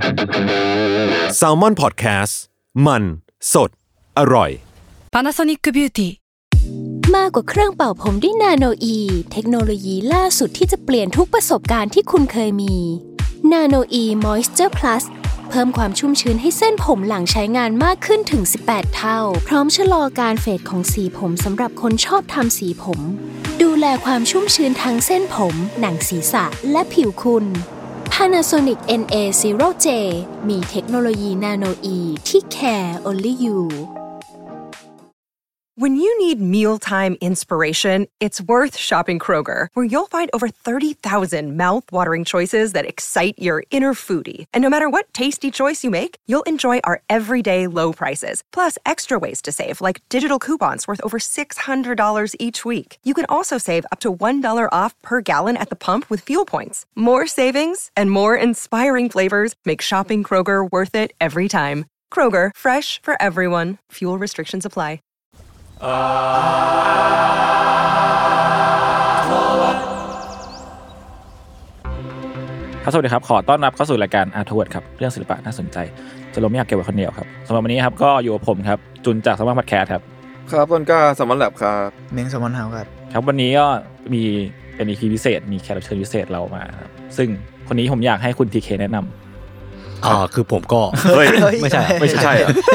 Salmon Podcast มันสดอร่อย Panasonic Beauty มากกว่าเครื่องเป่าผมด้วยนาโนอีเทคโนโลยีล่าสุดที่จะเปลี่ยนทุกประสบการณ์ที่คุณเคยมีนาโนอีมอยส์เจอร์พลัสเพิ่มความชุ่มชื้นให้เส้นผมหลังใช้งานมากขึ้นถึง18เท่าพร้อมชะลอการเฟดของสีผมสำหรับคนชอบทำสีผมดูแลความชุ่มชื้นทั้งเส้นผมหนังศีรษะและผิวคุณ Panasonic NA0J มีเทคโนโลยีนาโนอีที่ care only you When you need mealtime inspiration, it's worth shopping Kroger, where you'll find over 30,000 mouth-watering choices that excite your inner foodie. And no matter what tasty choice you make, you'll enjoy our everyday low prices, plus extra ways to save, like digital coupons worth over $600 each week. You can also save up to $1 off per gallon at the pump with fuel points. More savings and more inspiring flavors make shopping Kroger worth it every time. Kroger, fresh for everyone. Fuel restrictions apply. สวัสดีครับขอต้อนรับเข้าสู่รายการอาร์ทเวิร์ดครับเรื่องศิลปะน่าสนใจจะลงไม่อยากเก็บไว้คนเดียวครับสำหรับวันนี้ครับก็อยู่กับผมครับจุนจากสมาร์ทพอดแคสต์ครับครับต้นกล้าสมอนแลบครับเม้งสมอนเฮาครับครับวันนี้ก็มีเป็น EP พิเศษมีแขกรับเชิญพิเศษเรามาครับซึ่งคนนี้ผมอยากให้คุณ TK แนะนำคือผมก็เฮ้ยไม่ใช่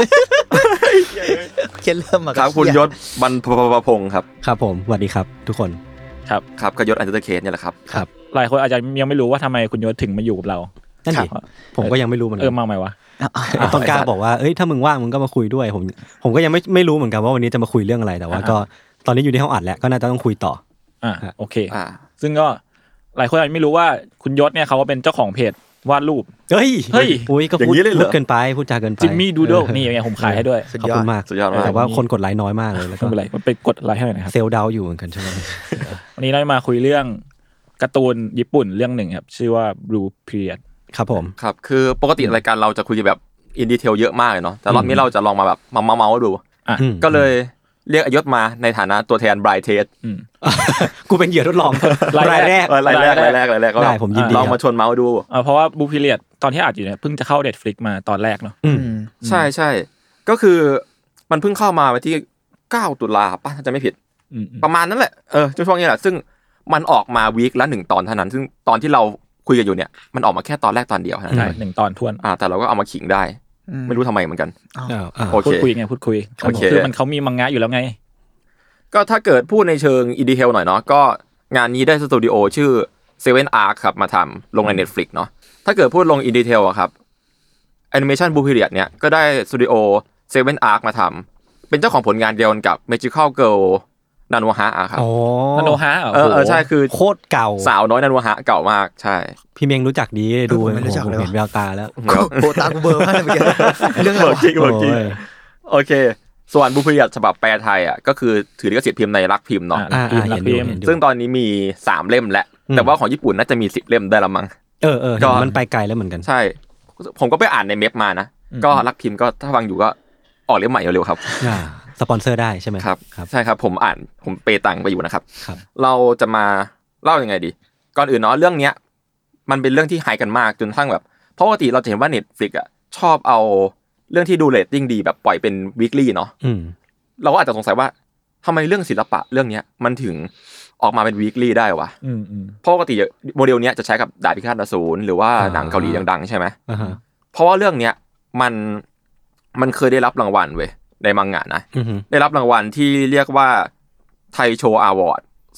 เริ่มมาครับคุณยศบรรพพงศ์ครับครับผมสวัสดีครับทุกคนครับก็ยศอันเดอร์เคสเนี่ยแหละครับครับหลายคนอาจจะยังไม่รู้ว่าทำไมคุณยศถึงมาอยู่กับเรานั่นดิผมก็ยังไม่รู้เหมือนกันมาใหม่วะต้นกล้าบอกว่าเอ้ยถ้ามึงว่างมึงก็มาคุยด้วยผมก็ยังไม่รู้เหมือนกันว่าวันนี้จะมาคุยเรื่องอะไรแต่ว่าก็ตอนนี้อยู่ในห้องอัดแล้วก็น่าจะต้องคุยต่อโอเคซึ่งก็หลายคนอาจจะไม่รู้ว่าคุณยศเนี่ยเขาก็เป็นเจ้าของเพจวาดรูปเฮ้ยอุ้ยก็พูดเกินไปพูดจาเกินไปจิมมี่ดูโดนี่ไงผมขายให้ด้วยขอบคุณมากแต่ว่าคนกดไลค์น้อยมากเลยแล้วก็ไปกดไลค์ให้หน่อยนะครับเซลล์ดาวอยู่เหมือนกันใช่ไหมวันนี้เรามาคุยเรื่องการ์ตูนญี่ปุ่นเรื่องหนึ่งครับชื่อว่า Blue Period ครับผมครับคือปกติรายการเราจะคุยแบบอินดีเทลเยอะมากเลยเนาะแต่รอบนี้เราจะลองมาแบบเมาๆดูก็เลยเรียกอยศมาในฐานะตัวแทนบรายเทสกูเป็นเหยื่อทดลองรายแรกก็ได้ผมยินดีลองมาชวนเมาส์ดูเพราะว่า Blue Period ตอนที่อัดอยู่เนี่ยเพิ่งจะเข้า Netflix มาตอนแรกเนาะใช่ๆก็คือมันเพิ่งเข้ามาวันที่9ตุลาป่ะถ้าจะไม่ผิดประมาณนั้นแหละช่วงนี้แหละซึ่งมันออกมาวีคละ1ตอนเท่านั้นซึ่งตอนที่เราคุยกันอยู่เนี่ยมันออกมาแค่ตอนแรกตอนเดียวนะใช่1ตอนท้วนแต่เราก็เอามาขิงได้ไม่รู้ทำไมเหมือนกันโอเคพูดคุยคือมันเขามีมังงะอยู่แล้วไงก็ถ้าเกิดพูดในเชิงอินดีเทลหน่อยเนาะก็งานนี้ได้สตูดิโอชื่อ Seven Arc ครับมาทำลงใน Netflix เนาะถ้าเกิดพูดลงอินดีเทลอะครับ Animation Blue Period เนี่ยก็ได้สตูดิโอ Seven Arc มาทำเป็นเจ้าของผลงานเดียวกับ Magical Girl นาโนฮะครับนาโนฮะใช่คือโคตรเก่าสาวน้อยนาโนฮะเก่ามากใช่พี่เมงรู้จักดีดูผมเห็นแววตาแล้วโคตากูเบอร์มากเลยเมื่อกี้เรื่องอะไรจริงโอเคส่วน Blue Period ฉบับแปลไทยอ่ะก็คือถือลิขสิทธิ์พิมพ์ในรักพิมพ์เนาะซึ่งตอนนี้มี3เล่มแล้วแต่ว่าของญี่ปุ่นน่าจะมี10เล่มได้ละมั้งก็มันไปไกลแล้วเหมือนกันใช่ผมก็ไปอ่านในเว็บมานะก็รักพิมพ์ก็ถ้าฟังอยู่ก็ออกเล่มใหม่เร็วๆครับสปอนเซอร์ได้ใช่ไหมครับใช่ครับผมเปตังไปอยู่นะครับเราจะมาเล่ายังไงดีก่อนอื่นเนาะเรื่องเนี้ยมันเป็นเรื่องที่ไฮกันมากจนทั้งแบบเพราะปกติเราจะเห็นว่า Netflix อ่ะชอบเอาเรื่องที่ดูเรตติ้งดีแบบปล่อยเป็น weekly เนาะเราก็อาจจะสงสัยว่าทำไมเรื่องศิลปะเรื่องเนี้ยมันถึงออกมาเป็น weekly ได้วะเพราะปกติโมเดลเนี้ยจะใช้กับดาบพิฆาตอสูรหรือว่าหนังเกาหลีดังๆใช่ไหมเพราะว่าเรื่องเนี้ยมันเคยได้รับรางวัลเว้ยในมังงะนะได้รับรางวัลที่เรียกว่าไทโชอวอร์ด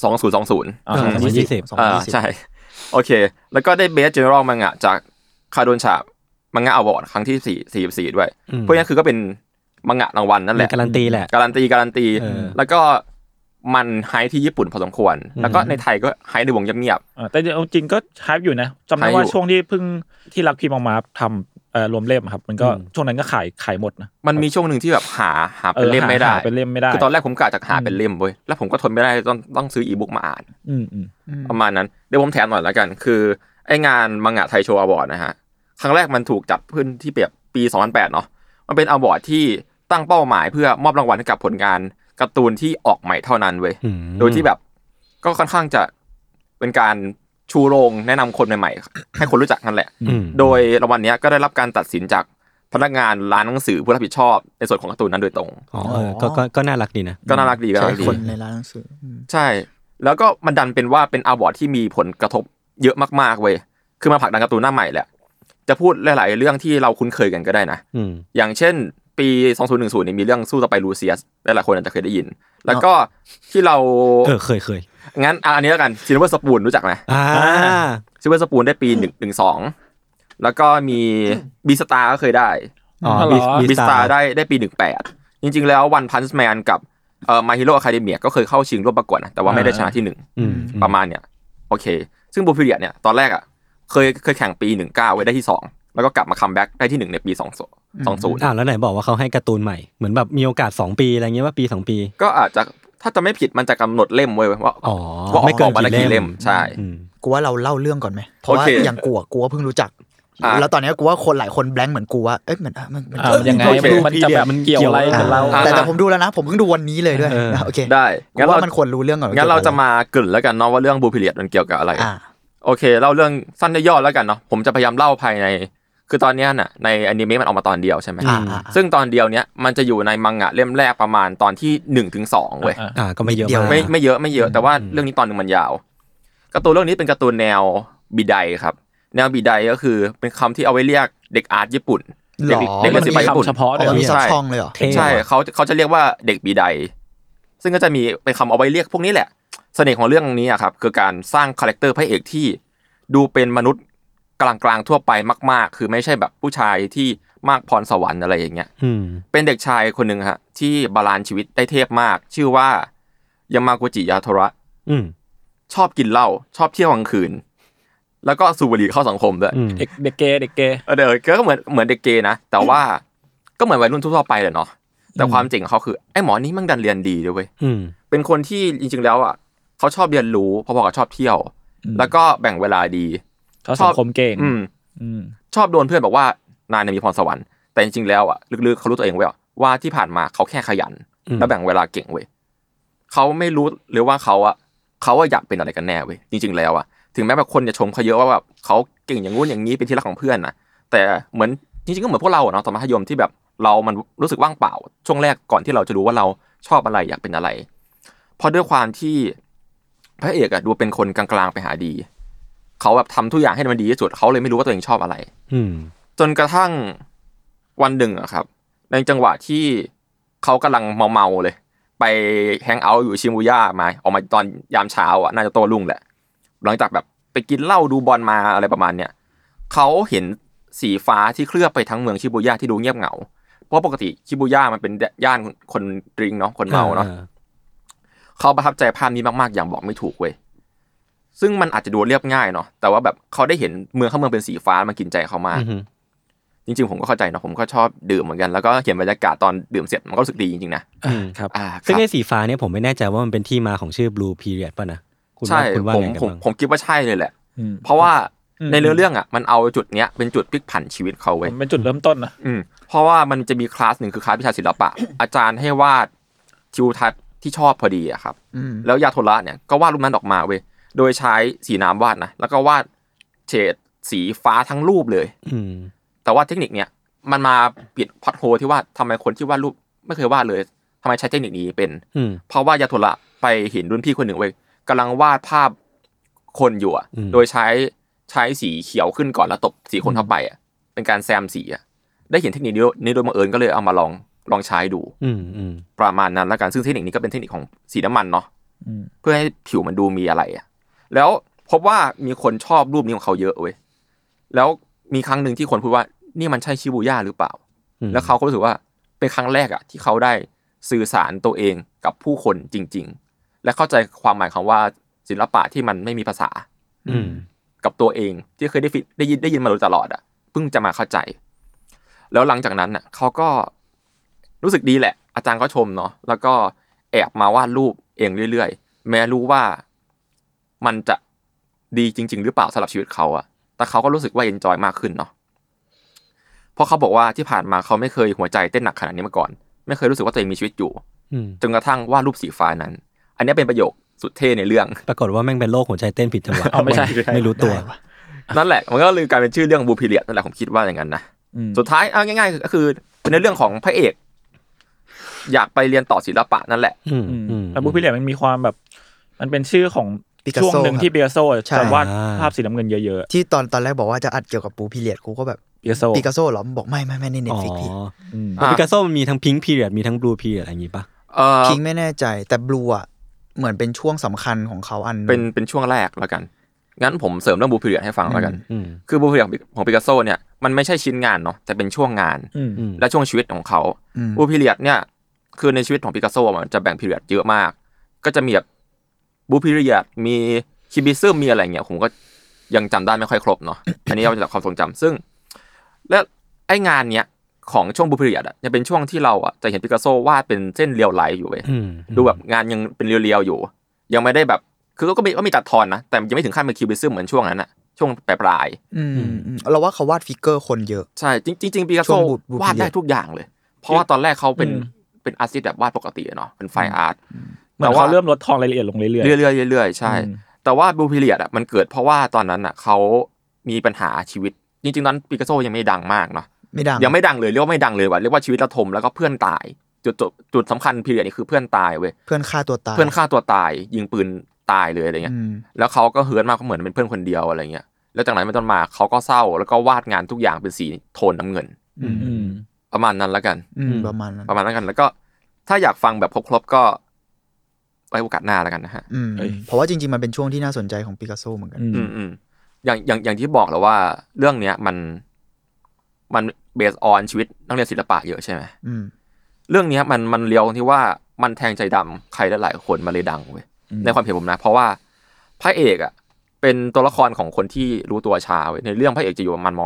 2020ใช่โอเคแล้วก็ได้เบสเจเนอรัลมังงะจากคาโดนชามังงะอวอร์ดครั้งที่44ด้วยพวกนี้คือก็เป็นมังงะรางวัลนั่นแหละการันตีแหละการันตีแล้วก็มันไฮที่ญี่ปุ่นพอสมควรแล้วก็ในไทยก็ไฮในวงเงียบๆแต่จริงก็ไฮอยู่นะจำได้ว่าช่วงที่เพิ่งที่รักพิมพ์ออกมาทำรวมเล่มครับมันก็ช่วงนั้นก็ขายหมดนะมันมีช่วงนึงที่แบบหาเป็นเล่มไม่ได้คือตอนแรกผมกะจะหาเป็นเล่มเว้ยแล้วผมก็ทนไม่ได้ต้องซื้ออีบุ๊กมาอ่านประมาณนั้นเดี๋ยวผมแถมหน่อยแล้วกันคือไอ้งานมังงะไทโชอวอร์ดนะฮะครั้งแรกมันถูกจัดขึ้นที่แบบปี2008เนาะมันเป็นอวอร์ดที่ตั้งเป้าหมายเพื่อมอบรางวัลให้กับผลงานการ์ตูนที่ออกใหม่เท่านั้นเว้ยโดยที่แบบก็ค่อนข้างจะเป็นการชูโรงแนะนำคนใหม่ๆให้คนรู้จักนั่นแหละโดยรางวัลนี้ก็ได้รับการตัดสินจากพนักงานร้านหนังสือผู้รับผิดชอบในส่วนของการ์ตูนนั้นโดยตรงก็น่ารักดีนะก็น่ารักดีคนในร้านหนังสือใช่แล้วก็มันดันเป็นว่าเป็นอวอร์ดที่มีผลกระทบเยอะมากๆเว้ยคือมาผลักดันการ์ตูนหน้าใหม่แหละจะพูดหลายๆเรื่องที่เราคุ้นเคยกันก็ได้นะอย่างเช่นปี2010นี่มีเรื่องสู้ต่อไปลูเซียสหลายๆคนอาจจะเคยได้ยินแล้วก็ที่เราเคยงั้นอันนี้แล้วกันซิลเวอร์สปูนรู้จักไหมซิลเวอร์สปูนได้ปี112แล้วก็มีบีสตาร์ก็เคยได้บีสตาร์ได้ปี18จริงๆแล้ววันพันช์แมนกับMy Hero Academia ก็เคยเข้าชิงร่วมประกวดนะแต่ว่าไม่ได้ชนะที่1ประมาณเนี่ยโอเคซึ่งบูฟิเลียเนี่ยตอนแรกอ่ะเคยแข่งปี19ไว้ได้ที่2แล้วก็กลับมาคัมแบ็กได้ที่1ในปี20 แล้วไหนบอกว่าเขาให้การ์ตูนใหม่เหมือนแบบมีโอกาส2ปีอะไรเงี้ยว่าปี2ปีก็อาจจะถ้าจะไม่ผิดมันจะกำหนดเล่มไว้ว่าไม่เกินกี่เล่มใช่กูว่าเราเล่าเรื่องก่อนไหมเพราะว่าอย่างกูว่าเพิ่งรู้จักแล้วตอนนี้กูว่าคนหลายคนแบงค์เหมือนกูว่ามันยังไงมันจะแบบมันเกี่ยวอะไรกับเราแต่ผมดูแล้วนะผมเพิ่งดูวันนี้เลยด้วยโอเคได้งั้นว่ามันควรรู้เรื่องก่อนงั้นเราจะมาเกริ่นแล้วกันเนาะว่าเรื่องบูพิเลียดมันเกี่ยวกับอะไรโอเคเล่าเรื่องสั้นย่อๆแล้วกันเนาะผมจะพยายามเล่าภายในคือตอนนี้น่ะในอนิเมะมันออกมาตอนเดียวใช่ไหมซึ่งตอนเดียวเนี้ยมันจะอยู่ในมังงะเล่มแรกประมาณตอนที่ 1-2 เว้ยก็ไม่เยอะไม่เยอะแต่ว่าเรื่องนี้ตอนนึงมันยาวการ์ตูนเรื่องนี้เป็นการ์ตูนแนวบิไดครับแนวบิไดก็คือเป็นคำที่เอาไว้เรียกเด็กอาร์ตญี่ปุ่นเด็กเรียนศิลปะญี่ปุ่นเฉพาะเลยมีซับช่องเลยเหรอใช่เขาจะเรียกว่าเด็กบิไดซึ่งก็จะมีเป็นคำเอาไว้เรียกพวกนี้แหละเสน่ห์ของเรื่องนี้ครับคือการสร้างคาแรคเตอร์พระเอกที่ดูเป็นมนุษย์กลางๆทั่วไปมากๆคือไม่ใช่แบบผู้ชายที่มากพรสวรรค์อะไรอย่างเงี้ยเป็นเด็กชายคนหนึ่งฮะที่บาลานซ์ชีวิตได้เทพมากชื่อว่ายามากุจิยาโทระชอบกินเหล้าชอบเที่ยวกลางคืนแล้วก็สูบบุหรี่เข้าสังคมด้วยเด็กเกย์ก็เหมือนเด็กเกย์นะแต่ว่าก็เหมือนวัยรุ่นทั่วไปแหละเนาะแต่ความเจ๋งของเขาคือไอ้หมอนี่มันดันเรียนดีด้วยเว้ยเป็นคนที่จริงๆแล้วอ่ะเขาชอบเรียนรู้พอๆกับชอบเที่ยวแล้วก็แบ่งเวลาดีเขาสังคมเก่งชอบโดนเพื่อนบอกว่านายมีพรสวรรค์แต่จริงๆแล้วอ่ะลึกๆเขารู้ตัวเองเว้ยว่าที่ผ่านมาเขาแค่ขยันแล้วแบ่งเวลาเก่งเว้ยเขาไม่รู้หรือว่าเขาอยากเป็นอะไรกันแน่เว้ยจริงๆแล้วอ่ะถึงแม้แบบคนจะชมเขาเยอะว่าแบบเขาเก่งอย่างงู้นอย่างนี้เป็นที่รักของเพื่อนนะแต่เหมือนจริงๆก็เหมือนพวกเราเนาะตอนมัธยมที่แบบมันรู้สึกว่างเปล่าช่วงแรกก่อนที่เราจะรู้ว่าเราชอบอะไรอยากเป็นอะไรเพราะด้วยความที่พระเอกอะดูเป็นคนกลางๆไปหาดีเขาแบบทำทุกอย่างให้มันดีที่สุดเขาเลยไม่รู้ว่าตัวเองชอบอะไรจนกระทั่งวันหนึ่งอะครับในจังหวะที่เขากำลังเมาเลยไปแฮงเอาท์อยู่ชิบูย่ามาออกมาตอนยามเช้าอะน่าจะโตรุ่งแหละหลังจากแบบไปกินเหล้าดูบอลมาอะไรประมาณเนี้ยเขาเห็นสีฟ้าที่เคลือบไปทั้งเมืองชิบูย่าที่ดูเงียบเหงาเพราะปกติชิบูย่ามันเป็นย่านคนดริงเนาะคนเมาเนาะเขาประทับใจภาพนี้มากๆอย่างบอกไม่ถูกเว้ยซึ่งมันอาจจะดูเรียบง่ายเนาะแต่ว่าแบบเขาได้เห็นเมืองเป็นสีฟ้ามันกินใจเขามากจริงๆผมก็เข้าใจเนาะผมก็ชอบดื่มเหมือนกันแล้วก็เห็นบรรยากาศตอนดื่มเสร็จมันก็รู้สึกดีจริงๆนะครับซึ่งไอ้สีฟ้าเนี่ยผมไม่แน่ใจว่ามันเป็นที่มาของชื่อ Blue Period ป่ะนะใช่ผมคิดว่าใช่เลยแหละเพราะว่าในเรื่องอ่ะมันเอาจุดเนี้ยเป็นจุดพลิกผันชีวิตเขาเว้ยเป็นจุดเริ่มต้นนะเพราะว่ามันจะมีคลาสหนึ่งคือคลาสวิชาศิลปะอาจารย์ให้วาดทิวทัศน์ที่ชอบพอดีอะครับแล้วยาโทระเนี่ยก็วาดรูปนั้นออกมาเว้ยโดยใช้สีน้ำวาดนะแล้วก็วาดเฉดสีฟ้าทั้งรูปเลยแต่ว่าเทคนิคเนี้ยมันมาปิดพอตโฮที่ว่าทำไมคนที่วาดรูปไม่เคยวาดเลยทำไมใช้เทคนิคนี้เป็นเพราะว่ายาโทระไปเห็นรุ่นพี่คนหนึ่งเว้ยกำลังวาดภาพคนอยู่อ่ะโดยใช้สีเขียวขึ้นก่อนแล้วตบสีคนเข้าไปอ่ะเป็นการแซมสีอ่ะได้เห็นเทคนิคนี้โดยบังเอิญก็เลยเอามาลองใช้ดูประมาณนั้นแล้วกันซึ่งเทคนิคนี้ก็เป็นเทคนิคของสีน้ำมันเนาะเพื่อให้ผิวมันดูมีอะไรอ่ะแล้วพบว่ามีคนชอบรูปนี้ของเขาเยอะเว้ยแล้วมีครั้งนึงที่คนพูดว่านี่มันใช่ชิบูย่าหรือเปล่าแล้วเขาก็รู้สึกว่าเป็นครั้งแรกอ่ะที่เขาได้สื่อสารตัวเองกับผู้คนจริงๆและเข้าใจความหมายของว่าศิลปะที่มันไม่มีภาษากับตัวเองที่เคยได้ยินมาโดยตลอดอ่ะเพิ่งจะมาเข้าใจแล้วหลังจากนั้นน่ะเขาก็รู้สึกดีแหละอาจารย์ก็ชมเนาะแล้วก็แอบมาวาดรูปเองเรื่อยๆแม้รู้ว่ามันจะดีจริงๆหรือเปล่าสำหรับชีวิตเขาอ่ะแต่เขาก็รู้สึกว่าเอนจอยมากขึ้นเนาะเพราะเขาบอกว่าที่ผ่านมาเขาไม่เคยหัวใจเต้นหนักขนาดนี้มาก่อนไม่เคยรู้สึกว่าตัวเองมีชีวิตอยู่จนกระทั่งวาดรูปสีฟ้านั้นอันนี้เป็นประโยคสุดเท่ในเรื่องปรากฏว่าแม่งเป็นโรคหัวใจเต้นผิดจังหวะไม่ใช่ไม่รู้ตัวนั่นแหละมันก็เลยกลายเป็นชื่อเรื่องบูพีเรียดนั่นแหละผมคิดว่าอย่างนั้นนะสุดท้ายเอาง่ายๆก็คือเป็นในเรื่องของพระเอกอยากไปเรียนต่อศิลปะนั่นแหละแล้วบูพีเรียดมันมีความแบบมันเป็นชื่อของช่วงหนึ่งที่ปิกัสโซจะวาดภาพสีน้ำเงินเยอะๆที่ตอนแรกบอกว่าจะอัดเกี่ยวกับบูพีเรียดกูก็แบบปิกัสโซเหรอบอกไม่ใน Netflix พี่ปิกัสโซมันมีทั้งพิงค์พีเรียดมีทั้งบลูพีเรียดอะไรอย่างงี้ป่ะพิงค์ไม่แน่ใจแต่บลูอ่ะเหมือนเป็นช่วงสำคัญของเขาอันเป็นช่วงแรกแล้วกันงั้นผมเสริมเรื่องบูพีเรียดให้ฟังแล้วกันคือบูพีเรียดของปิกัสโซเนี่ยมันไม่ใช่ชิ้นงานเนาะแต่เป็นช่วงงานและช่วงชีวิตของเขาบูพีเรียดเนี่ยคือในชีวิตของปิกัสโซมันจะแบ่งพีเรียดเยอะมากก็จะมีแบบบูพีเรียดมีคิบิซึมมีอะไรเงี้ยผมก็ยังจำได้ไม่ค่อยครบเนาะอันนี้เอาจากความทรงจำซึ่งและไอ้งานเนี้ยของช่วงบูพีเรียดจะเป็นช่วงที่เราจะเห็นปิกัสโซวาดเป็นเส้นเรียวไลน์อยู่เว้ยดูแบบงานยังเป็นเรียวๆอยู่ยังไม่ได้แบบคือก็มีตัดทอนนะแต่ยังไม่ถึงขั้นเป็นคิบิซึมเหมือนช่วงนั้นอะช่วงปลายเราว่าเขาวาดฟิกเกอร์คนเยอะใช่จริงๆปิกัสโซวาดได้ทุกอย่างเลยเพราะว่าตอนแรกเขาเป็นอาร์ติสต์แบบวาดปกติเนาะเป็นไฟอาร์ตแต่ว่าเริ่มลดทอนรายละเอียดลงเรื่อยๆใช่แต่ว่าบูพีเรียดมันเกิดเพราะว่าตอนนั้นเขามีปัญหาชีวิตจริงๆนั้นปิกัสโซยังไม่ดังมากเนาะยังไม่ดังเลยเรียกว่าไม่ดังเลยว่ะเรียกว่าชีวิตระทมแล้วก็เพื่อนตายจุดสำคัญพีเรียดนี่คือเพื่อนตายเว้ยเพื่อนฆ่าตัวตายยิงปืนตายเลยอะไรเงี้ยแล้วเขาก็เฮิร์ตมากเขาเหมือนเป็นเพื่อนคนเดียวอะไรเงี้ยแล้วจากนั้นเป็นต้นมาเขาก็เศร้าแล้วก็วาดงานทุกอย่างเป็นสีโทนน้ำเงินประมาณนั้นแล้วกันประมาณนั้นกันแล้วก็ถ้าอยากฟังแบบครบก็ไว้โอกาสหน้าแล้วกันนะฮะเพราะว่าจริงๆมันเป็นช่วงที่น่าสนใจของปิกัสโซเหมือนกันอย่างที่บอกแล้วว่าเรื่องเนี้ยมันเบสออนชีวิตนักเรียนศิลปะเยอะใช่ไหมเรื่องนี้มันเลียวที่ว่ามันแทงใจดำใครหลายคนมาเลยดังเว้ยในความเห็นผมนะเพราะว่าพระเอกเป็นตัวละครของคนที่รู้ตัวช้าเว้ยในเรื่องพระเอกจะอยู่ประมาณม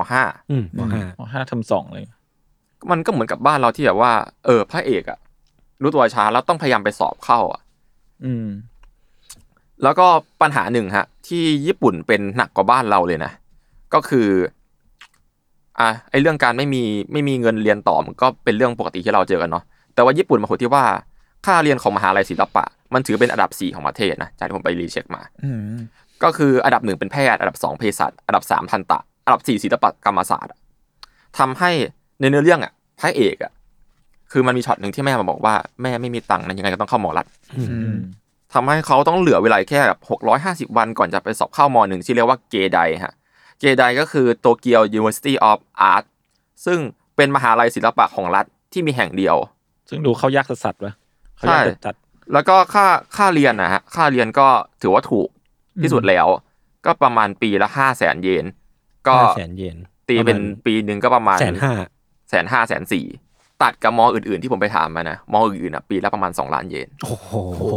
.5 เทอม 2เลยมันก็เหมือนกับบ้านเราที่แบบว่าพระเอกรู้ตัวช้าแล้วต้องพยายามไปสอบเข้าแล้วก็ปัญหาหนึ่งฮะที่ญี่ปุ่นเป็นหนักกว่าบ้านเราเลยนะก็คือไอเรื่องการไม่มีเงินเรียนต่อมันก็เป็นเรื่องปกติที่เราเจอกันเนาะแต่ว่าญี่ปุ่นมาโหดที่ว่าค่าเรียนของมหาลัยศิลปะมันถือเป็นอันดับ4ของประเทศนะจากที่ผมไปรีเช็คมาก็คืออันดับ1เป็นแพทย์อันดับ2เภสัชอันดับ3ทันตะอันดับ4ศิลปกรรมศาสตร์ทำให้ในเนื้อเรื่องพระเอกคือมันมีช็อตนึงที่แม่มาบอกว่าแม่ไม่มีตังค์นะยังไงก็ต้องเข้ามอรัฐทำให้เขาต้องเหลือเวลาแค่650วันก่อนจะไปสอบเข้าม.1ที่เรียกว่าเกไดฮะเกไดก็คือโตเกียว University of Art ซึ่งเป็นมหาลัยศิลปะของรัฐที่มีแห่งเดียวซึ่งดูเขายากสัสๆวะเขายากจัดแล้วก็ค่าเรียนนะฮะค่าเรียนก็ถือว่าถูกที่สุดแล้วก็ประมาณปีละ 500,000 เยนก็ 500,000 เยนตีเป็นปีนึงก็ประมาณ 150,000 ตัดกับม.อื่นๆที่ผมไปถามมานะม.อื่นๆปีละประมาณ2 ล้านเยนโอ้โห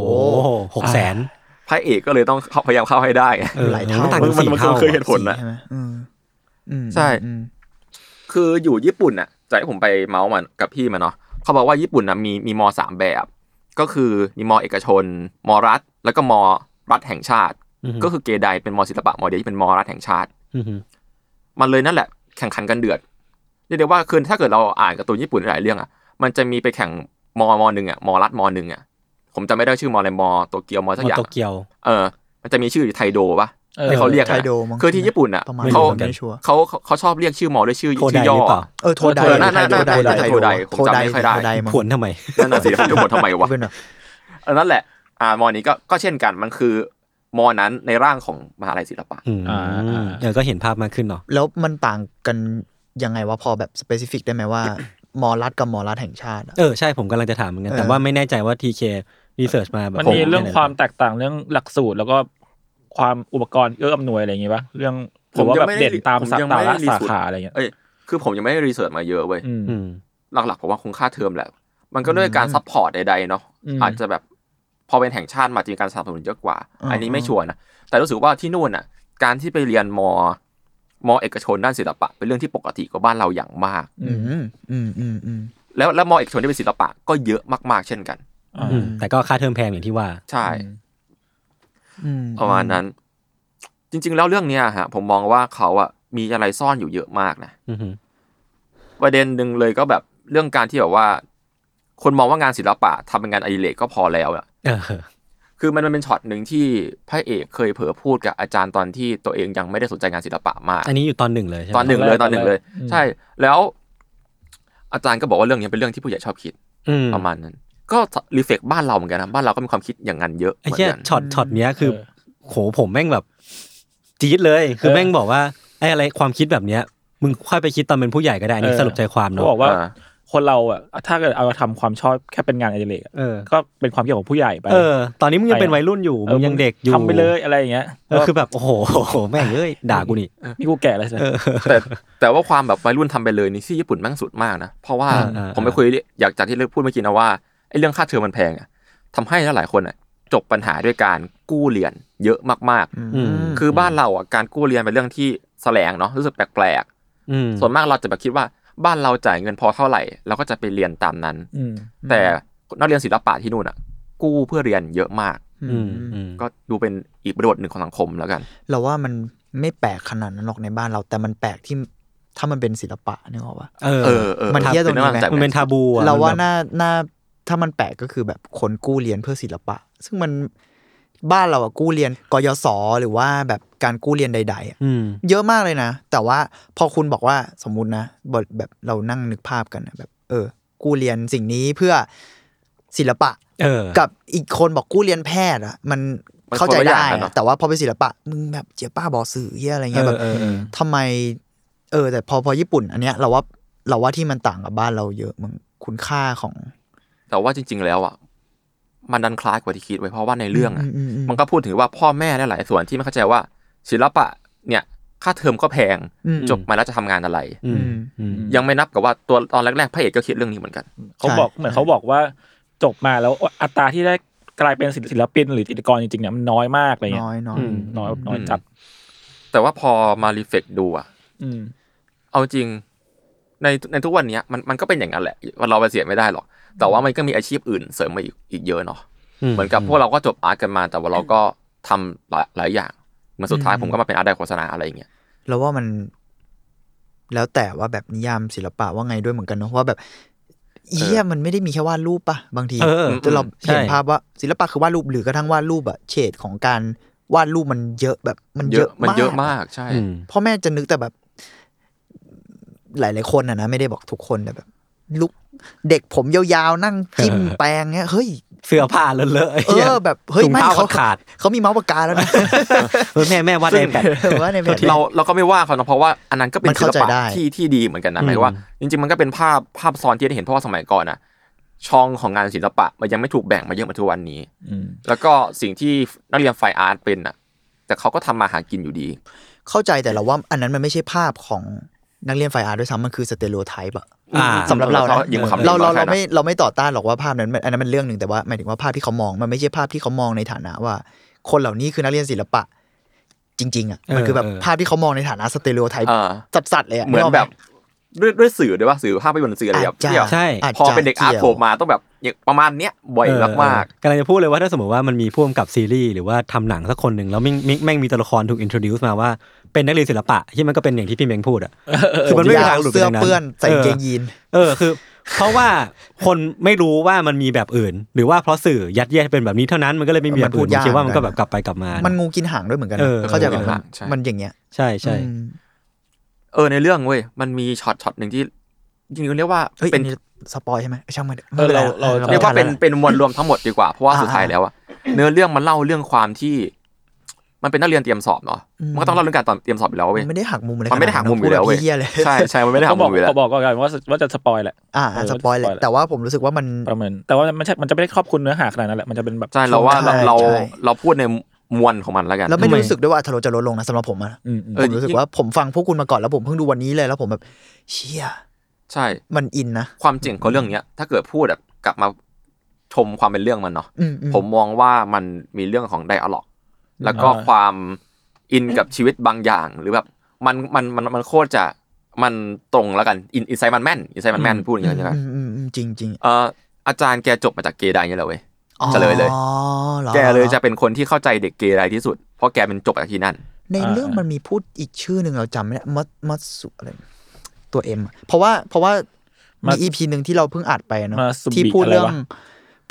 600,000 พระเอกก็เลยต้องพยายามเข้าให้ได้หลายเท่ามันเคยเห็นผลนะใช่คืออยู่ญี่ปุ่นจากที่ผมไปเมาส์มันกับพี่มาเนาะเขาบอกว่าญี่ปุ่นมีม.3 แบบก็คือมีม.เอกชนม.รัฐแล้วก็ม.รัฐแห่งชาติก็คือเกไดเป็นม.ศิลปะม.เดียวที่เป็นม.รัฐแห่งชาติมันเลยนั่นแหละแข่งขันกันเดือดเรียกได้ว่าคือถ้าเกิดเราอ่านการ์ตูนญี่ปุ่นหลายเรื่องมันจะมีไปแข่งม.1ม.รัฐม.1ผมจะไม่ได้ชื่อม.อะไรม.โตเกียวม.สักอย่างโตเกียวมันจะมีชื่อไทโดป่ะที่เขาเรียกคือที่ญี่ปุ่นเขาชอบเรียกชื่อม.ด้วยชื่อย่อโทไดน่าโทไดผมจำไม่ค่อยได้ผลทำไมนั่นน่ะสิทุกคนทำไมวะนั่นแหละม.นี้ก็เช่นกันมันคือม.นั้นในร่างของมหาลัยศิลปะก็เห็นภาพมากขึ้นเนาะแล้วมันต่างกันยังไงวะพอแบบสเปซิฟิกได้ไหมว่าม.รัฐกับม.รัฐแห่งชาติใช่ผมกำลังจะถามเหมือนกันแต่ว่าไม่แน่ใจว่า TK รีเสิร์ชมาแบบมันมีเรื่องความแตกต่างเรื่องหลักสูตรแล้วก็ความอุปกรณ์อำนวยอะไรอย่างงี้ป่ะเรื่องผมว่าแบบเด่นตามสาขาอะไรเงี้ยคือผมยังไม่ได้รีเสิร์ชมาเยอะเว้ยหลักๆผมว่าคงค่าเทอมแหละมันก็ด้วยการซัพพอร์ตใดๆเนาะอาจจะแบบพอเป็นแห่งชาติมาจะมีการสนับสนุนเยอะกว่าอันนี้ไม่ชัวร์นะแต่รู้สึกว่าที่นู่นการที่ไปเรียนม.เอกชนด้านศิลปะเป็นเรื่องที่ปกติกว่าบ้านเราอย่างมากแล้วม.เอกชนที่เป็นศิลปะก็เยอะมากๆเช่นกันแต่ก็ค่าเทอมแพงอย่างที่ว่าใช่ประมาณนั้นจริงๆแล้วเรื่องนี้ฮะผมมองว่าเขามีอะไรซ่อนอยู่เยอะมากนะประเด็นหนึ่งเลยก็แบบเรื่องการที่แบบว่าคนมองว่างานศิลปะทำเป็นงานอดิเรกก็พอแล้วคือมันเป็นช็อตนึงที่พระเอกเคยเผลอพูดกับอาจารย์ตอนที่ตัวเองยังไม่ได้สนใจงานศิลปะมากอันนี้อยู่ตอน1เลยใช่มั้ยตอน1เลยใช่แล้วอาจารย์ก็บอกว่าเรื่องนี้เป็นเรื่องที่ผู้ใหญ่ชอบคิดประมาณนั้นก็รีเฟล็กบ้านเราเหมือนกันนะบ้านเราก็มีความคิดอย่างนั้นเยอะไอ้แค่ช็อตเนี้ยคือโหผมแม่งแบบจี๊ดเลยคือแม่งบอกว่าไอ้อะไรความคิดแบบเนี้ยมึงค่อยไปคิดตอนเป็นผู้ใหญ่ก็ได้นี่สรุปใจความเนาะบอกว่าคนเราอ่ะถ้าเกิดเอาทำความชอบแค่เป็นงานอดิเรกก็เป็นความคิดของผู้ใหญ่ไปตอนนี้มึงยังเป็นวัยรุ่นอยู่มึงยังเด็กอยู่ทำไปเลยอะไรอย่างเงี้ยคือแบบโอ้โหแม่งเอ้ยด่ากูนี่กูแก่แล้วสิแต่ว่าความแบบวัยรุ่นทำไปเลยนี่ที่ญี่ปุ่นแม่งสุดมากนะเพราะว่าผมไปคุยอยากจากที่เลิกพูดเมื่อกี้นะว่าไอ้เรื่องค่าเทอมมันแพงอ่ะทำให้หลายคนอ่ะจบปัญหาด้วยการกู้เรียนเยอะมากๆคือบ้านเราอ่ะการกู้เรียนเป็นเรื่องที่แสลงเนาะรู้สึกแปลกๆส่วนมากเราจะแบบคิดว่าบ้านเราจ่ายเงินพอเท่าไหร่เราก็จะไปเรียนตามนั้นแต่นักเรียนศิลปะที่นู่นอ่ะกู้เพื่อเรียนเยอะมากก็ดูเป็นอีกบริบทหนึ่งของสังคมแล้วกันเราว่ามันไม่แปลกขนาดนั้นหรอกในบ้านเราแต่มันแปลกที่ถ้ามันเป็นศิลปะนึกออกป่ะมันเทียบตรงนี้มั้ยมันเป็นทาบูเราว่าน่าถ้ามันแปลกก็คือแบบคนกู้เรียนเพื่อศิลปะซึ่งมันบ้านเราอ่ะกู้เรียนกยศหรือว่าแบบการกู้เรียนใดๆเยอะมากเลยนะแต่ว่าพอคุณบอกว่าสมมุตินะแบบเรานั่งนึกภาพกันแบบกู้เรียนสิ่งนี้เพื่อศิลปะกับอีกคนบอกกู้เรียนแพทย์อ่ะมันเข้าใจได้แต่ว่าพอเป็นศิลปะมึงแบบเจี๊ยป้าบอสื่อเหี้ยอะไรเงี้ยแบบทำไมแต่พอญี่ปุ่นอันเนี้ยเราว่าที่มันต่างกับบ้านเราเยอะมึงคุณค่าของแต่ว่าจริงๆแล้วอ่ะมันดันคล้ายกว่าที่คิดไว้เพราะว่าในเรื่องอ่ะมันก็พูดถึงว่าพ่อแม่หลายส่วนที่ไม่เข้าใจว่าศิลปะเนี่ยค่าเทอมก็แพงจบมาแล้วจะทำงานอะไรยังไม่นับกับว่าตัวตอนแรกๆพระเอกก็คิดเรื่องนี้เหมือนกันเขาบอกว่าจบมาแล้วอัตราที่ได้กลายเป็นศิลปินหรือจิตรกรจริงๆเนี่ยมันน้อยมากอะไรเงี้ยน้อยจัดแต่ว่าพอมารีเฟล็กดูอ่ะเอาจริงในทุกวันนี้มันก็เป็นอย่างนั้นแหละเราไปเสียไม่ได้หรอกแต่ว่ามันก็มีอาชีพอื่นเสริมมาอีกเยอะเนาะเหมือนกับพวกเราก็จบอาร์ตกันมาแต่ว่าเราก็ทำหลายอย่างมาสุดท้ายผมก็มาเป็นอาร์ตไดโฆษณาอะไรอย่างเงี้ยเราว่ามันแล้วแต่ว่าแบบนิยามศิลปะว่าไงด้วยเหมือนกันเนาะว่าแบบมันไม่ได้มีแค่วาดรูปป่ะบางทีเราเห็นภาพว่าศิลปะคือวาดรูปหรือกระทั่งวาดรูปอะเฉดของการวาดรูปมันเยอะแบบมันเยอะมากใช่พ่อแม่จะนึกแต่แบบหลายๆคนนะไม่ได้บอกทุกคนแต่แบบลุกเด็กผมยาวๆนั่งจิ้มแปรงเงี้ยเฮ้ยเสื้อผ้าเลอะแบบเฮ้ยไม่เขาขาดเขามีเมาส์ปากกาแล้วนะแม่วาดเองแบบเราก็ไม่ว่าเขาเนาะเพราะว่าอันนั้นก็เป็นศิลปะที่ดีเหมือนกันนะหมายว่าจริงๆมันก็เป็นภาพซ้อนที่ได้เห็นเพราะว่าสมัยก่อนนะช่องของงานศิลปะมันยังไม่ถูกแบ่งมาเยอะเหมือนทุกวันนี้แล้วก็สิ่งที่นักเรียนไฟอาร์ตเป็นอ่ะแต่เขาก็ทำมาหากินอยู่ดีเข้าใจแต่เราว่าอันนั้นมันไม่ใช่ภาพของนักเรียนไฟอาร์ตด้วยซ้ำมันคือสเตโรไทป์อะสำหรับเรานะเราไม่ต่อต้านหรอกว่าภาพนั้นอันนั้นมันเรื่องนึงแต่ว่าหมายถึงว่าภาพที่เขามองมันไม่ใช่ภาพที่เขามองในฐานะว่าคนเหล่านี้คือนักเรียนศิลปะจริงๆอ่ะมันคือแบบภาพที่เขามองในฐานะสเตโรไทป์สัดๆเลยอ่ะเหมือนแบบด้วยสื่อด้วยว่าสื่อภาพยนตร์สื่ออะไรแบบใช่พอเป็นเด็กอาร์ตโผล่มาต้องแบบประมาณเนี้ยบ่อยมากๆกำลังจะพูดเลยว่าถ้าสมมติว่ามันมีผู้กำกับซีรีส์หรือว่าทำหนังสักคนนึงแล้วแม่งมีตัวละครถูกอินโทรดิวซ์มาว่าเป็นนักเรียนศิลปะที่มันก็เป็นอย่างที่พี่เม้งพูดอ่ะคือมันไม่มีทางหลุดไปจากนั้นเสื้อเปื้อนใส่เกงยีนคือเพราะว่าคนไม่รู้ว่ามันมีแบบอื่นหรือว่าเพราะสื่อยัดเยียดเป็นแบบนี้เท่านั้นมันก็เลยไม่มีแบบอื่นคิดว่ามันก็แบบกลับไปกลับมามันงูกินหางด้วยเหมือนกันเข้าใจป่ะมันอย่างเงี้ยใช่ในเรื่องเว้ยมันมีช็อตนึงที่จริงๆเรียกว่าเป็นสปอยใช่มั้ยช่างมันเราเรียกว่าเป็นมวลรวมทั้งหมดดีกว่าเพราะว่าสุดท้ายแล้วอะเนื้อเรื่องมันเล่าเรื่องความที่มันเป็นนักเรียนเตรียมสอบเนาะมันก็ต้องเล่าเรื่องการตอนเตรียมสอบอยู่แล้วเว้ยไม่ได้หักมุมเลยมันไม่ได้หักมุมอยู่แล้วเว้ยใช่มันไม่ได้หักมุมอยู่แล้วบอกกันว่าจะสปอยแหละสปอยแหละแต่ว่าผมรู้สึกว่ามันประเมินแต่ว่ามันจะไม่ได้ครอบคลุมเนื้อหาขนาดนั้นแหละมันจะเป็นแบบใช่เราว่าเราพูดในมวลของมันแล้วกันแล้วไม่รู้สึกด้วยว่าอรรถรสจะลดลงนะสำหรับผมอ่ะผมรู้สึกว่าผมฟังพวกคุณมาก่อนแล้วผมเพิ่งดูวันนี้เลยแล้วผมแบบเชี่ยใช่มันอินนะความเจ๋งของเรื่องเนี้ยถ้าเกิดพูดแบบกลับมาชมความเป็นเรื่องมันเนาะผมมองว่ามันมีเรื่องของไดอะล็อกแล้วก็ความอินกับชีวิตบางอย่างหรือแบบมันโคตรจะมันตรงแล้วกันอินไซด์มันแม่นพูดอย่างนี้ใช่ไหมจริงอาจารย์แกจบมาจากเกย์ไดนี่แหละเว้ยเฉลยเลยแกเลยจะเป็นคนที่เข้าใจเด็กเกย์ไดที่สุดเพราะแกเป็นจบจากที่นั่นในเรื่องมันมีพูดอีกชื่อนึงเราจำไม่ได้มัตสุอะไรตัวเอ็มเพราะว่ามี EP นึงที่เราเพิ่งอัดไปเนาะที่พูดเรื่อง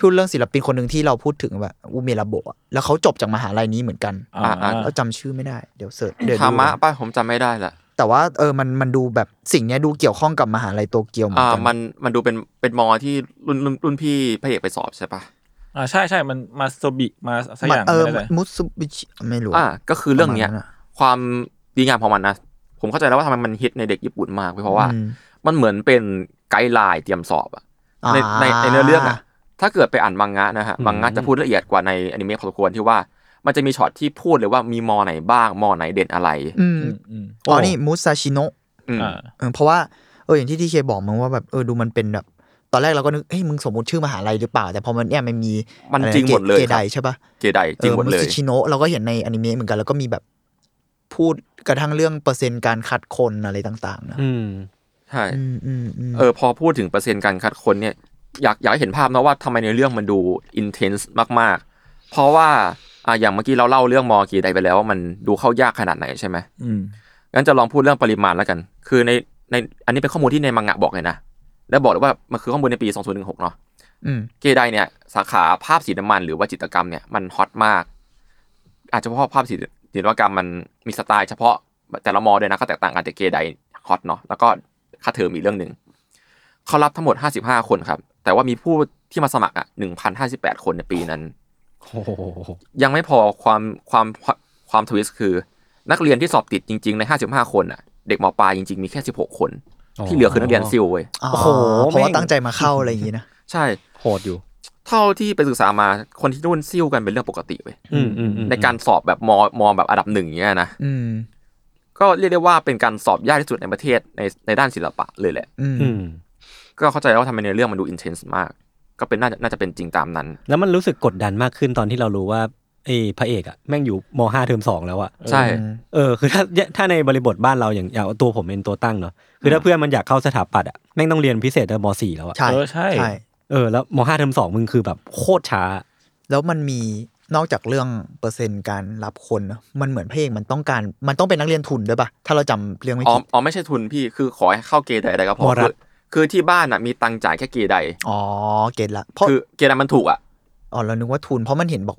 พูดเรื่องศิลปินคนหนึ่งที่เราพูดถึงแบบอูเมระโบะแล้วเขาจบจากมหาลัยนี้เหมือนกันแล้วจำชื่อไม่ได้เดี๋ยวเสิร์ชเดี๋ยวดูธรรมะป่ะผมจำไม่ได้ละแต่ว่ามันดูแบบสิ่งนี้ดูเกี่ยวข้องกับมหาลัยโตเกียวเหมือนกันมันดูเป็นมอที่รุ่นพี่พระเอกไปสอบใช่ปะใช่มันมาโซบิมาสักอย่างมุสุบิชิไม่รู้ก็คือเรื่องเนี้ยความดีงามของมันนะผมเข้าใจแล้วว่าทำไมมันฮิตในเด็กญี่ปุ่นมากเพราะว่ามันเหมือนเป็นไกด์ไลน์เตรียมสอบอ่ะในเนื้อเรื่องอ่ะถ้าเกิดไปอ่านมังงะนะฮะมังงะจะพูดละเอียดกว่าในอนิเมะพอสมควรที่ว่ามันจะมีช็อตที่พูดเลยว่ามีมอไหนบ้างมอไหนเด่นอะไรนี่มุซาชิโนะเพราะว่าอย่างที่เคบอกมึงว่าแบบดูมันเป็นแบบตอนแรกเราก็นึกเฮ้ยมึงสมมุติชื่อมหาลัยหรือเปล่าแต่พอมันเนี่ยมันมีมันจริงหมดเลยเกไดใช่ป่ะเกไดจริงหมดเลยมุซาชิโนะเราก็เห็นในอนิเมะเหมือนกันแล้วก็มีแบบพูดกระทั่งเรื่องเปอร์เซ็นต์การคัดคนอะไรต่างๆนะใช่พอพูดถึงเปอร์เซ็นต์การคัดคนเนี่ยอยากเห็นภาพนะว่าทำไมในเรื่องมันดูอินเทนส์มากๆเพราะว่าอย่างเมื่อกี้เราเล่าเรื่องมอกีไดไปแล้วว่ามันดูเข้ายากขนาดไหนใช่ไหมงั้นจะลองพูดเรื่องปริมาณแล้วกันคือในอันนี้เป็นข้อมูลที่ในมังงะบอกเลยนะแล้วบอกเลยว่ามันคือข้อมูลในปี2016เนาะเกไดเนี่ยสาขาภาพสีน้ำมันหรือว่าจิตรกรรมเนี่ยมันฮอตมากอาจจะเพราะภาพศิลปกรรมมันมีสไตล์เฉพาะแต่ละมอด้วยนะก็แตกต่างกันแต่เกไดฮอตเนาะแล้วก็ค่าเทอมอีกเรื่องนึงเขารับทั้งหมด55คนครับแต่ว่ามีผู้ที่มาสมัคร1,058 คนในปีนั้นยังไม่พอความทวิสต์คือนักเรียนที่สอบติดจริงๆใน55คนเด็กม.ปลายจริงๆมีแค่16คนที่เหลือคือนักเรียนซิลเว้ยเพราะว่าตั้งใจมาเข้าอะไรอย่างงี้นะใช่โหดอยู่เท่าที่ไปศึกษามาคนที่นู่นซิลกันเป็นเรื่องปกติเว้ยในการสอบแบบม.แบบอันดับ1อย่างเงี้ยนะก็เรียกได้ว่าเป็นการสอบยากที่สุดในประเทศในด้านศิลปะเลยแหละก็เข้าใจว่าทำไมในเรื่องมันดูอินเทนส์มากก็เป็นน่าจะเป็นจริงตามนั้นแล้วมันรู้สึกกดดันมากขึ้นตอนที่เรารู้ว่าพระเอกแม่งอยู่ม.5 เทอม2แล้วใช่คือถ้าในบริบทบ้านเราอย่างตัวผมเป็นตัวตั้งเนาะคือถ้าเพื่อนมันอยากเข้าสถาปัตย์แม่งต้องเรียนพิเศษตั้งม.4 แล้วใช่แล้วม.5 เทอม2มึงคือแบบโคตรช้าแล้วมันมีนอกจากเรื่องเปอร์เซ็นต์การรับคนเนาะมันเหมือนพระเอกมันต้องเป็นนักเรียนทุนด้วยป่ะถ้าเราจำเรื่องไม่ผิดไม่ใช่ทุนพี่คือขอให้เข้าเกไดได้ก็พอคือที่บ้านมีตังจ่ายแค่เกไดเกณฑ์ละคือเกไดมันถูกเรานึกว่าทุนเพราะมันเห็นบอก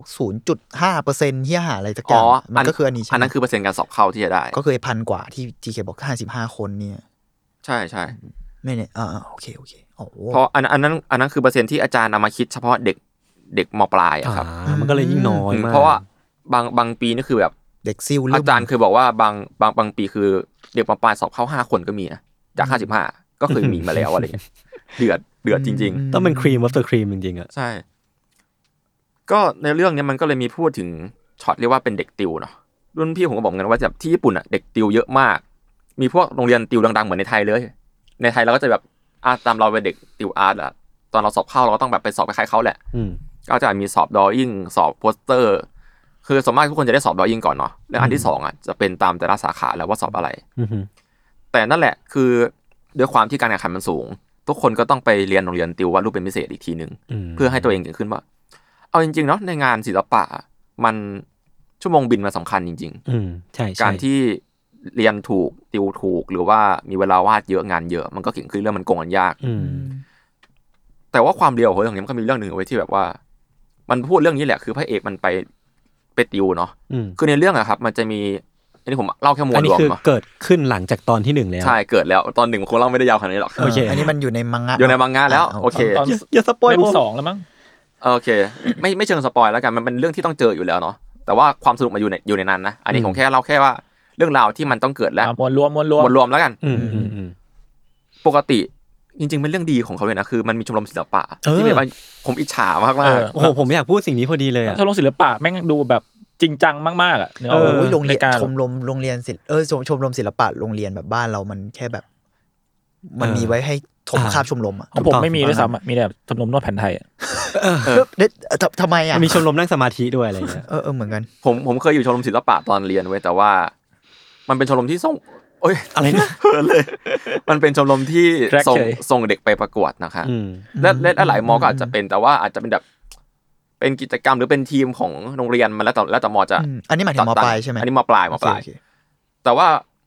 0.5% ที่หาอะไรสักอย่างมันก็คืออันนี้ใช่อันนั้นคือเปอร์เซ็นต์การสอบเข้าที่จะได้ก็คือ1,000 กว่าที่ GK บอก55คนเนี่ยใช่ไม่เนี่ยโอเคเพราะอันนั้นคือเปอร์เซ็นต์ที่อาจารย์นำมาคิดเฉพาะเด็กม.ปลายครับมันก็เลยยิ่งน้อยมากเพราะว่าบางปีนี่คือแบบเด็กซิลอาจารย์เคยบอกว่าบางปีคือเด็กม.ปลายสอบเข้า5คนก็มีนะจาก55ก็เคยมีมาแล้วอะไรเงี้ยเดือดจริงๆต้องเป็นครีมอัฟเตอร์ครีมจริงๆใช่ก็ในเรื่องนี้มันก็เลยมีพูดถึงช็อตเรียกว่าเป็นเด็กติวเนาะรุ่นพี่ผมก็บอกกันว่าแบบที่ญี่ปุ่นเด็กติวเยอะมากมีพวกโรงเรียนติวดังๆเหมือนในไทยเลยในไทยเราก็จะแบบตามเราเป็นเด็กติวอาร์ตตอนเราสอบเข้าเราก็ต้องแบบไปสอบคล้ายๆเขาแหละก็จะมีสอบดรอยิ่งสอบโปสเตอร์คือส่วนมากทุกคนจะได้สอบดรอยิ่งก่อนเนาะแล้วอันที่2จะเป็นตามแต่ละสาขาแล้วว่าสอบอะไรแต่นั่นแหละคือด้วยความที่การแข่งขันมันสูงทุกคนก็ต้องไปเรียนโรงเรียนติววาดรูปเป็นพิเศษอีกทีนึงเพื่อให้ตัวเองเก่งขึ้นว่าเอาจริงๆเนาะในงานศิลปะมันชั่วโมงบินมันสำคัญจริงๆใช่การที่เรียนถูกติวถูกหรือว่ามีเวลาวาดเยอะงานเยอะมันก็เก่งขึ้นเรื่องมันโกงกันยากแต่ว่าความเดียวของเรื่องนี้มันก็มีเรื่องนึงเอาไว้ที่แบบว่ามันพูดเรื่องนี้แหละคือพระเอกมันไปติวเนาะคือในเรื่องครับมันจะมีอันนี้ผมเล่าแค่มวลรวมอันนี้คือเกิดขึ้นหลังจากตอนที่1แล้วใช่เกิดแล้วตอน1คงเล่าไม่ได้ยาวขนาดนี้หรอกโอเคอันนี้มันอยู่ในมังงะแล้วโอเคอย่าสปอยล์เล่ม2แล้วมั้งโอเคไม่เชิงสปอยแล้วกันมันเป็นเรื่องที่ต้องเจออยู่แล้วเนาะแต่ว่าความสนุกมันอยู่ในนั้นนะอันนี้ผมแค่เล่าแค่ว่าเรื่องราวที่มันต้องเกิดแล้วมวลรวมแล้วกันปกติจริงๆเป็นเรื่องดีของเขาเลยนะคือมันมีชมรมศิลปะที่แบบว่าผมอิจฉามากโอ้โหผมอยากพูดสิ่งนี้พอดีเลยชมรมศิลปะแม่งดูแบบจริงจังมากๆโรงเรียนชมรมโรงเรียนศิลป์ชมรมศิลปะโรงเรียนแบบบ้านเรามันแค่แบบมันมีไว้ให้ถมคาบชมรมของผมไม่มีด้วยซ้ำมีแต่ชมรมนวดแผนไทยทำไมมีชมรมนั่งสมาธิด้วยอะไรเงี้ยเหมือนกันผมเคยอยู่ชมรมศิลปะตอนเรียนไว้แต่ว่ามันเป็นชมรมที่ส่งอะไรนะเลยมันเป็นชมรมที่ส่งเด็กไปประกวดนะคะและหลายมอก็อาจจะเป็นแต่ว่าอาจจะเป็นแบบเป็นกิจกรรมหรือเป็นทีมของโรงเรียนมันแล้วแต่มอจะอันนี้หมายถึงมอปลายใช่ไหมอันนี้มอปลายแต่ว่า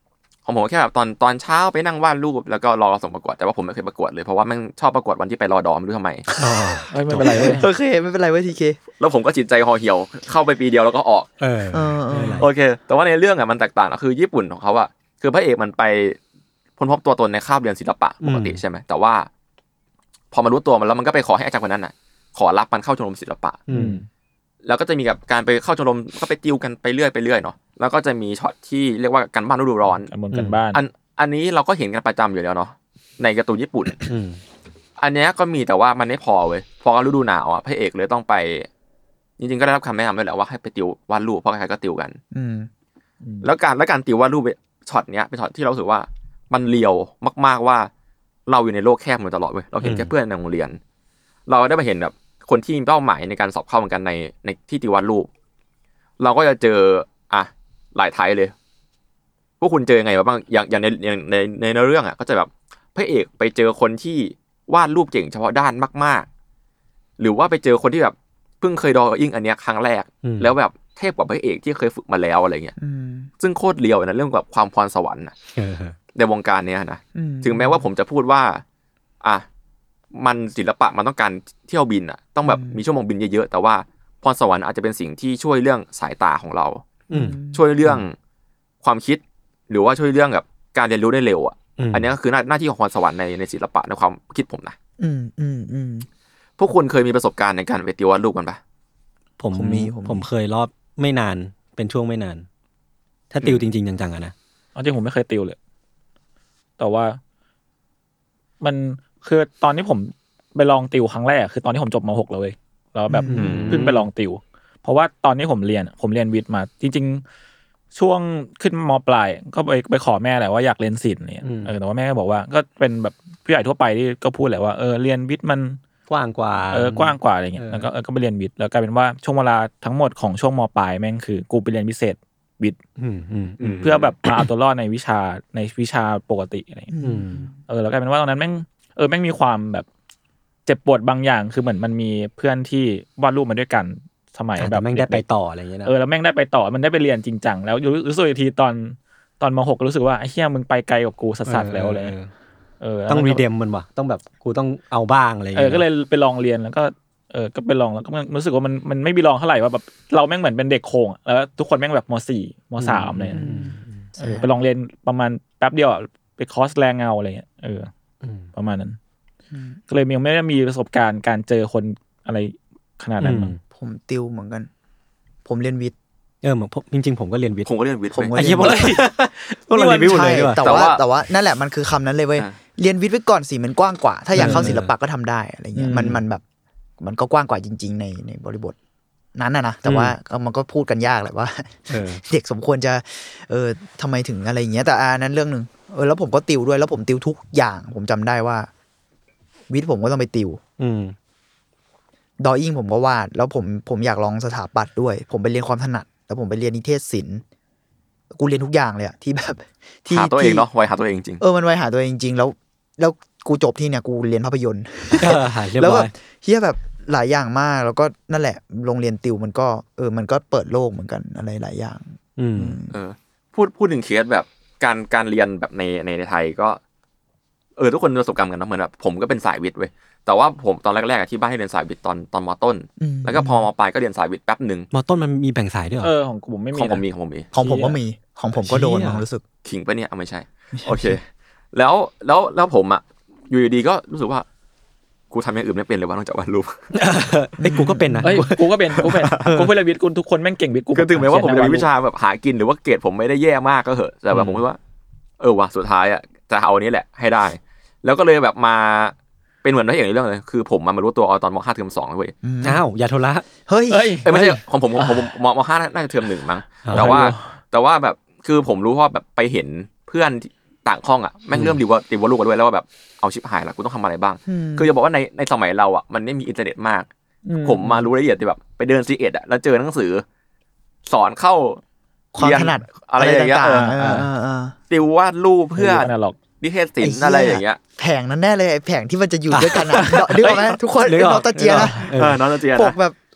ของผมแค่แบบตอนเช้าไปนั่งวาดรูปแล้วก็รอส่งประกวดแต่ว่าผมไม่เคยประกวดเลยเพราะว่าแม่งชอบประกวดวันที่ไปรอดอไม่รู้ทำไมไม่เป็นไรเว้ยโอเคไม่เป็นไรเว้ยทีเคแล้วผมก็จิตใจห่อเหี่ยวเข้าไปปีเดียวแล้วก็ออกโอเคแต่ว่าในเรื่องอ่ะมันแตกต่างคือญี่ปุ่นของเขาอ่ะคือพระเอกมันไปพ้นพบตัวตนในคาบเรียนศิลปะปกติใช่ไหมแต่ว่าพอมารู้ตัวมันแล้วมันก็ไปขอให้อาจารย์คนนั้นน่ะขอรับมันเข้าชมรมศิลปะแล้วก็จะมีกับการไปเข้าชมรมก็ไปติวกันไปเรื่อยเนาะแล้วก็จะมีช็อตที่เรียกว่าการบ้านฤดูร้อนกันบ้านอันนี้เราก็เห็นกันประจำอยู่แล้วเนาะในการ์ตูนญี่ปุ่นอันนี้ก็มีแต่ว่ามันไม่พอเว้ยพอฤดูหนาวอ่ะพระเอกเลยต้องไปจริงๆก็ได้รับคำแนะนำด้วยแหละว่าให้ไปติววาดรูปเพราะใครๆก็ติวกันแล้วการติววาดรูปช็อตเนี้ยเป็นช็อตที่เรารู้สึกว่ามันเลียวมากๆว่าเราอยู่ในโลกแคบมาตลอดเว้ยเราเห็นแค่เพื่อนในโรงเรียนเราได้มาเห็นแบบคนที่มีเป้าหมายในการสอบเข้าเหมือนกันในที่ติววาดรูปเราก็จะเจอหลายไทป์เลยพวกคุณเจอยังไงบ้างอย่างในเรื่องอ่ะก็จะแบบพระเอกไปเจอคนที่วาดรูปเก่งเฉพาะด้านมากๆหรือว่าไปเจอคนที่แบบเพิ่งเคยดออิ่งอันเนี้ยครั้งแรกแล้วแบบเทพกว่าพระเอกที่เคยฝึกมาแล้วอะไรเงี้ยซึ่งโคตรเลียวนะเรื่องแบบความพรสวรรค์นะในวงการเนี้ยนะถึงแม้ว่าผมจะพูดว่ามันศิลปะมันต้องการเที่ยวบินอ่ะต้องแบบมีชั่วโมงบินเยอะๆแต่ว่าพรสวรรค์อาจจะเป็นสิ่งที่ช่วยเรื่องสายตาของเราช่วยเรื่องความคิดหรือว่าช่วยเรื่องแบบการเรียนรู้ได้เร็วอ่ะอันนี้ก็คือหน้าที่ของพรสวรรค์ในศิลปะในความคิดผมนะพวกคุณเคยมีประสบการณ์ในการไปติววาดรูปกันปะผมเคยรอบไม่นานเป็นช่วงไม่นานถ้าติวจริงๆจังๆอะนะจริงผมไม่เคยติวเลยแต่ว่ามันคือตอนที่ผมไปลองติวครั้งแรกคือตอนที่ผมจบม.6 แล้วเว้ยแล้วแบบเพิ่งไปลองติวเพราะว่าตอนนี้ผมเรียนวิทย์มาจริงๆช่วงขึ้นม.ปลายก็ไปขอแม่แหละว่าอยากเรียนศิลป์เนี่ยแต่ว่าแม่ก็บอกว่าก็เป็นแบบผู้ใหญ่ทั่วไปที่ก็พูดแหละว่าเรียนวิทย์มันกว้างกว่ากว้างกว่าอะไรเงี้ยแล้วก็ไปเรียนวิทย์แล้วกลายเป็นว่าช่วงเวลาทั้งหมดของช่วงม.ปลายแม่งคือกูไปเรียนพิเศษวิทย์เพื่อแบบมาเอาตัวรอดในวิชาปกติอะไรแล้วกลายเป็นว่าตอนนั้นแม่งมีความแบบเจ็บปวดบางอย่างคือเหมือนมันมีเพื่อนที่วาดรูปมาด้วยกันสมัยแบบแม่งได้ไปต่ออะไรอย่างเงี้ยนะแล้วแม่งได้ไปต่อมันได้ไปเรียนจริงจังแล้วรู้สึกอีกทีตอนม.6 รู้สึกว่าไอ้เหี้ยมึงไปไกลกว่ากูสัสๆแล้วเลยต้องรีเดมมันว่ะต้องแบบกูต้องเอาบ้างอะไรอย่างเงี้ยก็เลยไปลองเรียนแล้วก็ก็ไปลองแล้วก็รู้สึกว่ามันไม่บีลองเท่าไหร่ว่าแบบเราแม่งเหมือนเป็นเด็กโคงแล้วทุกคนแม่งแบบม.4 ม.3 เลยไปลองเรียนประมาณแป๊บเดียวไปคอร์สแรงเงาอะไรเงี้ยประมาณนั้นก็เลยยังไม่ได้มีประสบการณ์การเจอคนอะไรขนาดนั้นผมติวเหมือนกันผมเรียนวิทย์จริงๆผมก็เรียนวิทย์ผมก็เรียนวิทย์ไอ้เหี้ยพวกเราเรียนวิทย์หมดเลยดีกว่าแต่ว่านั่นแหละมันคือคำนั้นเลยเว้ยเรียนวิทย์ไว้ก่อนสิมันกว้างกว่าถ้าอยากเข้าศิลปะก็ทำได้อะไรเงี้ยมันแบบมันก็กว้างกว่าจริงๆในบริบทนั้นนะแต่ว่ามันก็พูดกันยากแหละว่าเด็กสมควรจะทำไมถึงอะไรอย่างเงี้ยแต่นั้นเรื่องนึงแล้วผมก็ติวด้วยแล้วผมติวทุกอย่างผมจำได้ว่าวิทย์ผมก็ต้องไปติวดออิ่งผมก็วาดแล้วผมอยากลองสถาปัตย์ด้วยผมไปเรียนความถนัดแล้วผมไปเรียนนิเทศศิลป์กูเรียนทุกอย่างเลยอะที่แบบที่หาตัวเองเนาะวัยหาตัวเองจริงมันวัยหาตัวเองจริงแล้วกูจบที่เนี่ยกูเรียนภาพยนตร์แล้วแบบเฮียแบบหลายอย่างมากแล้วก็นั่นแหละโรงเรียนติวมันก็มันก็เปิดโลกเหมือนกันอะไรหลายอย่างพูดถึงเคสแบบการเรียนแบบในไทยก็ทุกคนมีประสบการณ์กันนะเหมือนแบบผมก็เป็นสายวิทย์เว้ยแต่ว่าผมตอนแรกๆที่บ้านให้เรียนสายวิทย์ตอนม.ต้นแล้วก็พอม.ปลายก็เรียนสายวิทย์แป๊บนึงม.ต้นมันมีแบ่งสายด้วยเหรอของผมไม่มีของผมมีของผมก็มีของผมก็โดนรู้สึกขิงปะเนี่ยไม่ใช่โอเคแล้วผมอ่ะอยู่ดีๆก็รู้สึกว่ากูทำอย่างอื่นไม่เป็นเลยว่านอกจากวาดรูปกูก็เป็นนะกูก็เป็นกูเรียนวิทย์กูทุกคนแม่งเก่งวิทย์กูก็ถึงแม้ว่าผมจะมีวิชาแบบหากินหรือว่าเกรดผมไม่ได้แย่มากก็เหอะแต่แบบผมคิดว่าว่ะสุดท้ายอ่ะจะเอาอันนี้แหละให้ได้แล้วก็เลยแบบมาเป็นเหมือนที่อย่างในเรื่องเลยคือผมมารู้ตัวตอนม.5 เทอม 2เว้ยอย่าโทรละเฮ้ยไม่ใช่ของผมม.5 น่าจะเทอม 1มั้งแต่ว่าแบบคือผมรู้เพราะแบบไปเห็นเพื่อนต่างห้องอ่ะแม่งเริ่มติวลูกกันด้วยแล้วว่าแบบเอาชิบหายละกูต้องทำอะไรบ้างคือจะบอกว่าในสมัยเราอ่ะมันไม่มีอินเทอร์เน็ตมากผมมารู้รายละเอียดที่แบบไปเดินซีเอ็ดอ่ะแล้วเจอหนังสือสอนเข้าความถนัดอะไรอย่างเงี้ยติววาดรูปเพื่อนิเทศศิลป์อะไรอย่างเงี้ยแผงนั้นแน่เลยแผงที่มันจะอยู่ด้วยกันอ่ะนึกออกมั้ยทุกคนนอตเจียนะนอตเจียปกแบบ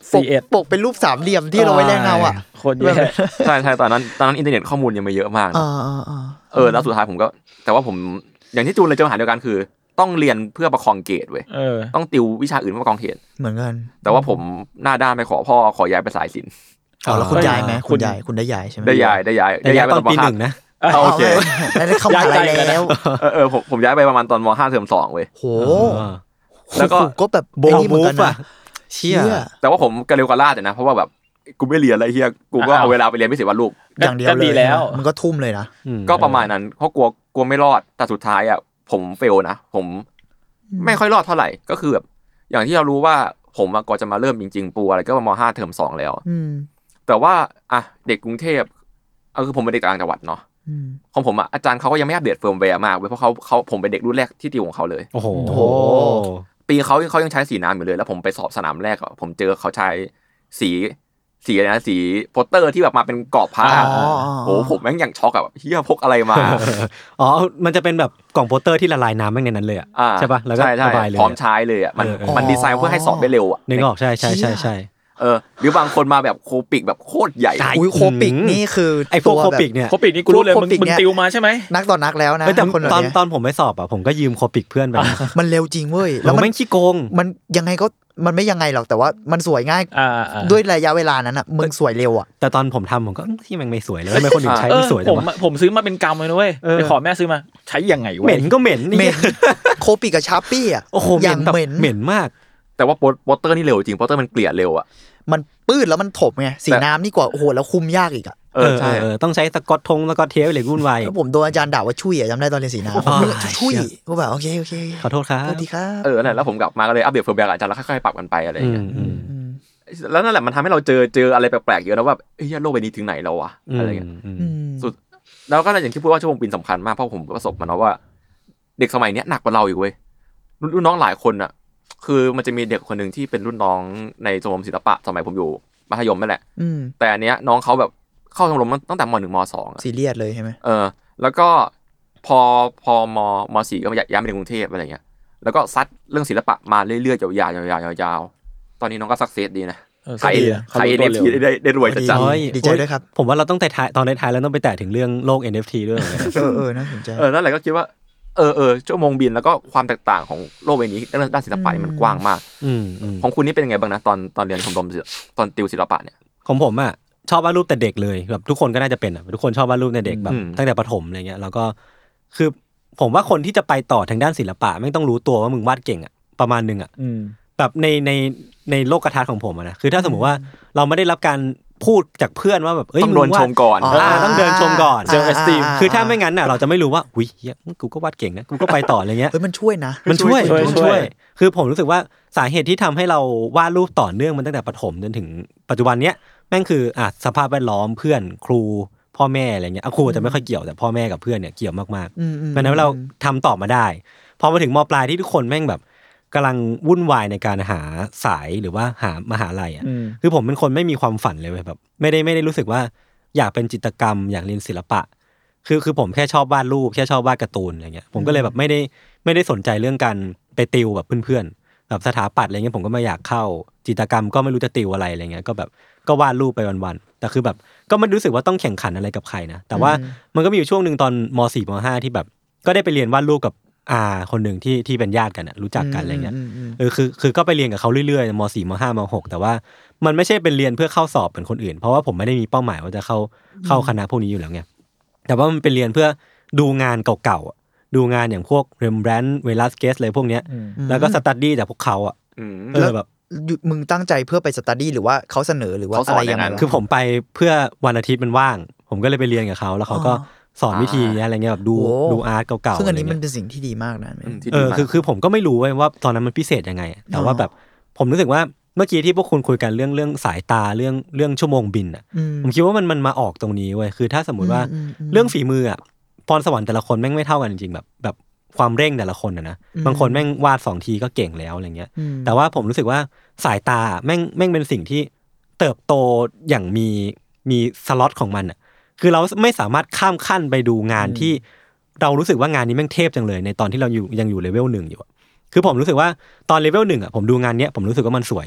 41 ปกเป็นรูปสามเหลี่ยมที่เราไว้แลกเงาอ่ะคนแย่ใช่ตอนนั้นอินเทอร์เน็ตข้อมูลยังไม่เยอะมากนะแล้วสุดท้ายผมก็แต่ว่าผมอย่างที่จูนเลยเจอปัญหาเดียวกันคือต้องเรียนเพื่อประคองเกรดเว้ยต้องติววิชาอื่นเพื่อประคองเกรดเหมือนกันแต่ว่าผมหน้าด้านไปขอพ่อขอย้ายไปสายศิลป์แล้วคุณย้ายไหมคุณได้ย้ายใช่ไหมได้ย้ายตอนปี1นะโอเคได้เข้ามาแล้วผมย้ายไปประมาณตอนม.5 เทอม2เว้ยโหแล้วก็แบบโบมูฟอ่ะเชี่ยแต่ว่าผมกระเร็วกระลาดนะเพราะว่าแบบกูไม่เรียนอะไรเฮียกูก็เอาเวลาไปเรียนพิเศษวาดรูปอย่างเดียวเลยแล้วมันก็ทุ่มเลยนะก็ประมาณนั้นเพราะกลัวไม่รอดแต่สุดท้ายอ่ะผมเฟลนะผมไม่ค่อยรอดเท่าไหร่ก็คือแบบอย่างที่เรารู้ว่าผมก็จะมาเริ่มจริงๆปูอะไรก็ม.5 เทอม2แล้วแต่ว่าเด็กกรุงเทพคือผมเป็นเด็กต่างจังหวัดเนาะของผมอาจารย์เขาก็ยังไม่อัปเดตเฟิร์มแวร์มากเว้ยเพราะเขาผมเป็นเด็กรุ่นแรกที่ติวของเขาเลยโอ้โหปีเขายังใช้สีน้ำอยู่เลยแล้วผมไปสอบสนามแรกผมเจอเขาใช้สีอะไรนะสีโปสเตอร์ที่แบบมาเป็นกรอบผ้าโอ้ผมแม่งอย่างช็อกแบบเฮียพกอะไรมามันจะเป็นแบบกล่องโปสเตอร์ที่ละลายน้ำแม่งในนั้นเลยใช่ป่ะแล้วก็ระบายเลยพร้อมใช้เลยมันดีไซน์เพื่อให้สอบได้เร็วนึกออกใช่หรือบางคนมาแบบโคปิกแบบโคตรใหญ่โคปิกนี่คือไอ้พวกโคปิกเนี่ยโคปิกนี่กูรู้เลยมึงติวมาใช่ไหมนักต่อนักแล้วนะตอนผมไปสอบผมก็ยืมโคปิกเพื่อนไปมันเร็วจริงเว้ยแล้วมันขี้โกงมันยังไงก็มันไม่ยังไงหรอกแต่ว่ามันสวยง่ายด้วยระยะเวลานั้นมึงสวยเร็วแต่ตอนผมทำผมก็ที่มันไม่สวยเลยทำไมคนอื่นใช้ไม่สวยจังวะผมซื้อมาเป็นกำเลยนะเว้ยไปขอแม่ซื้อมาใช้ยังไงวะเหม็นก็เหม็นโคปิกกับชาร์ปี้โอ้โหอย่างเหม็นมากแต่ว่าโปสเตอร์นี่เร็วจริงโปสเตอร์มันเกลี่ยเร็วมันปื้ดแล้วมันถมไงสีน้ำนี่กว่าโอ้โหแล้วคุมยากอีกใช่ต้องใช้สกอตเทปอะไรวุ่นวายแล้วผมโดนอาจารย์ด่าว่าชุยจำได้ตอนเรียนสีน้ำชุยก็แบบโอเคขอโทษครับสวัสดีครับนั่นแล้วผมกลับมาก็เลยอัปเดตเฟิร์มแวร์อาจารย์แล้วค่อยๆปรับกันไปอะไรอย่างเงี้ยแล้วนั่นแหละมันทำให้เราเจออะไรแปลกๆเยอะนะว่าเฮ้ยโลกใบนี้ถึงไหนแล้ววะอะไรเงี้ยสุดแล้วก็อย่างที่พูดว่าชั่วโมงบินสำคัญมากเพราะผมประสบมาเนาะว่าเด็กสมัยนี้หนักกว่าเราอีกเว้ยรุ่นน้องหลายคนคือมันจะมีเด็กคนนึงที่เป็นรุ่นน้องในชมรมศิลปะสมัยผมอยู่มัธยมนั่นแหละแต่อันเนี้ยน้องเขาแบบเข้าชมรมตั้งแต่ม.1 ม.2 ซีเรียสเลยใช่ไหมแล้วก็พอม.4ก็ย้ายมาในกรุงเทพอะไรเงี้ยแล้วก็ซัดเรื่องศิลปะมาเรื่อยๆยาวๆตอนนี้น้องก็ซักเซสดีนะขาย NFT ได้รวยจัดๆดีใจด้วยครับผมว่าเราต้องตอนท้ายแล้วต้องไปแตะถึงเรื่องโลก NFT ด้วยน่าสนใจนั่นแหละก็คิดว่าชั่วโมงบินแล้วก็ความแตกต่างของโลกใบนี้ด้านศิลปะมันกว้างมากของคุณนี่เป็นยังไงบ้างนะตอนเรียนชมรมตอนติวศิลปะเนี่ยของผมชอบวาดรูปแต่เด็กเลยแบบทุกคนก็น่าจะเป็นทุกคนชอบวาดรูปแต่เด็กแบบตั้งแต่ประถมอะไรเงี้ยแล้วก็คือผมว่าคนที่จะไปต่อทางด้านศิลปะไม่ต้องรู้ตัวว่ามึงวาดเก่งประมาณนึงแบบในโลกทัศน์ของผมนะคือถ้าสมมติว่าเราไม่ได้รับการพูดจากเพื่อนว่าแบบต้องเดินชมก่อนต้องเดินชมก่อนเจอเอสตีมคือถ้าไม่งั้นเราจะไม่รู้ว่าอุ้ยกูก็วาดเก่งนะกูก็ไปต่ออะไรเงี้ยมันช่วยนะมันช่วยคือผมรู้สึกว่าสาเหตุที่ทำให้เราวาดรูปต่อเนื่องมันตั้งแต่ประถมจนถึงปัจจุบันเนี้ยแม่งคือสภาพแวดล้อมเพื่อนครูพ่อแม่อะไรเงี้ยครูจะไม่ค่อยเกี่ยวแต่พ่อแม่กับเพื่อนเนี่ยเกี่ยวมากๆมันทำให้เราทำต่อมาได้พอมาถึงม.ปลายที่ทุกคนแม่งแบบกำลังวุ่นวายในการหาสายหรือว่าหามหาลัยคือผมเป็นคนไม่มีความฝันเลยแบบไม่ได้รู้สึกว่าอยากเป็นจิตรกรรมอยากเรียนศิลปะคือผมแค่ชอบวาดรูปแค่ชอบวาดการ์ตูนอะไรเงี้ยผมก็เลยแบบไม่ได้สนใจเรื่องการไปติวแบบเพื่อนๆแบบสถาปัตย์อะไรเงี้ยผมก็ไม่อยากเข้าจิตรกรรมก็ไม่รู้จะติวอะไรเงี้ยก็แบบก็วาดรูปไปวันๆแต่คือแบบก็ไม่รู้สึกว่าต้องแข่งขันอะไรกับใครนะแต่ว่ามันก็มีอยู่ช่วงนึงตอนม.4 ม.5 ที่แบบก็ได้ไปเรียนวาดรูปกับคนหนึ่งที่เป็นญาติกันรู้จักกันอะไรเงี้ยคือก็ไปเรียนกับเขาเรื่อยๆม.4 ม.5 ม.6 แต่ว่ามันไม่ใช่เป็นเรียนเพื่อเข้าสอบเหมือนคนอื่นเพราะว่าผมไม่ได้มีเป้าหมายว่าจะเข้าคณะพวกนี้อยู่แล้วไงแต่ว่ามันเป็นเรียนเพื่อดูงานเก่าๆดูงานอย่างพวกเรมแบรนต์เวลัสเกสอะไรพวกเนี้ยแล้วก็สตั๊ดดี้จากพวกเขาแบบมึงตั้งใจเพื่อไปสตั๊ดดี้หรือว่าเขาเสนอหรือว่าอะไรอย่างนั้นคือผมไปเพื่อวันอาทิตย์มันว่างผมก็เลยไปเรียนกับเขาแล้วเขาก็สอนวิธีอะไรเงี้ยแบบดูอาร์ตเก่าๆซึ่งอันนี้มันเป็นสิ่งที่ดีมากนะคือผมก็ไม่รู้ว่าตอนนั้นมันพิเศษยังไงแต่ว่าแบบผมรู้สึกว่าเมื่อกี้ที่พวกคุณคุยกันเรื่องสายตาเรื่องชั่วโมงบินผมคิดว่ามันมาออกตรงนี้เว้ยคือถ้าสมมุติว่าเรื่องฝีมือพรสวรรค์แต่ละคนแม่งไม่เท่ากันจริงๆแบบความเร่งแต่ละคนนะบางคนแม่งวาด2ทีก็เก่งแล้วอะไรเงี้ยแต่ว่าผมรู้สึกว่าสายตาแม่งเป็นสิ่งที่เติบโตอย่างมีสล็อตของมันคือเราไม่สามารถข้ามขั้นไปดูงานที่เรารู้สึกว่างานนี้แม่งเทพจังเลยในตอนที่เรายังอยู่เลเวล1อยู่คือผมรู้สึกว่าตอนเลเวล1ผมดูงานเนี้ยผมรู้สึกว่ามันสวย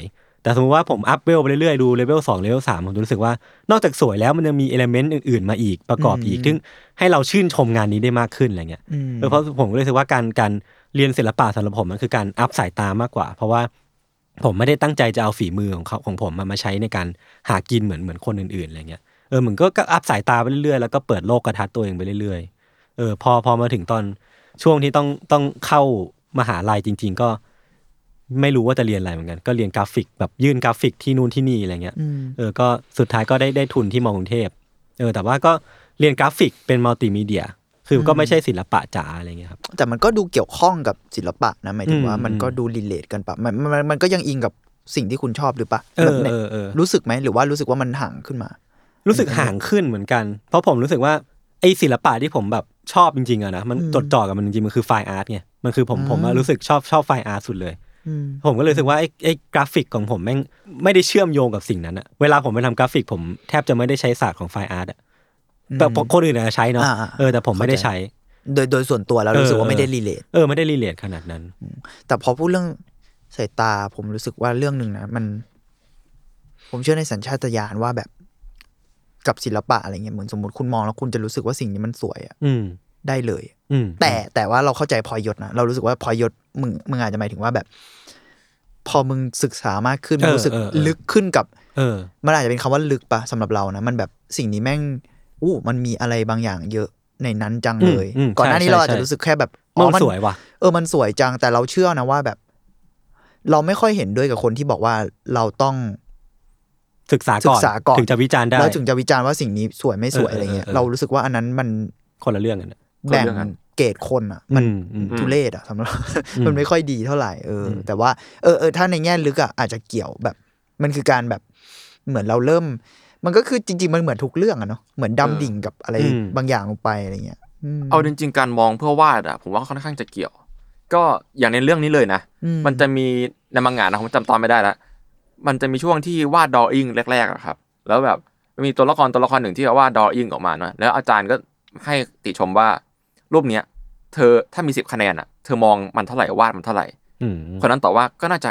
แต่สมมติว่าผมอัพเวลไปเรื่อยๆดูเลเวล2เลเวล3ผมรู้สึกว่านอกจากสวยแล้วมันยังมีเอลิเมนต์อื่นๆมาอีกประกอบอีกซึ่งให้เราชื่นชมงานนี้ได้มากขึ้นอะไรเงี้ยเพราะผมก็เลยรู้สึกว่าการเรียนศิลปะสำหรับผมมันคือการอัพสายตามากกว่าเพราะว่าผมไม่ได้ตั้งใจจะเอาฝีมือของผมมาใช้ในการหากินเหมือนคนอื่นๆอะไรเงี้ยเหมือนก็อัพสายตาไปเรื่อยๆแล้วก็เปิดโลกทัศน์ตัวเองไปเรื่อยๆพอมาถึงตอนช่วงที่ต้องเข้ามหาลัยจริงๆก็ไม่รู้ว่าจะเรียนอะไรเหมือนกันก็เรียนกราฟิกแบบยื่นกราฟิกที่นู่นที่นี่อะไรเงี้ยก็สุดท้ายก็ได้ทุนที่มอกรุงเทพแต่ว่าก็เรียนกราฟิกเป็นมัลติมีเดียคือก็ไม่ใช่ศิลปะจ๋าอะไรเงี้ยครับแต่มันก็ดูเกี่ยวข้องกับศิลปะนะหมายถึงว่ามันก็ดูรีเลทกันปะมันก็ยังอิงกับสิ่งที่คุณชอบหรือปะรู้สึกไหมหรือว่ารู้สึกว่ามันห่างขึ้นมารู้สึกห่างขึ้นเหมือนกันเพราะผมรู้สึกว่าไอศิลปะที่ผมแบบชอบจริงๆอะนะมันจดจ่อกับมันจริงๆมันคือไฟน์อาร์ตไงมันคือผมรู้สึกชอบไฟน์อาร์ตสุดเลยผมก็เลยรู้สึกว่าไอ้กราฟิกของผมแม่งไม่ได้เชื่อมโยงกับสิ่งนั้นอะเวลาผมไปทำกราฟิกผมแทบจะไม่ได้ใช้ศาสตร์ของไฟน์อาร์ตอะแต่คนอื่นอาจจะใช้เนาะแต่ผมไม่ได้ใช้โดยส่วนตัวแล้วรู้สึกว่าไม่ได้รีเลทไม่ได้รีเลทขนาดนั้นแต่พอพูดเรื่องสายตาผมรู้สึกว่าเรื่องนึงนะผมเชื่อในสัญชาตญาณว่าแบบกับศิลปะอะไรเงี้ยเหมือนสมมติคุณมองแล้วคุณจะรู้สึกว่าสิ่งนี้มันสวยอ่ะได้เลยแต่ว่าเราเข้าใจพอยศนะเรารู้สึกว่าพอยศมึงอาจจะหมายถึงว่าแบบพอมึงศึกษามากขึ้นรู้สึกลึกขึ้นกับมันอาจจะเป็นคำว่าลึกปะสำหรับเรานะมันแบบสิ่งนี้แม่งมันมีอะไรบางอย่างเยอะในนั้นจังเลยก่อนหน้านี้เราอาจจะรู้สึกแค่แบบมันสวยว่ะมันสวยจังแต่เราเชื่อนะว่าแบบเราไม่ค่อยเห็นด้วยกับคนที่บอกว่าเราต้องศึกษาก่อนถึงจะวิจารณ์ได้แล้วถึงจะวิจารณ์ว่าสิ่งนี้สวยไม่สวยอะไรเงี้ยเรารู้สึกว่าอันนั้นมันคนละเรื่องกันแบ่งเกรดคนอ่ะมันทุเรศอ่ะสำหรับมันไม่ค่อยดีเท่าไหร่แต่ว่าถ้าในแง่ลึกอ่ะอาจจะเกี่ยวแบบมันคือการแบบเหมือนเราเริ่มมันก็คือจริงๆมันเหมือนทุกเรื่องอ่ะเนาะเหมือนดำดิ่งกับอะไรบางอย่างลงไปอะไรเงี้ยเอาจริงๆการมองเพื่อวาดอ่ะผมว่าค่อนข้างจะเกี่ยวก็อย่างในเรื่องนี้เลยนะมันจะมีในมังงะนะผมจำตอนไม่ได้ละมันจะมีช่วงที่วาดดออิ่งแรกๆอะครับแล้วแบบมีตัวละครหนึ่งที่วาดดออิ่งออกมาเนาะแล้วอาจารย์ก็ให้ติชมว่ารูปเนี้ยเธอถ้ามี10คะแนนอ่ะเธอมองมันเท่าไหร่วาดมันเท่าไหร่คนนั้นตอบว่าก็น่าจะ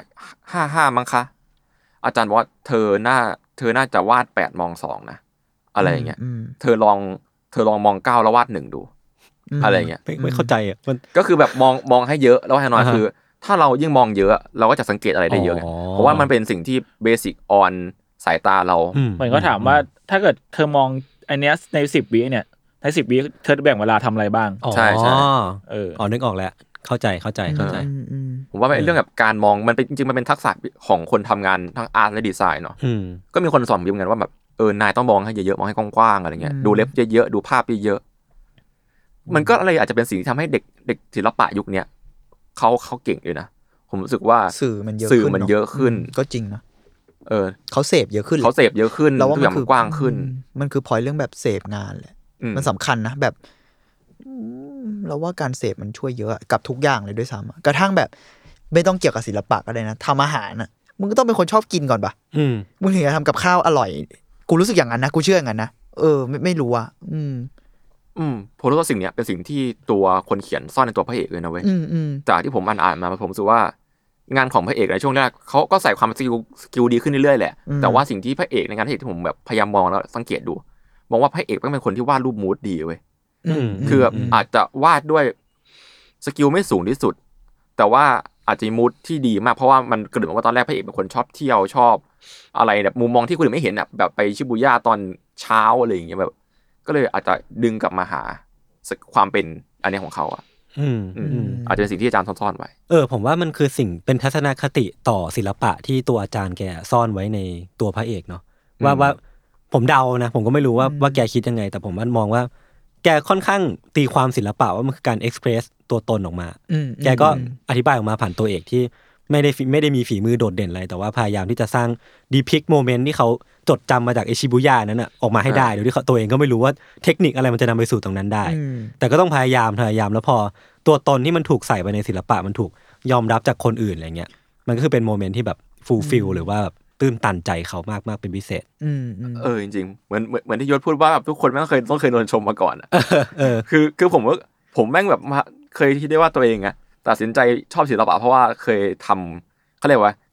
5มั้งคะอาจารย์บอกว่าเธอน่าจะวาด8มอง2นะอะไรอย่างเงี้ยเธอลองมอง9แล้ววาด1ดูอะไรอย่างเงี้ยไม่เข้าใจอ่ะก็คือแบบมองให้เยอะแล้วให้น้อยคือถ้าเรายิ่งมองเยอะเราก็จะสังเกตอะไรได้เยอะเพราะว่ามันเป็นสิ่งที่เบสิกออนสายตาเราเหมือนก็ถามว่าถ้าเกิดเธอมองอันเนี้ยใน10 วิเนี่ยใน10 วิเธอแบ่งเวลาทำอะไรบ้างใช่นึกออกแล้วเข้าใจผมว่าเป็นเรื่องแบบการมองมันเป็นจริงๆมันเป็นทักษะของคนทำงานทั้งอาร์ตและดีไซน์เนาะก็มีคนสอนผมเหมือนกันว่าแบบนายต้องมองให้เยอะๆมองให้กว้างๆอะไรเงี้ยดูเล็บเยอะๆดูภาพเยอะๆมันก็อะไรอาจจะเป็นสิ่งที่ทำให้เด็กศิลปะยุคนี้เขาเก่งเลยนะผมรู้สึกว่าสื่อมันเยอะขึ้นก็จริงนะเขาเสพเยอะขึ้นแล้วว่ามันกว้างขึ้นมันคือพอยเรื่องแบบเสพงานแหละมันสำคัญนะแบบเราว่าการเสพมันช่วยเยอะกับทุกอย่างเลยด้วยซ้ำกระทั่งแบบไม่ต้องเกี่ยวกับศิลปะก็ได้นะทำอาหารน่ะมึงก็ต้องเป็นคนชอบกินก่อนป่ะมึงถึงจะทำกับข้าวอร่อยกูรู้สึกอย่างนั้นนะกูเชื่ออย่างนั้นนะไม่รู้อ่ะผมรู้ว่าสิ่งเนี้ยเป็นสิ่งที่ตัวคนเขียนซ่อนในตัวพระเอกเลยนะเว้ยจากที่ผมอ่านมาผมรู้สึกว่างานของพระเอกในช่วงแรกเขาก็ใส่ความสกิลดีขึ้นเรื่อยๆแหละแต่ว่าสิ่งที่พระเอกในงานพระเอกที่ผมแบบพยายามมองแล้วสังเกตดูมองว่าพระเอกเป็นคนที่วาดรูปมูดดีเว้ยคืออาจจะวาดด้วยสกิลไม่สูงที่สุดแต่ว่าอาจจะมูดที่ดีมากเพราะว่ามันกระดุมว่าตอนแรกพระเอกเป็นคนชอบเที่ยวชอบอะไรแบบมุมมองที่คนอื่นไม่เห็นแบบไปชิบูย่าตอนเช้าอะไรอย่างเงี้ยแบบก็เลยอาจจะดึงกลับมาหาความเป็นอันนี้ของเขาอ่ะอาจจะเป็นสิ่งที่อาจารย์ซ่อนไว้ผมว่ามันคือสิ่งเป็นทัศนคติต่อศิลปะที่ตัวอาจารย์แกซ่อนไว้ในตัวพระเอกเนาะว่าผมเดานะผมก็ไม่รู้ว่าแกคิดยังไงแต่ผมมองว่าแกค่อนข้างตีความศิลปะว่ามันคือการเอ็กซ์เพรสตัวตนออกมาแกก็อธิบายออกมาผ่านตัวเอกที่ไม่ได้มีฝีมือโดดเด่นอะไรแต่ว่าพยายามที่จะสร้างดีพิกโมเมนต์ที่เขาจดจำมาจากชิบูย่านั้นน่ะออกมาให้ได้โดยที่ตัวเองก็ไม่รู้ว่าเทคนิคอะไรมันจะนำไปสู่ตรงนั้นได้แต่ก็ต้องพยายามแล้วพอตัวตนที่มันถูกใส่ไปในศิลปะมันถูกยอมรับจากคนอื่นอะไรเงี้ยมันก็คือเป็นโมเมนต์ที่แบบฟูลฟิลหรือว่าตื้นตันใจเขามากๆเป็นพิเศษจริงๆเหมือนที่ยศพูดว่าทุกคนไม่ต้องเคยโดนชมมาก่อนอ่ะคือผมแม่งแบบเคยคิดได้ว่าตัวเองอะตัดสินใจชอบศิลปะเพราะว่าเคยทำเขาเรียกว่า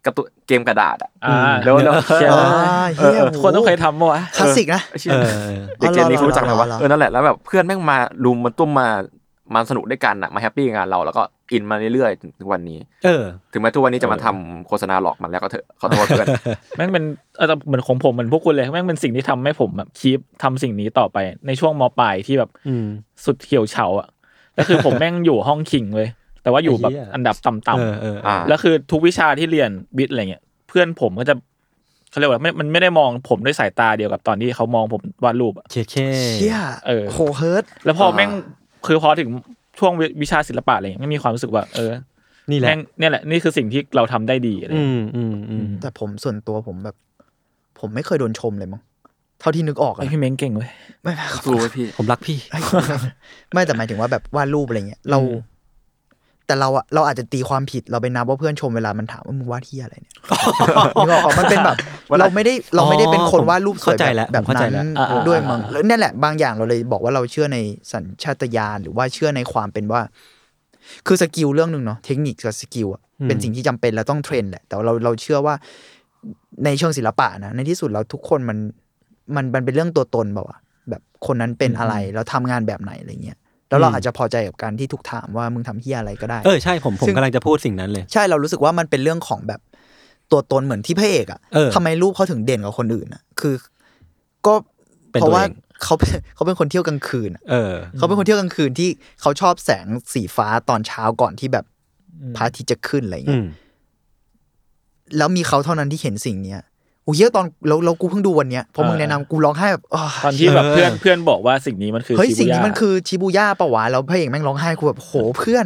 เกมกระดาษอ่ะแล้วเชียร์เฮียคนต้องเคยทำป่ะวะคลาสสิกนะเด็กเจนนี้รู้จักไหมวะนั่นแหละแล้วแบบเพื่อนแม่งมารุมมันตุ้มมาสนุกด้วยกันอ่ะมาแฮปปี้งานเราแล้วก็อินมาเรื่อยๆถึงวันนี้ถึงแม้ทุกวันนี้จะมาทำโฆษณาหลอกมันแล้วก็เถอะขอโทษเพื่อนแม่งเป็นเหมือนของผมเหมือนพวกคุณเลยแม่งเป็นสิ่งที่ทำให้ผมแบบคีปทำสิ่งนี้ต่อไปในช่วงม.ปลายที่แบบสุดเขียวเฉาอ่ะแล้วคือผมแม่งอยู่ห้องคิงเลยแต่ว่าอยู่แบบอันดับต่ำๆแล้วคือทุกวิชาที่เรียนบิดอะไรเงี้ยเพื่อนผมก็จะเขาเรียกว่ามันไม่ได้มองผมด้วยสายตาเดียวกับตอนที่เขามองผมวาดรูปอ่ะเชี่ยโหเฮิร์ตแล้วพอแม่งคือพอถึงช่วงวิชาศิลปะอะไรเงี้ยไม่มีความรู้สึกว่านี่แหละนี่คือสิ่งที่เราทำได้ดีอะไรแต่ผมส่วนตัวผมแบบผมไม่เคยโดนชมเลยมั้งเท่าที่นึกออกพี่เม้งเก่งเว้ยไม่สู้พี่ผมรักพี่ไม่แต่หมายถึงว่าแบบวาดรูปอะไรเงี้ยแต่เราอาจจะตีความผิดเราไปนับว่าเพื่อนชมเวลามันถามว่ามึงวาดที่อะไรเนี่ยนึกออกมันเป็นแบบเราไม่ได้เป็นคนวาดรูปสวยแบบนั้นด้วยมั้งแล้วนั่นแหละบางอย่างเราเลยบอกว่าเราเชื่อในสัญชาตญาณหรือว่าเชื่อในความเป็นว่าคือสกิลเรื่องนึงเนาะเทคนิคกับสกิลอ่ะเป็นสิ่งที่จำเป็นแล้วต้องเทรนแหละแต่เราเชื่อว่าในเชิงศิลปะนะในที่สุดเราทุกคนมันเป็นเรื่องตัวตนแบบว่าแบบคนนั้นเป็นอะไรแล้วทำงานแบบไหนอะไรเงี้ยแล้วเราอาจจะพอใจกับการที่ถูกถามว่ามึงทำเหี้ยอะไรก็ได้ใช่ผมกำลังจะพูดสิ่งนั้นเลยใช่เรารู้สึกว่ามันเป็นเรื่องของแบบตัวตนเหมือนที่พระเอกอ่ะทำไมรูปเขาถึงเด่นกว่าคนอื่นอ่ะคือก็เพราะว่าเขาเป็นคนเที่ยวกลางคืนเขาเป็นคนเที่ยวกลางคืนที่เขาชอบแสงสีฟ้าตอนเช้าก่อนที่แบบพระอาทิตย์จะขึ้นอะไรอย่างเงี้ยแล้วมีเขาเท่านั้นที่เห็นสิ่งเนี้ยโอ้ยตอนเรากูเพิ่งดูวันเนี้ยพอมึงแนะนำกูร้องไห้แบบตอนที่แบบเพื่อนบอกว่าสิ่งนี้มันคือเฮ้ยสิ่งนี้มันคือชิบูย่าปะวะแล้วพระเอกแม่งร้องไห้กูแบบโหเพื่อน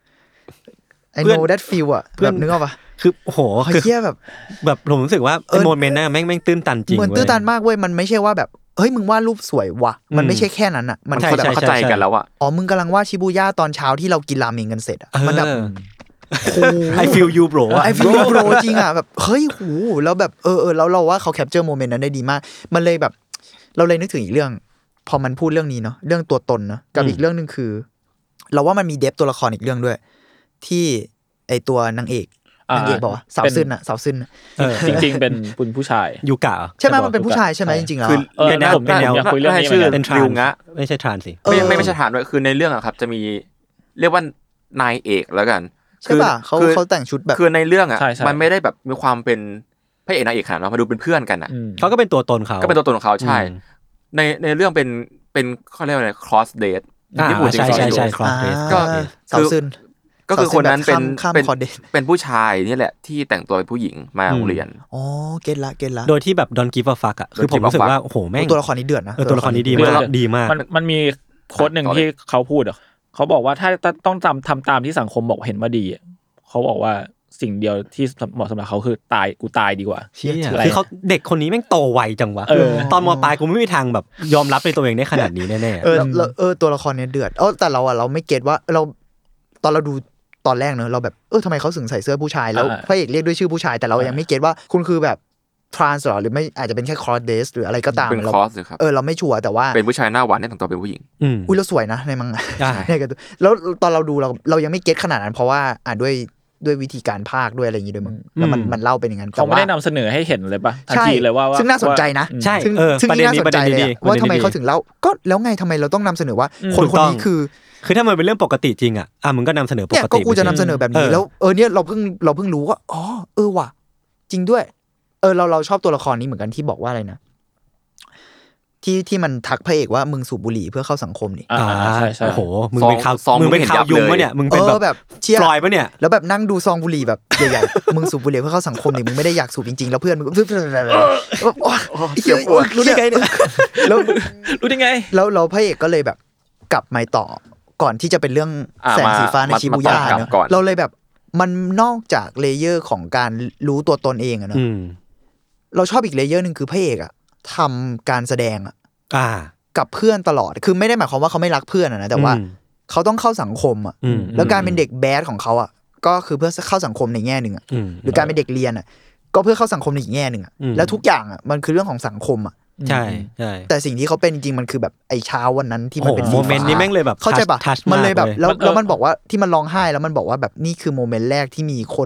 I know that feel อ่ะแบบนึกออกปะคือโหคือเหี้ยแบบผมรู้สึกว่าโมเมนต์นั้นแม่งตื้นตันจริงเหมือนตื้นตันมากเว้ยมันไม่ใช่ว่าแบบเฮ้ยมึงวาดรูปสวยว่ะมันไม่ใช่แค่นั้นอ่ะมันเข้าใจกันแล้วอ่ะมึงกำลังวาดชิบูย่าตอนเช้าที่เรากินราเมงกันเสร็จอ่ะมันแบบ I feel you bro อ่ะ I feel you bro จริงอ่ะแบบเฮ้ยหูแล้วแบบแล้วเราว่าเขาแคปเจอร์โมเมนต์นั้นได้ดีมากมันเลยแบบเราเลยนึกถึงอีกเรื่องพอมันพูดเรื่องนี้เนาะเรื่องตัวตนเนาะกับอีกเรื่องนึงคือเราว่ามันมีเดฟตัวละครอีกเรื่องด้วยที่ไอตัวนางเอกบอกว่าสาวซึนน่ะสาวซึนจริงๆเป็นคุณผู้ชายยูกะใช่มั้ยมันเป็นผู้ชายใช่มั้ยจริงๆแล้วเป็นแนวคุยเรื่องนี้เป็นทรานส์ไม่ใช่ทรานส์สิไม่ใช่ทรานส์ด้วยคือในเรื่องอ่ะครับจะมีเรียกว่านายเอกแล้วกันใช่ป่ะเขาแต่งชุดแบบคือในเรื่องอ่ะมันไม่ได้แบบมีความเป็นพระเอกนางเอกขนาดนั้นมาดูเป็นเพื่อนกันอ่ะเขาก็เป็นตัวตนเขาก็เป็นตัวตนของเขาใช่ในเรื่องเป็นเขาเรียกว่าอะไร cross date ที่พูดถึงใช่ cross date ก็คือคนนั้นเป็นผู้ชายนี่แหละที่แต่งตัวเป็นผู้หญิงมาโรงเรียนเก็ทละโดยที่แบบ don't give a fuck อ่ะคือผมรู้สึกว่าโอ้โหแม่งตัวละครนี้เดือดนะตัวละครนี้ดีมากมันมีโค้ดนึงที่เขาพูดอ่ะเขาบอกว่าถ้าต้องทำตามที่สังคมบอกเห็นว่าดีเขาบอกว่าสิ่งเดียวที่เหมาะสำหรับเขาคือกูตายดีกว่าคือเขาเด็กคนนี้แม่งโตไวจังวะตอนม.ปลายกูไม่มีทางแบบยอมรับในตัวเองได้ขนาดนี้แน่ๆตัวละครนี้เดือดแต่เราไม่เก็ทว่าเราตอนเราดูตอนแรกเนอะเราแบบทำไมเขาถึงใส่เสื้อผู้ชายแล้วพระเอกเรียกด้วยชื่อผู้ชายแต่เรายังไม่เก็ทว่าคุณคือแบบทรานส์หรือไม่อาจจะเป็นแค่ครอสเดสหรืออะไรก็ตามเป็นครอสครับเราไม่ชัวร์แต่ว่าเป็นผู้ชายหน้าหวานเนี่ยแต่งตัวเป็นผู้หญิงอุ้ยเราสวยนะในมังงะแล้วตอนเราดูเรายังไม่เก็ทขนาดนั้นเพราะว่าด้วยวิธีการพากด้วยอะไรอย่างงี้ด้วยมั้งแล้วมันเล่าเป็นอย่างนั้นเขาไม่ได้นำเสนอให้เห็นเลยป่ะทันทีเลยว่าซึ่งน่าสนใจนะใช่ซึ่งน่าสนใจเลยว่าทำไมเขาถึงเล่าก็แล้วไงทำไมเราต้องนำเสนอว่าคนนี้คือถ้ามันเป็นเรื่องปกติจริงอ่ะมึงก็นำเสนอปกติเนี่ยก็กูจะนำเสนอแบบนี้แล้วเนี่ยเราเพิ่งรู้ว่าว่ะจริงด้วยเราชอบตัวละครนี้เหมือนกันที่บอกว่าอะไรนะที่มันทักพระเอกว่ามึงสูบบุหรี่เพื่อเข้าสังคมนี่ใช่โอ้โหมึงเป็นข่าวยุงปะเนี่ยมึงเป็นแบบปลอยปะเนี่ยแล้วแบบนั่งดูซองบุหรี่แบบใหญ่ๆมึงสูบบุหรี่เพื่อเข้าสังคมนี่มึงไม่ได้อยากสูบจริงๆแล้วเพื่อนมึงเหี้ยปวดรู้ได้ไงเนี่ยแล้วรู้ได้ไงแล้วพระเอกก็เลยแบบกลับมาต่อก่อนที่จะเป็นเรื่องแสงสีฟ้าในชิบูย่าเนอะเราเลยแบบมันนอกจากเลเยอร์ของการรู้ตัวตนเองอะเนอะเราชอบอีกเลเยอร์นึงคือพระเอกอะทำการแสดงกับเพื่อนตลอดคือไม่ได้หมายความว่าเขาไม่รักเพื่อนนะแต่ว่าเขาต้องเข้าสังคมอ่ะแล้วการเป็นเด็กแบดของเขาอ่ะก็คือเพื่อเข้าสังคมในแง่นึงอ่ะหรือการเป็นเด็กเรียนอ่ะก็เพื่อเข้าสังคมในอีกแง่นึงอ่ะแล้วทุกอย่างอ่ะมันคือเรื่องของสังคมอ่ะใช่แต่สิ่งที่เขาเป็นจริงๆมันคือแบบไอ้เช้าวันนั้นที่มันเป็นโมเมนต์นี้แม่งเลยแบบเข้าใจป่ะมันเลยแบบแล้วมันบอกว่าที่มันร้องไห้แล้วมันบอกว่าแบบนี่คือโมเมนต์แรกที่มีคน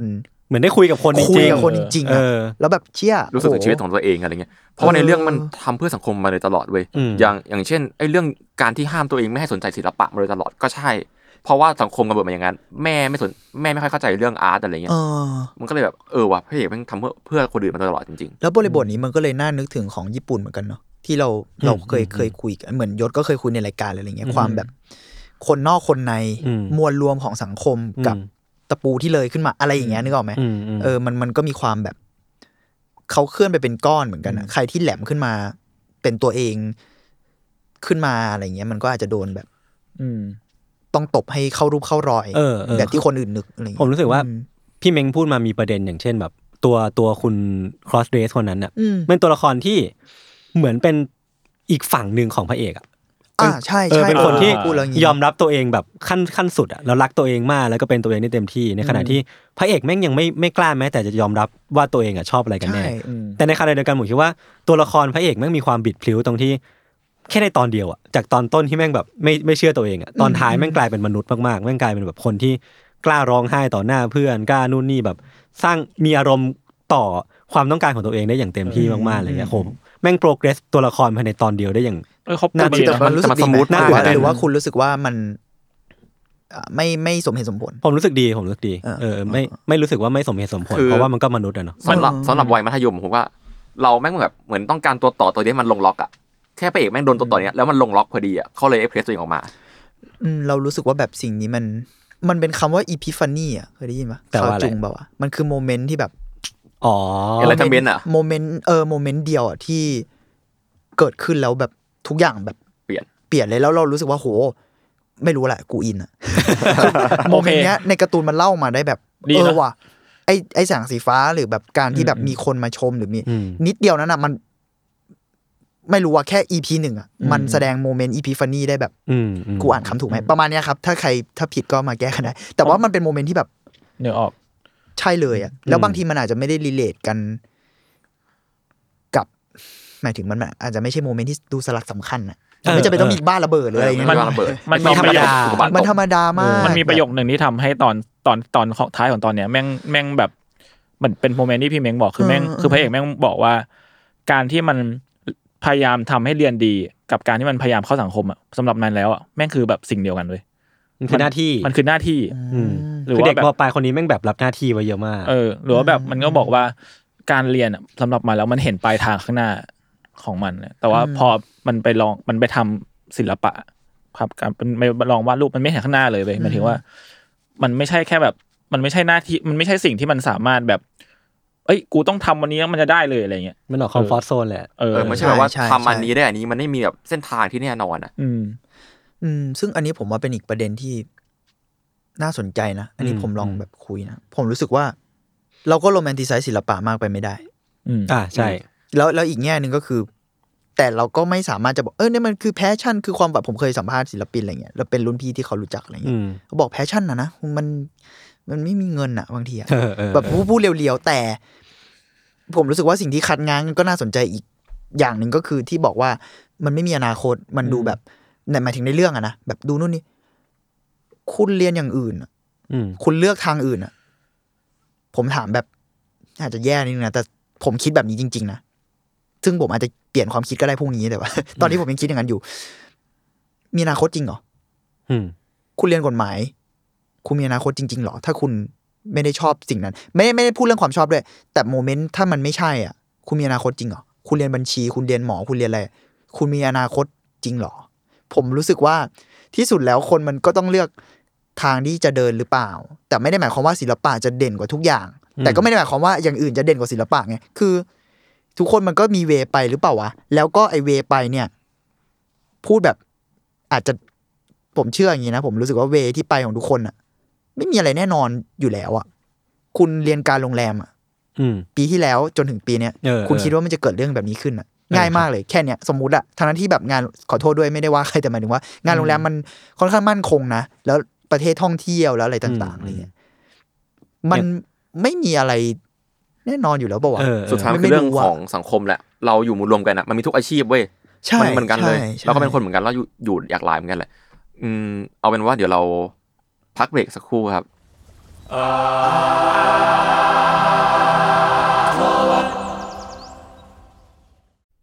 เหมือนได้คุยกับคนจริงๆคุยกับคนจริงๆแล้วแบบเชี่ยรู้สึกกับชีวิตของตัวเองอะไรเงี้ยเพราะว่าในเรื่องมันทำเพื่อสังคมมาโดยตลอดเว้ยอย่างเช่นไอ้เรื่องการที่ห้ามตัวเองไม่ให้สนใจศิลปะมาโดยตลอดก็ใช่เพราะว่าสังคมกำหนดมาอย่างนั้นแม่ไม่ค่อยเข้าใจเรื่องอาร์ตอะไรเงี้ยมันก็เลยแบบว่ะพระเอกมันทำเพื่อคนอื่นมาตลอดจริงๆแล้วบริบทนี้มันก็เลยน่านึกถึงของญี่ปุ่นเหมือนกันเนาะที่เราเคยคุยกันเหมือนยศก็เคยคุยในรายการอะไรเงี้ยความแบบคนนอกคนในมวลรวมของสังคมกับตะปูที่เลยขึ้นมาอะไรอย่างเงี้ยนึกออกไหมมันก็มีความแบบเขาเคลื่อนไปเป็นก้อนเหมือนกันนะใครที่แหลมขึ้นมาเป็นตัวเองขึ้นมาอะไรเงี้ยมันก็อาจจะโดนแบบต้องตบให้เข้ารูปเข้ารอยแบบที่คนอื่นนึกอะไรผมรู้สึกว่าพี่เม้งพูดมามีประเด็นอย่างเช่นแบบตัวคุณ cross dress คนนั้นน่ะเป็นตัวละครที่เหมือนเป็นอีกฝั่งนึงของพระเอกอ่ะใช่ๆเป็นคนที่ยอมรับตัวเองแบบขั้นสุดอ่ะแล้วรักตัวเองมากแล้วก็เป็นตัวเองได้เต็มที่ในขณะที่พระเอกแม่งยังไม่กล้าแม้แต่จะยอมรับว่าตัวเองอ่ะชอบอะไรกันแน่แต่ในขณะเดียวกันผมคิดว่าตัวละครพระเอกแม่งมีความบิดพลิ้วตรงที่แค่ในตอนเดียวอ่ะจากตอนต้นที่แม่งแบบไม่เชื่อตัวเองอ่ะตอนท้ายแม่งกลายเป็นมนุษย์มากๆแม่งกลายเป็นแบบคนที่กล้าร้องไห้ต่อหน้าเพื่อนกล้านู่นนี่แบบสร้างมีอารมณ์ต่อความต้องการของตัวเองได้อย่างเต็มที่มากๆอะไรเงี้ยผมแม่งโปรเกรสตัวละครภายในตอนเดียวได้อย่างน่าตื่นเต้นมันรู้สึกดีหรือว่าคุณรู้สึกว่ามันไม่สมเหตุสมผลผมรู้สึกดีไม่รู้สึกว่าไม่สมเหตุสมผลเพราะว่ามันก็มนุษย์อะเนาะสำหรับวัยมัธยมผมว่าเราแม่งแบบเหมือนต้องการตัวต่อตัวนี้มันลงล็อกอะแค่พระเอกแม่งโดนตัวต่อเนี้ยแล้วมันลงล็อกพอดีอะเขาเลยเอ็กเพรสตัวเองออกมาเรารู้สึกว่าแบบสิ่งนี้มันเป็นคำว่า epiphany อ่ะเคยได้ยินปะแต่ว่าจุงแบบว่ามันคือโมเมนต์ที่แบบอะไรทำเมนต์อ่ะโมเมนต์เดียวอ่ะที่เกิดขึ้นแล้วแบบทุกอย่างแบบเปลี่ยนเลยแล้วเรารู้สึกว่าโหไม่รู้แหละกูอินอ่ะโมเมนต์เนี้ยในการ์ตูนมันเล่ามาได้แบบว่ะไอแสงสีฟ้าหรือแบบการที่แบบมีคนมาชมหรือมีนิดเดียวนั้นน่ะมันไม่รู้ว่าแค่ EP 1อ่ะมันแสดงโมเมนต์ epiphany ได้แบบกูอ่านคำถูกไหมประมาณนี้ครับถ้าผิดก็มาแก้กันได้แต่ว่ามันเป็นโมเมนต์ที่แบบเนื้อออกใช่เลยอ่ะแล้วบางทีมันอาจจะไม่ได้รีเลทกันกับหมายถึงมันอาจจะไม่ใช่โมเมนต์ที่ดูสลักสำคัญอ่ะไม่จำเป็นต้องมีบ้านระเบิดหรืออะไรเงี้ยมันธรรมดามากมันมีประโยคนึงที่ทำให้ตอนท้ายของตอนเนี้ยแม่งแบบมันเป็นโมเมนต์ที่พี่เม้งบอกคือแม่งคือพระเอกแม่งบอกว่าการที่มันพยายามทำให้เรียนดีกับการที่มันพยายามเข้าสังคมอ่ะสำหรับมันแล้วอ่ะแม่งคือแบบสิ่งเดียวกันเลยมันคือหน้าที่หรือว่าเด็กม.ปลายคนนี้แม่งแบบรับหน้าที่ไว้เยอะมากหรือว่าแบบมันก็บอกว่าการเรียนสำหรับมันแล้วมันเห็นปลายทางข้างหน้าของมันแต่ว่าพอมันไปทำศิลปะครับการไปลองวาดรูปมันไม่เห็นข้างหน้าเลยหมายถึงว่ามันไม่ใช่แค่แบบมันไม่ใช่หน้าที่มันไม่ใช่สิ่งที่มันสามารถแบบกูต้องทำวันนี้แล้วมันจะได้เลยอะไรเงี้ยมันออกคอมฟอร์ตโซนแหละไม่ใช่ว่าทำอันนี้ได้อันนี้มันไม่มีแบบเส้นทางที่แน่นอนอ่ะซึ่งอันนี้ผมว่าเป็นอีกประเด็นที่น่าสนใจนะอันนี้ผมลองแบบคุยนะผมรู้สึกว่าเราก็โรแมนติไซซ์ศิลปะมากไปไม่ได้ใช่แล้วอีกแง่นึงก็คือแต่เราก็ไม่สามารถจะบอกเนี่ยมันคือแพชชั่นคือความแบบผมเคยสัมภาษณ์ศิลปินอะไรเงี้ยแล้วเป็นรุ่นพี่ที่เขารู้จักอะไรเงี้ยเขาบอกแพชชั่นนะมันไม่มีเงินอะบางทีอะแบบพูดเรียวๆแต่ผมรู้สึกว่าสิ่งที่คัดง้างก็น่าสนใจอีกอย่างหนึ่งก็คือที่บอกว่ามันไม่มีอนาคตมันดูแบบหมายถึงในเรื่องอะนะแบบดูนู่นนี่คุณเรียนอย่างอื่นคุณเลือกทางอื่นอะผมถามแบบอาจจะแย่นิดนึงนะแต่ผมคิดแบบนี้จริงๆนะซึ่งผมอาจจะเปลี่ยนความคิดก็ได้พรุ่งนี้แต่ว่าตอนนี้ผมยังคิดอย่างนั้นอยู่มีอนาคตจริงเหรอคุณเรียนกฎหมายคุณมีอนาคตจริงๆหรอถ้าคุณไม่ได้ชอบสิ่งนั้นไม่ได้พูดเรื่องความชอบด้วยแต่โมเมนต์ถ้ามันไม่ใช่อ่ะคุณมีอนาคตจริงเหรอคุณเรียนบัญชีคุณเรียนหมอคุณเรียนอะไรคุณมีอนาคตจริงเหรอผมรู้สึกว่าที่สุดแล้วคนมันก็ต้องเลือกทางที่จะเดินหรือเปล่าแต่ไม่ได้หมายความว่าศิลปะจะเด่นกว่าทุกอย่างแต่ก็ไม่ได้หมายความว่าอย่างอื่นจะเด่นกว่าศิลปะไงคือทุกคนมันก็มีเวไปหรือเปล่าวะแล้วก็ไอเวไปเนี่ยพูดแบบอาจจะผมเชื่ออย่างนี้นะผมรู้สึกว่าเวที่ไปของทุกคนอ่ะไม่มีอะไรแน่นอนอยู่แล้วอ่ะคุณเรียนการโรงแรมอ่ะปีที่แล้วจนถึงปีเนี้ยคุณคิดว่ามันจะเกิดเรื่องแบบนี้ขึ้นอ่ะง่ายมากเลยแค่เนี้ยสมมุติอ่ะทั้งที่แบบงานขอโทษด้วยไม่ได้ว่าใครแต่หมายถึงว่างานโรงแรมมันค่อนข้างมั่นคงนะแล้วประเทศท่องเที่ยวแล้วอะไรต่างๆอะไรเงี้ยมันไม่มีอะไรแน่นอนอยู่แล้วป่าววะสุดท้ายมันคือเรื่องของสังคมแหละเราอยู่รวมกันอ่ะมันมีทุกอาชีพเว้ยมันเหมือนกันเลยเราก็เป็นคนเหมือนกันแล้วอยู่อยากหลายเหมือนกันแหละเอาเป็นว่าเดี๋ยวเราพักเบรกสักครู่ครับ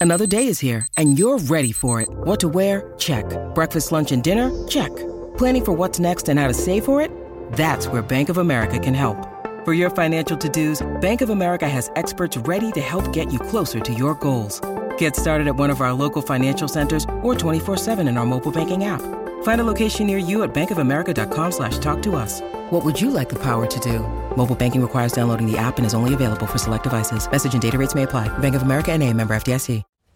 Another day is here, and you're ready for it. What to wear? Check. Breakfast, lunch, and dinner? Check. Planning for what's next and how to save for it? That's where Bank of America can help. For your financial to-dos, Bank of America has experts ready to help get you closer to your goals. Get started at one of our local financial centers or 24/7 in our mobile banking app. Find a location near you at bankofamerica.com/talktous. What would you like the power to do? Mobile banking requires downloading the app and is only available for select devices. Message and data rates may apply. Bank of America NA, member FDIC.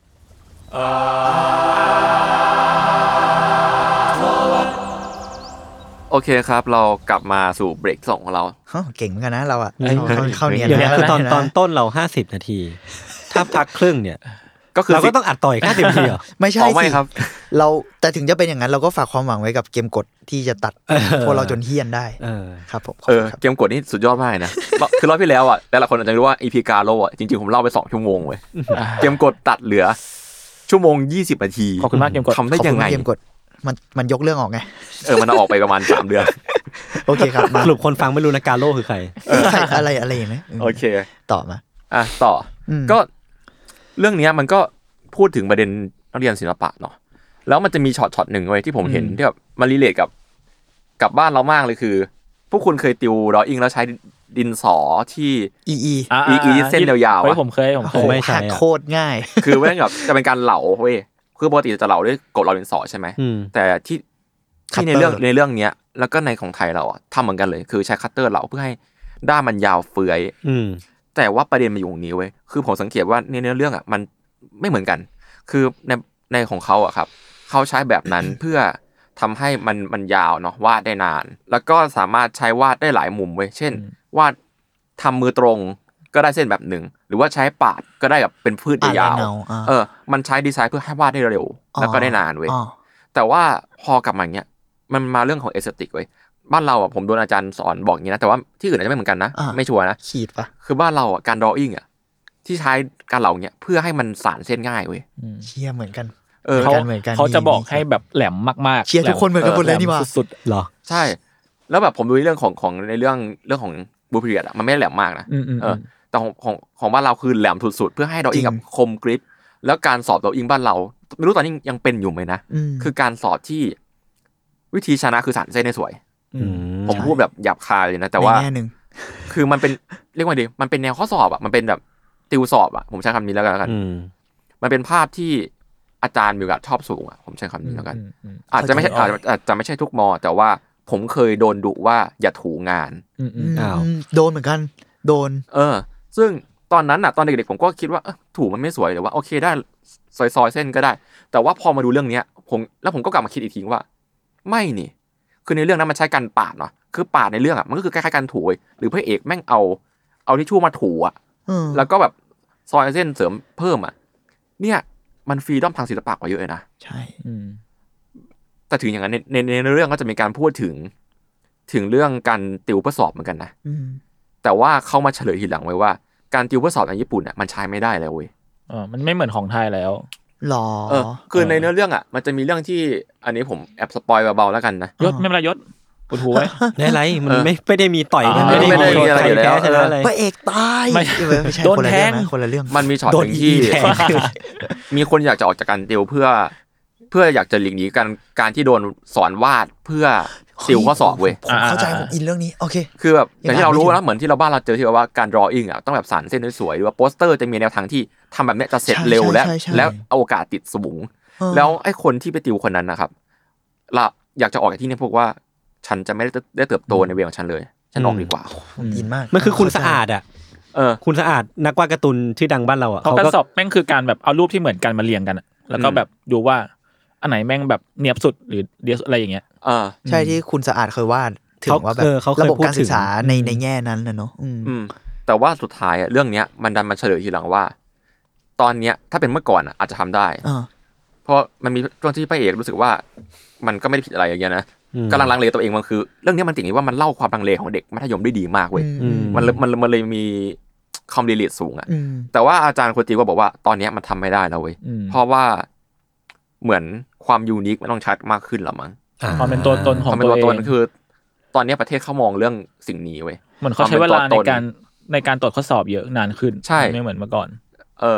โอเคครับเรากลับมาสู่เบรก2ของเราเก่งเหมือนกันนะเราอ่ะเข้าเนียนเดี๋ยวคือตอนต้นเรา50นาทีถ้าพักครึ่งเนี่ยก็คือเราก็ต้องอัดต่ออีก50นาทีเหรอไม่ใช่สิครับเราแต่ถึงจะเป็นอย่างนั้นเราก็ฝากความหวังไว้กับเกมกดที่จะตัดพวกเราจนเฮี้ยนได้ครับผมเกมกดนี่สุดยอดมากนะคือรอบที่แล้วอ่ะแต่ละคนอาจจะรู้ว่า EP กาโลอ่ะจริงๆผมเล่าไป2ชั่วโมงเว้ยเกมกดตัดเหลือชั่วโมง20นาทีขอบคุณมากเกมกดทำได้ยังไงเกมกดมันยกเรื่องออกไงมันออกไปประมาณ3เดือนโอเคครับสรุปคนฟังไม่รู้นะกาโลคือใครอะไรอย่างนี้โอเคต่อมาต่อก็เรื่องนี้มันก็พูดถึงประเด็นนักเรียนศิลปะเนาะแล้วมันจะมีช็อตหนึ่งเว้ยที่ผมเห็นที่แบบมันรีเลทกับบ้านเรามากเลยคือพวกคุณเคยติวดรออิ่งแล้วใช้ดินสอที่อีเส้นยาวๆผมเคยไม่ใช่โคตรง่ายคือแม่งแบบจะเป็นการเหลาเว้ยคือปกติจะเหลาด้วยกดเราดินสอใช่ไหมแต่ที่ในเรื่องเนี้ยแล้วก็ในของไทยเราทำเหมือนกันเลยคือใช้คัตเตอร์เหลาเพื่อให้ด้ามมันยาวเฟื้อยแต่ว่าประเด็นมันอยู่ตรงนี้เว้ยคือผมสังเกตว่าในเนื้อเรื่องมันไม่เหมือนกันคือในของเขาครับเขาใช้แบบนั้นเพื่อทำให้มันยาวเนาะวาดได้นานแล้วก็สามารถใช้วาดได้หลายมุมเว้ยเช่นวาดทำมือตรงก็ได้เส้นแบบหนึ่งหรือว่าใช้ปาดก็ได้แบบเป็นพืชยาวมันใช้ดีไซน์เพื่อให้วาดได้เร็วแล้วก็ได้นานเว้ยแต่ว่าพอกลับมาอย่างเงี้ยมันมาเรื่องของเอสเธติกเว้ยบ้านเราผมโดนอาจารย์สอนบอกอย่างนี้นะแต่ว่าที่อื่นอาจจะไม่เหมือนกันนะไม่ชัวร์นะขีดปะคือบ้านเราการดรออิ่งที่ใช้การเหลาเงี้ยเพื่อให้มันสานเส้นง่ายเว้ยเชี่ยเหมือนกันเขาจะบอกให้แบบแหลมมากๆเชี่ยทุกคนเหมือนกันหมดเลยนี่ว่าสุดๆเหรอใช่แล้วแบบผมดูเรื่องของในเรื่องของบูพีเรียดมันไม่แหลมมากนะแต่ของบ้านเราคือแหลมสุดๆเพื่อให้ดรออิ่งกับคมกริปแล้วการสอบดรออิ่งบ้านเราไม่รู้ตอนนี้ยังเป็นอยู่ไหมนะคือการสอบที่วิธีชนะคือสานเส้นให้สวยผมพูดแบบหยาบคายเลยนะแต่ว่าคือมันเป็นเรียกว่าดีมันเป็นแนวข้อสอบมันเป็นแบบติวสอบผมใช้คำนี้แล้วกันมันเป็นภาพที่อาจารย์มีโอกาสชอบสูงผมใช้คำนี้แล้วกันอาจจะไม่ใช่ทุกม.แต่ว่าผมเคยโดนดุว่าอย่าถูงานโดนเหมือนกันโดนซึ่งตอนนั้นตอนเด็กๆผมก็คิดว่าถูมันไม่สวยหรือว่าโอเคได้ซอยเส้นก็ได้แต่ว่าพอมาดูเรื่องนี้ผมก็กลับมาคิดอีกทีว่าไม่นี่คือในเรื่องนั้นมันใช้การปาดเนาะคือปาดในเรื่องมันก็คือคล้ายๆการถูหรือพระเอกแม่งเอาทิชชู่มาถูแล้วก็แบบซอยเส้นเสริมเพิ่มเนี่ยมันฟรีดอมทางศิลปะกว่าเยอะเลยนะใช่แต่ถึงอย่างนั้นในเรื่องก็จะมีการพูดถึงเรื่องการติวเพื่อสอบเหมือนกันนะแต่ว่าเขามาเฉลยทีหลังไว้ว่าการติวเพื่อสอบในญี่ปุ่นมันใช้ไม่ได้แล้วเว้ยมันไม่เหมือนของไทยแล้วหรอคือในเนื้อเรื่องมันจะมีเรื่องที่อันนี้ผมแอบสปอยเบาๆแล้วกันนะยศไม่เป็นไรยศปวดหัวไว้ได้ไรมันไม่ได้มีต่อยไม่ได้มีอะไรอยู่แล้วพระเอกตายไม่ใช่โดนแทงคนละเรื่องมันมีช็อตนึงที่มีคนอยากจะออกจากการติวเพื่ออยากจะหลีกหนีการที่โดนสอนวาดเพื่อติวข้อสอบเว้ยผมเข้าใจผมอินเรื่องนี้โอเคคือแบบอย่างที่เรารู้นะเหมือนที่เราบ้านเราเจอที่ว่าการ drawing ต้องแบบสานเส้นสวยๆหรือว่าโปสเตอร์จะมีแนวทางที่ทำแบบนี้จะเสร็จเร็วแล้วเอาโอกาสติดสูงแล้วไอ้คนที่ไปติวคนนั้นนะครับเราอยากจะออกจากที่นี่พวกว่าฉันจะไม่ได้เติบโตในเวของฉันเลยฉันออกดีกว่าอินมากมันคือคุณสะอาดคุณสะอาดนักวาดการ์ตูนชื่อดังบ้านเราเขาก็สอบแม่งคือการแบบเอารูปที่เหมือนกันมาเรียงกันแล้วก็แบบดูว่าอันไหนแม่งแบบเนียบสุดหรือเดียวอะไรอย่างเงี้ยใช่ที่คุณสะอาดเคยวาดถึงว่าแบบระบบการศึกษาในแง่นั้นนะเนาะแต่ว่าสุดท้ายเรื่องเนี้ยมันดันมาเฉลยทีหลังว่าตอนเนี้ยถ้าเป็นเมื่อก่อนอาจจะทำได้เพราะมันมีช่วงที่พระเอกรู้สึกว่ามันก็ไม่ได้ผิดอะไรอย่างเงี้ยนะกำลังลังเลตัวเองมันคือเรื่องนี้มันติดว่ามันเล่าความลังเลของเด็กมัธยมได้ดีมากเว้ยมันเลยมีคอมดีเลทสูงแต่ว่าอาจารย์คนตีก็บอกว่าตอนนี้มันทำไม่ได้แล้วเว้ยเพราะว่าเหมือนความยูนิคมันต้องชัดมากขึ้นแล้วมั้งความเป็นตัวตนของตัวเองคือตอนนี้ประเทศเขามองเรื่องสิ่งนี้เว้ยเหมือนเขาใช้เวลาในการตรวจข้อสอบเยอะนานขึ้นใช่ไม่เหมือนเมื่อก่อน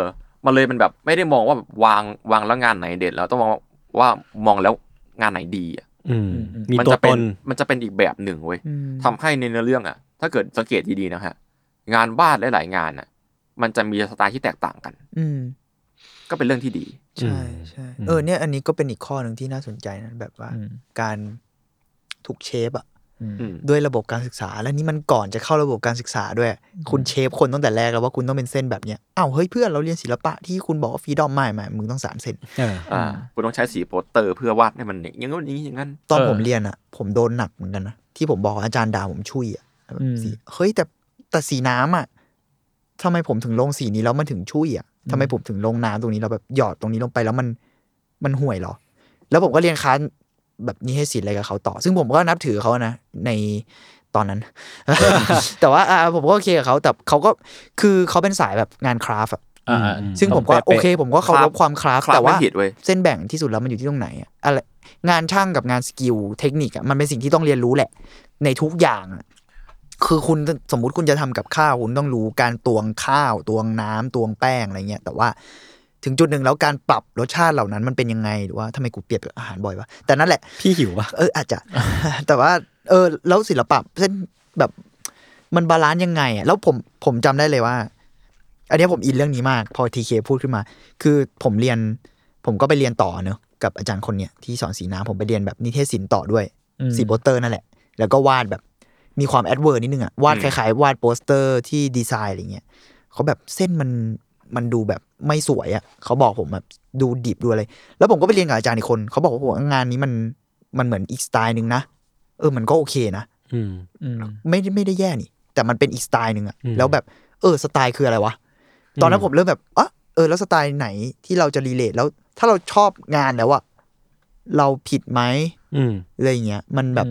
มันเลยเป็นแบบไม่ได้มองว่าแบบวางแล้วงานไหนเด่นแล้วต้องมองว่ามองแล้วงานไหนดีอ่ะมีตัวตนมันจะเป็นอีกแบบหนึ่งเว้ยทำให้ในเนื้อเรื่องอ่ะถ้าเกิดสังเกตดีๆนะฮะงานวาดหลายๆงานอ่ะมันจะมีสไตล์ที่แตกต่างกันก็เป็นเรื่องที่ดีใช่ใช่เนี่ยอันนี้ก็เป็นอีกข้อหนึ่งที่น่าสนใจนะแบบว่าการถูกเชฟอ่ะด้วยระบบการศึกษาและนี่มันก่อนจะเข้าระบบการศึกษาด้วยคุณเชฟคนตั้งแต่แรกแล้วว่าคุณต้องเป็นเส้นแบบเนี้ยอ้าวเฮ้ยเพื่อนเราเรียนศิลปะที่คุณบอกว่าฟรีดอมไม่มึงต้อง3เส้นคุณต้องใช้สีโปสเตอร์เพื่อวาดให้มันอย่างงั้นอย่างนั้นตอนผมเรียนอ่ะผมโดนหนักเหมือนกันนะที่ผมบอกอาจารย์ด่าผมชุยอ่ะสีเฮ้ยแต่สีน้ำอ่ะทำไมผมถึงลงสีนี้แล้วมันถึงชุยอ่ะทำไมผมถึงลงน้ำตรงนี้เราแบบหยอดตรงนี้ลงไปแล้วมันห่วยหรอแล้วผมก็เรียนคลาสแบบนี้ให้ศิลป์อะไรกับเขาต่อซึ่งผมก็นับถือเขานะในตอนนั้น แต่ว่าผมก็โอเคกับเขาแต่เขาก็คือเขาเป็นสายแบบงานคราฟต์ซึ่งผมก็โอเคผมก็เคารพความคราฟต์แต่ว่าเส้นแบ่งที่สุดแล้วมันอยู่ที่ตรงไหนอะไรงานช่างกับงานสกิลเทคนิคมันเป็นสิ่งที่ต้องเรียนรู้แหละในทุกอย่างคือคุณสมมุติคุณจะทำกับข้าวคุณต้องรู้การตวงข้าวตวงน้ำตวงแป้งอะไรเงี้ยแต่ว่าถึงจุดหนึ่งแล้วการปรับรสชาติเหล่านั้นมันเป็นยังไงหรือว่าทำไมกูเปลี่ยนอาหารบ่อยวะแต่นั่นแหละพี่หิววะอาจจะ แต่ว่าแล้วศิลปะเส้นแบบมันบาลานซ์ยังไงแล้วผมจำได้เลยว่าอันนี้ผมอินเรื่องนี้มากพอทีเคพูดขึ้นมาคือผมก็ไปเรียนต่อเนอะกับอาจารย์คนเนี้ยที่สอนสีน้ำผมไปเรียนแบบนิเทศศิลป์ต่อด้วยสีโปสเตอร์นั่นแหละแล้วก็วาดแบบมีความแอดเวิร์ดนิดนึงวาดคล้ายๆวาดโปสเตอร์ที่ดีไซน์อะไรเงี้ยเขาแบบเส้นมันดูแบบไม่สวยเขาบอกผมแบบดูดิบดูอะไรแล้วผมก็ไปเรียนกับอาจารย์อีกคนเขาบอกว่าโหงานนี้มันเหมือนอีกสไตล์นึงนะมันก็โอเคนะไม่ได้แย่นี่แต่มันเป็นอีกสไตล์นึงแล้วแบบสไตล์คืออะไรวะตอนนั้นผมเริ่มแบบแล้วสไตล์ไหนที่เราจะรีเลทแล้วถ้าเราชอบงานแล้วเราผิดไหมอะไรเงี้ยมันแบบ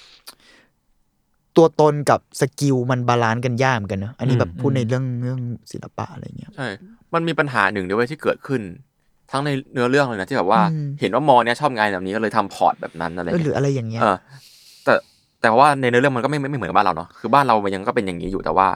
ตัวตนกับสกิลมันบาลานซ์กันยากเหมือนกันนะอันนี้แบบพูดในเรื่องศิลปะอะไรเงี้ยใช่มันมีปัญหาหนึ่งด้วยที่เกิดขึ้นทั้งในเนื้อเรื่องเลยนะที่แบบว่าเห็นว่ามอเนี่ยชอบงานแบบนี้ก็เลยททำพอร์ตแบบนั้นอะไรหรืออะไรอย่างเงี้ยแต่ว่าในเนื้อเรื่องมันก็ไม่เหมือนบ้านเราเนาะคือบ้านเรามันยังก็เป็นอย่างนี้อยู่แต่ว่า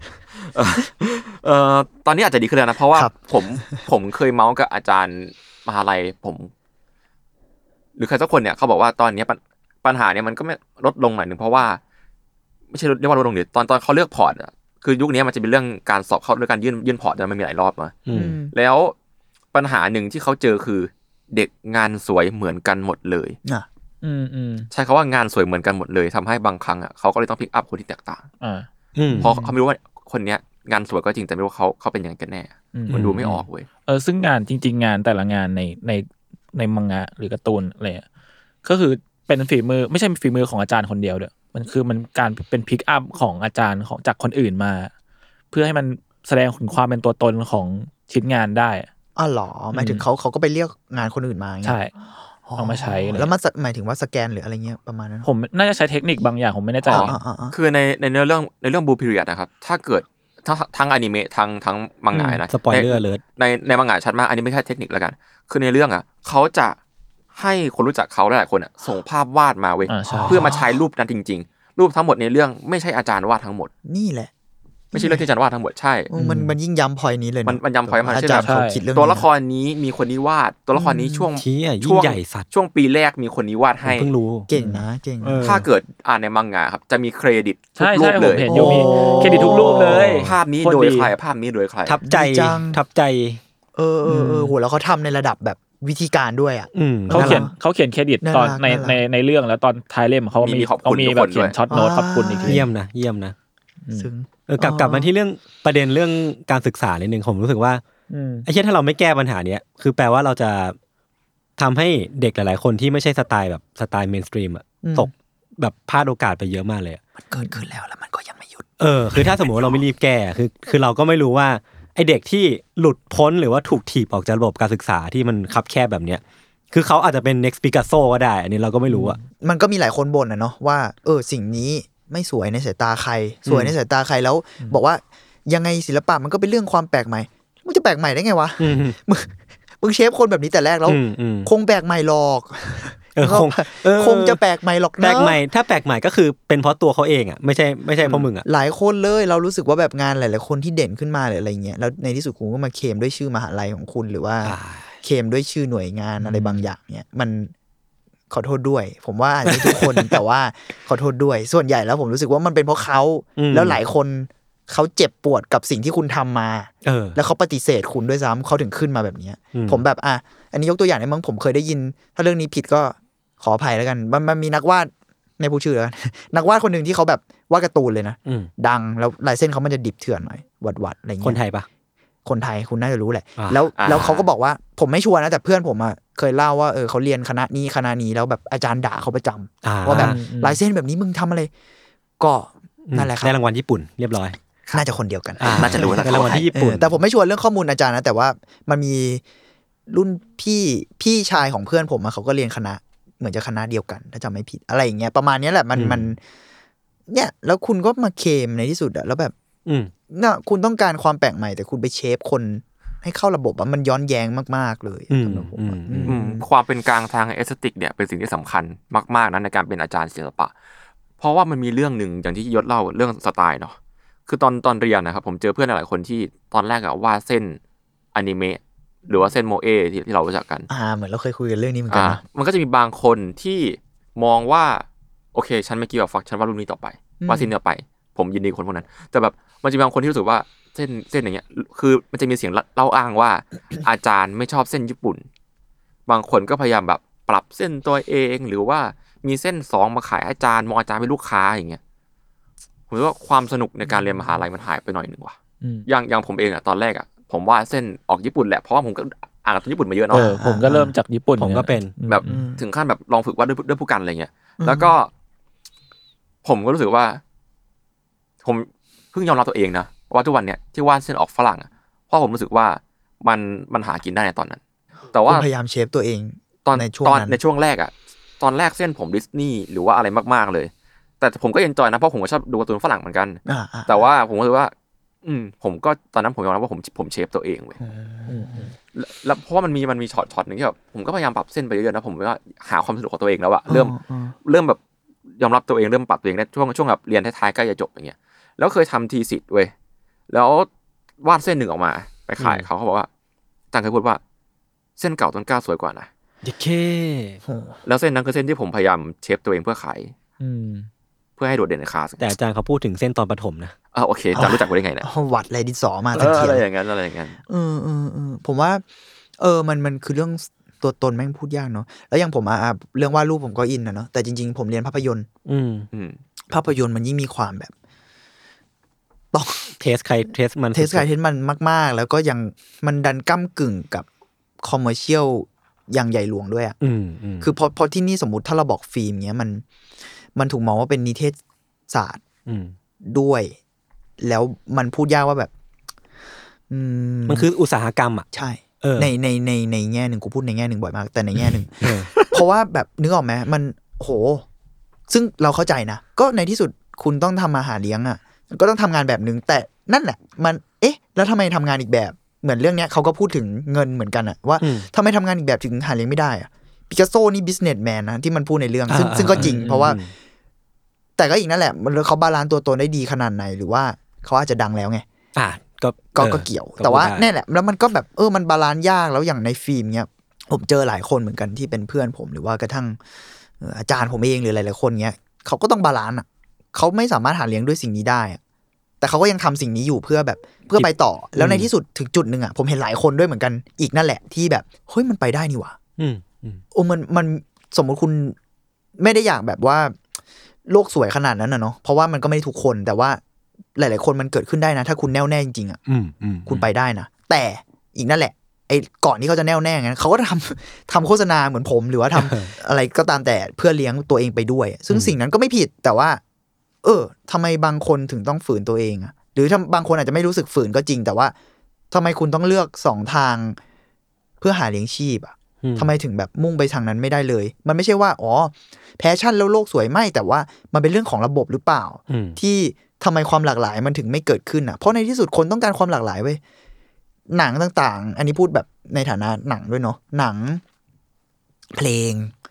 ตอนนี้อาจจะดีขึ้นแล้วนะเพราะว่าผมเคยเมาส์กับอาจารย์มหาลัยผมหรือใครสักคนเนี่ยเขาบอกว่าตอนนี้ปัญหาเนี่ยมันก็ไม่ลดลงหน่อยนึงเพราะว่าไม่ใช่เรียกว่าลดลงหรือตอนเขาเลือกพอร์ตคือยุคนี้มันจะเป็นเรื่องการสอบเข้าด้วยการยื่นพอร์ตมันมีหลายรอบมาแล้วปัญหาหนึ่งที่เขาเจอคือเด็กงานสวยเหมือนกันหมดเลยใช่เขาว่างานสวยเหมือนกันหมดเลยทำให้บางครั้งเขาก็เลยต้องพิกอัพคนที่แตกต่างเพราะเขาไม่รู้ว่าคนเนี้ยงานสวยก็จริงแต่ไม่รู้เขาเป็นยังไงกันแน่มันดูไม่ออกเว้ยซึ่งงานจริงๆงานแต่ละงานในมังงะหรือการ์ตูนอะไรก็คือเป็นฝีมือไม่ใช่ฝีมือของอาจารย์คนเดียวเด้อมันการเป็นพิกอัพของอาจารย์ของจากคนอื่นมาเพื่อให้มันแสดงถึงความเป็นตัวตนของชิ้นงานได้หรอหมายถึงเขาก็ไปเรียกงานคนอื่นมาใช่เอามาใช้แล้วมันหมายถึงว่าสแกนหรืออะไรเงี้ยประมาณนั้นผมน่าจะใช้เทคนิคบางอย่างผมไม่แน่ใจคือในเนื้อเรื่องบูพีเรียดนะครับถ้าเกิดทั้งอนิเมะทั้งมังงะนะสปอยเลอร์เลยในมังงะชัดมากอันนี้ไม่ใช่เทคนิคแล้วกันคือในเรื่องเขาจะให้คนรู้จักเขาหลายคนส่งภาพวาดมาเว้ยเพื่อมาใช้รูปนั้นจริงๆรูปทั้งหมดในเรื่องไม่ใช่อาจารย์วาดทั้งหมดนี่แหละไม่ใช่เรื่องที่อาจารย์วาดทั้งหมดใช่มันยิ่งย้ำพอยนี้เลยมันย้ำพอยมาใช่ไหมตัวละครนี้มีคนนี้วาดตัวละครนี้ช่วงใหญ่สัตว์ช่วงปีแรกมีคนนี้วาดให้เพิ่งรู้เก่งนะเก่งถ้าเกิดอ่านในมังงะครับจะมีเครดิตทุกรูปเลยเห็นอยู่มีเครดิตทุกรูปเลยภาพนี้โดยใครภาพนี้โดยใครทับใจโหแล้วเขาทำในระดับแบบวิธีการด้วยเขาเขียนเครดิตตอนในเรื่องแล้วตอนท้ายเล่มเขามีแบบเขียนช็อตโน้ตขอบคุณอีกทีเยี่ยมนะซึ่งกลับมาที่เรื่องประเด็นเรื่องการศึกษานิดนึงผมรู้สึกว่าไอ้เช่นถ้าเราไม่แก้ปัญหาเนี้ยคือแปลว่าเราจะทำให้เด็กหลายๆคนที่ไม่ใช่สไตล์แบบสไตล์เมนสตรีมตกแบบพลาดโอกาสไปเยอะมากเลยมันเกิดขึ้นแล้วมันก็ยังไม่หยุดคือถ้าสมมติว่าเราไม่รีบแก้คือเราก็ไม่รู้ว่าไอเด็กที่หลุดพ้นหรือว่าถูกถีบออกจากระบบการศึกษาที่มันคับแคบแบบเนี้ยคือเขาอาจจะเป็น next Picasso ก็ได้อันนี้เราก็ไม่รู้มันก็มีหลายคนบ่นเนาะว่าสิ่งนี้ไม่สวยในสายตาใครสวยในสายตาใครแล้วบอกว่ายังไงศิลปะมันก็เป็นเรื่องความแปลกใหม่มึงจะแปลกใหม่ได้ไงวะมึงเชฟคนแบบนี้แต่แรกแล้วคงแปลกใหม่หรอกคงจะแปลกใหม่หรอกนะแปลกใหม่ถ้าแปลกใหม่ก็คือเป็นเพราะตัวเขาเองอ่ะไม่ใช่เพราะมึงอ่ะหลายคนเลยเรารู้สึกว่าแบบงานหลายๆคนที่เด่นขึ้นมาหรืออะไรเงี้ยแล้วในที่สุดคุณก็มาเคลมด้วยชื่อมหาลัยของคุณหรือว่าเคลมด้วยชื่อหน่วยงานอะไรบางอย่างเนี่ยมันขอโทษด้วยผมว่าอาจจะทุกคน แต่ว่าขอโทษด้วยส่วนใหญ่แล้วผมรู้สึกว่ามันเป็นเพราะเขาแล้วหลายคนเขาเจ็บปวดกับสิ่งที่คุณทำมาแล้วเขาปฏิเสธคุณด้วยซ้ำเขาถึงขึ้นมาแบบนี้ผมแบบอันนี้ยกตัวอย่างได้มั้งผมเคยได้ยินถ้าเรื่องนี้ผิดก็ขออภัยแล้วกันมันมีนักวาดไม่พูดชื่อแล้วนักวาดคนหนึ่งที่เขาแบบวาดการ์ตูนเลยนะดังแล้วลายเส้นเขามันจะดิบเถื่อนหน่อยวัดอะไรเงี้ยคนไทยปะคนไทยคุณน่าจะรู้แหละแล้วเขาก็บอกว่าผมไม่ชัวร์นะแต่เพื่อนผมเคยเล่าว่าเขาเรียนคณะนี้แล้วแบบอาจารย์ด่าเขาประจำว่าแบบลายเส้นแบบนี้มึงทำอะไรก็นั่นแหละครับได้รางวัลญี่ปุ่นเรียบร้อยน่าจะคนเดียวกันน่าจะรู้นะได้รางวัลที่ญี่ปุ่นแต่ผมไม่ชัวร์เรื่องข้อมูลอาจารย์นะแต่ว่ามันมีรุ่นพี่ชายของเพื่อนผมเขาก็เรียนคณะเหมือนจะคณะเดียวกันถ้าจำไม่ผิดอะไรอย่างเงี้ยประมาณนี้แหละมันเนี่ยแล้วคุณก็มาเคลมในที่สุดแล้วแบบน่ะคุณต้องการความแปลกใหม่แต่คุณไปเชฟคนให้เข้าระบบมันย้อนแย้งมากๆเลยสำหรับผมความเป็นกลางทางเอสเธติกเนี่ยเป็นสิ่งที่สำคัญมากๆนะในการเป็นอาจารย์ศิลปะเพราะว่ามันมีเรื่องนึงอย่างที่ยศเล่าเรื่องสไตล์เนาะคือตอนเรียนนะครับผมเจอเพื่อนหลายคนที่ตอนแรกวาดเส้นอนิเมะหรือว่าเส้นโมเอที่เรารู้จักกันเหมือนเราเคยคุยกันเรื่องนี้เหมือนกันมันก็จะมีบางคนที่มองว่าโอเคฉันไม่เกี่ยวกับฉันวาดรูปนี้ต่อไปวาดเส้นต่อไปผมยินดีคนพวกนั้นแต่แบบมันจะมีบางคนที่รู้สึกว่าเส้นอย่างเงี้ยคือมันจะมีเสียงเล่าอ้างว่าอาจารย์ไม่ชอบเส้นญี่ปุ่นบางคนก็พยายามแบบปรับเส้นตัวเองหรือว่ามีเส้น2มาขายอาจารย์มองอาจารย์เป็นลูกค้าอย่างเงี้ยผมว่าความสนุกในการเรียนมหาลัยมันหายไปหน่อยนึงว่ะอย่างผมเองตอนแรกผมว่าเส้นออกญี่ปุ่นแหละเพราะว่าผมก็อ่านการ์ตูนญี่ปุ่นมาเยอะเนาะผมก็เริ่มจากญี่ปุ่นผมก็เป็นแบบถึงขั้นแบบลองฝึกวาดด้วยผู้กันอะไรเงี้ยแล้วก็ผมก็รู้สึกว่าผมเพิ่งยอมรับตัวเองนะว่าทุกวันเนี้ยที่วาดเส้นออกฝรั่งเพราะผมรู้สึกว่ามันหากินได้ในตอนนั้นแต่ว่าพยายามเชฟตัวเองในช่วงแรกตอนแรกเส้นผมดิสนีย์หรือว่าอะไรมากๆเลยแต่ผมก็เอนจอยนะเพราะผมก็ชอบดูการ์ตูนฝรั่งเหมือนกันแต่ว่าผมรู้สึกว่าผมก็ตอนนั้นผมยอมรับว่าผมเชฟตัวเองเว้ยแล้วเพราะว่ามันมีช็อตนึงที่แบบผมก็พยายามปรับเส้นไปเยอะๆนะผมว่าหาความสนุกของตัวเองแล้วอะเริ่มแบบยอมรับตัวเองเริ่มปรับตัวเองในช่วงแบบเรียนท้ายๆใกล้จะจบอย่างเงี้ยแล้วเคยทำทีสิทธิ์เว้ยแล้ววาดเส้นหนึ่งออกมาไปขายเขาบอกว่าอาจารย์เคยพูดว่าเส้นเก่าต้นกล้าสวยกว่านะแล้วเส้นนั้นคือเส้นที่ผมพยายามเชฟตัวเองเพื่อขายเพื่อให้โดดเด่นในคลาสแต่อาจารย์เขาพูดถึงเส้นตอนประถมนะโอเคอาจารย์รู้จักได้ไงนะวัดอะไรดินสอมาตะเกียบอะไรอย่างนั้นผมว่ามันคือเรื่องตัวตนแม่งพูดยากเนาะแล้วอย่างผมเรื่องวาดรูปผมก็อินนะเนาะแต่จริงๆผมเรียนภาพยนตร์ภาพยนตร์มันยิ่งมีความแบบต้องเทสใครเทสมันมากๆแล้วก็ยังมันดันก้ำกึ่งกับคอมเมอร์เชียลอย่างใหญ่หลวงด้วยคือพอที่นี่สมมุติถ้าเราบอกฟิล์มเงี้ยมันถูกมองว่าเป็นนิเทศศาสตร์ด้วยแล้วมันพูดยากว่าแบบมันคืออุตสาหกรรมใช่ในแง่นึงกูพูดในแง่นึงบ่อยมากแต่ในแง่นึงเพราะว่าแบบนึกออกไหมมันโหซึ่งเราเข้าใจนะก็ในที่สุดคุณต้องทำมาหาเลี้ยงก็ต้องทำงานแบบนึงแต่นั่นแหละมันแล้วทำไมทำงานอีกแบบเหมือนเรื่องเนี้ยเขาก็พูดถึงเงินเหมือนกันว่าทำไมทำงานอีกแบบถึงหาเลี้ยงไม่ได้ปิกัสโซนี่บิสเนสแมนนะที่มันพูดในเรื่องซึ่งก็จริงเพราะว่าแต่ก็อีกนั่นแหละมันเขาบาลานซ์ตัวตนได้ดีขนาดไหนหรือว่าเขาอาจจะดังแล้วไงก็เกี่ยวแต่ว่าแน่แหละแล้วมันก็แบบมันบาลานซ์ยากแล้วอย่างในฟิล์มเนี้ยผมเจอหลายคนเหมือนกันที่เป็นเพื่อนผมหรือว่ากระทั่งอาจารย์ผมเองหรือหลายๆคนเนี้ยเขาก็ต้องบาลานซ์เขาไม่สามารถหาเลี้ยงด้วยสิ่งนี้ได้แต่เขาก็ยังทำสิ่งนี้อยู่เพื่อไปต่อแล้วในที่สุดถึงจุดนึงผมเห็นหลายคนด้วยเหมือนกันอีกนั่นแหละที่แบบเฮ้ยมันไปได้นี่หว่ามันสมมติคุณไม่ได้อยากแบบว่าโลกสวยขนาดนั้นเนาะเพราะว่ามันก็ไม่ได้ทุกคนแต่ว่าหลายๆคนมันเกิดขึ้นได้นะถ้าคุณแน่วแน่จริงๆคุณไปได้นะแต่อีกนั่นแหละไอ้ก่อนที่เขาจะแน่วแน่งั้นเขาก็ทำโฆษณาเหมือนผมหรือว่าทำ อะไรก็ตามแต่เพื่อเลี้ยงตัวเองไปด้วยซึ่งสิ่งนั้นก็ไม่ผิดแต่ว่าทำไมบางคนถึงต้องฝืนตัวเองหรือถ้าบางคนอาจจะไม่รู้สึกฝืนก็จริงแต่ว่าทำไมคุณต้องเลือก2ทางเพื่อหาเลี้ยงชีพทำไมถึงแบบมุ่งไปทางนั้นไม่ได้เลยมันไม่ใช่ว่าแพชชั่นแล้วโลกสวยไม่แต่ว่ามันเป็นเรื่องของระบบหรือเปล่าที่ทำไมความหลากหลายมันถึงไม่เกิดขึ้นเพราะในที่สุดคนต้องการความหลากหลายเว้ยหนังต่างๆอันนี้พูดแบบในฐานะหนังด้วยเนาะหนังเพลง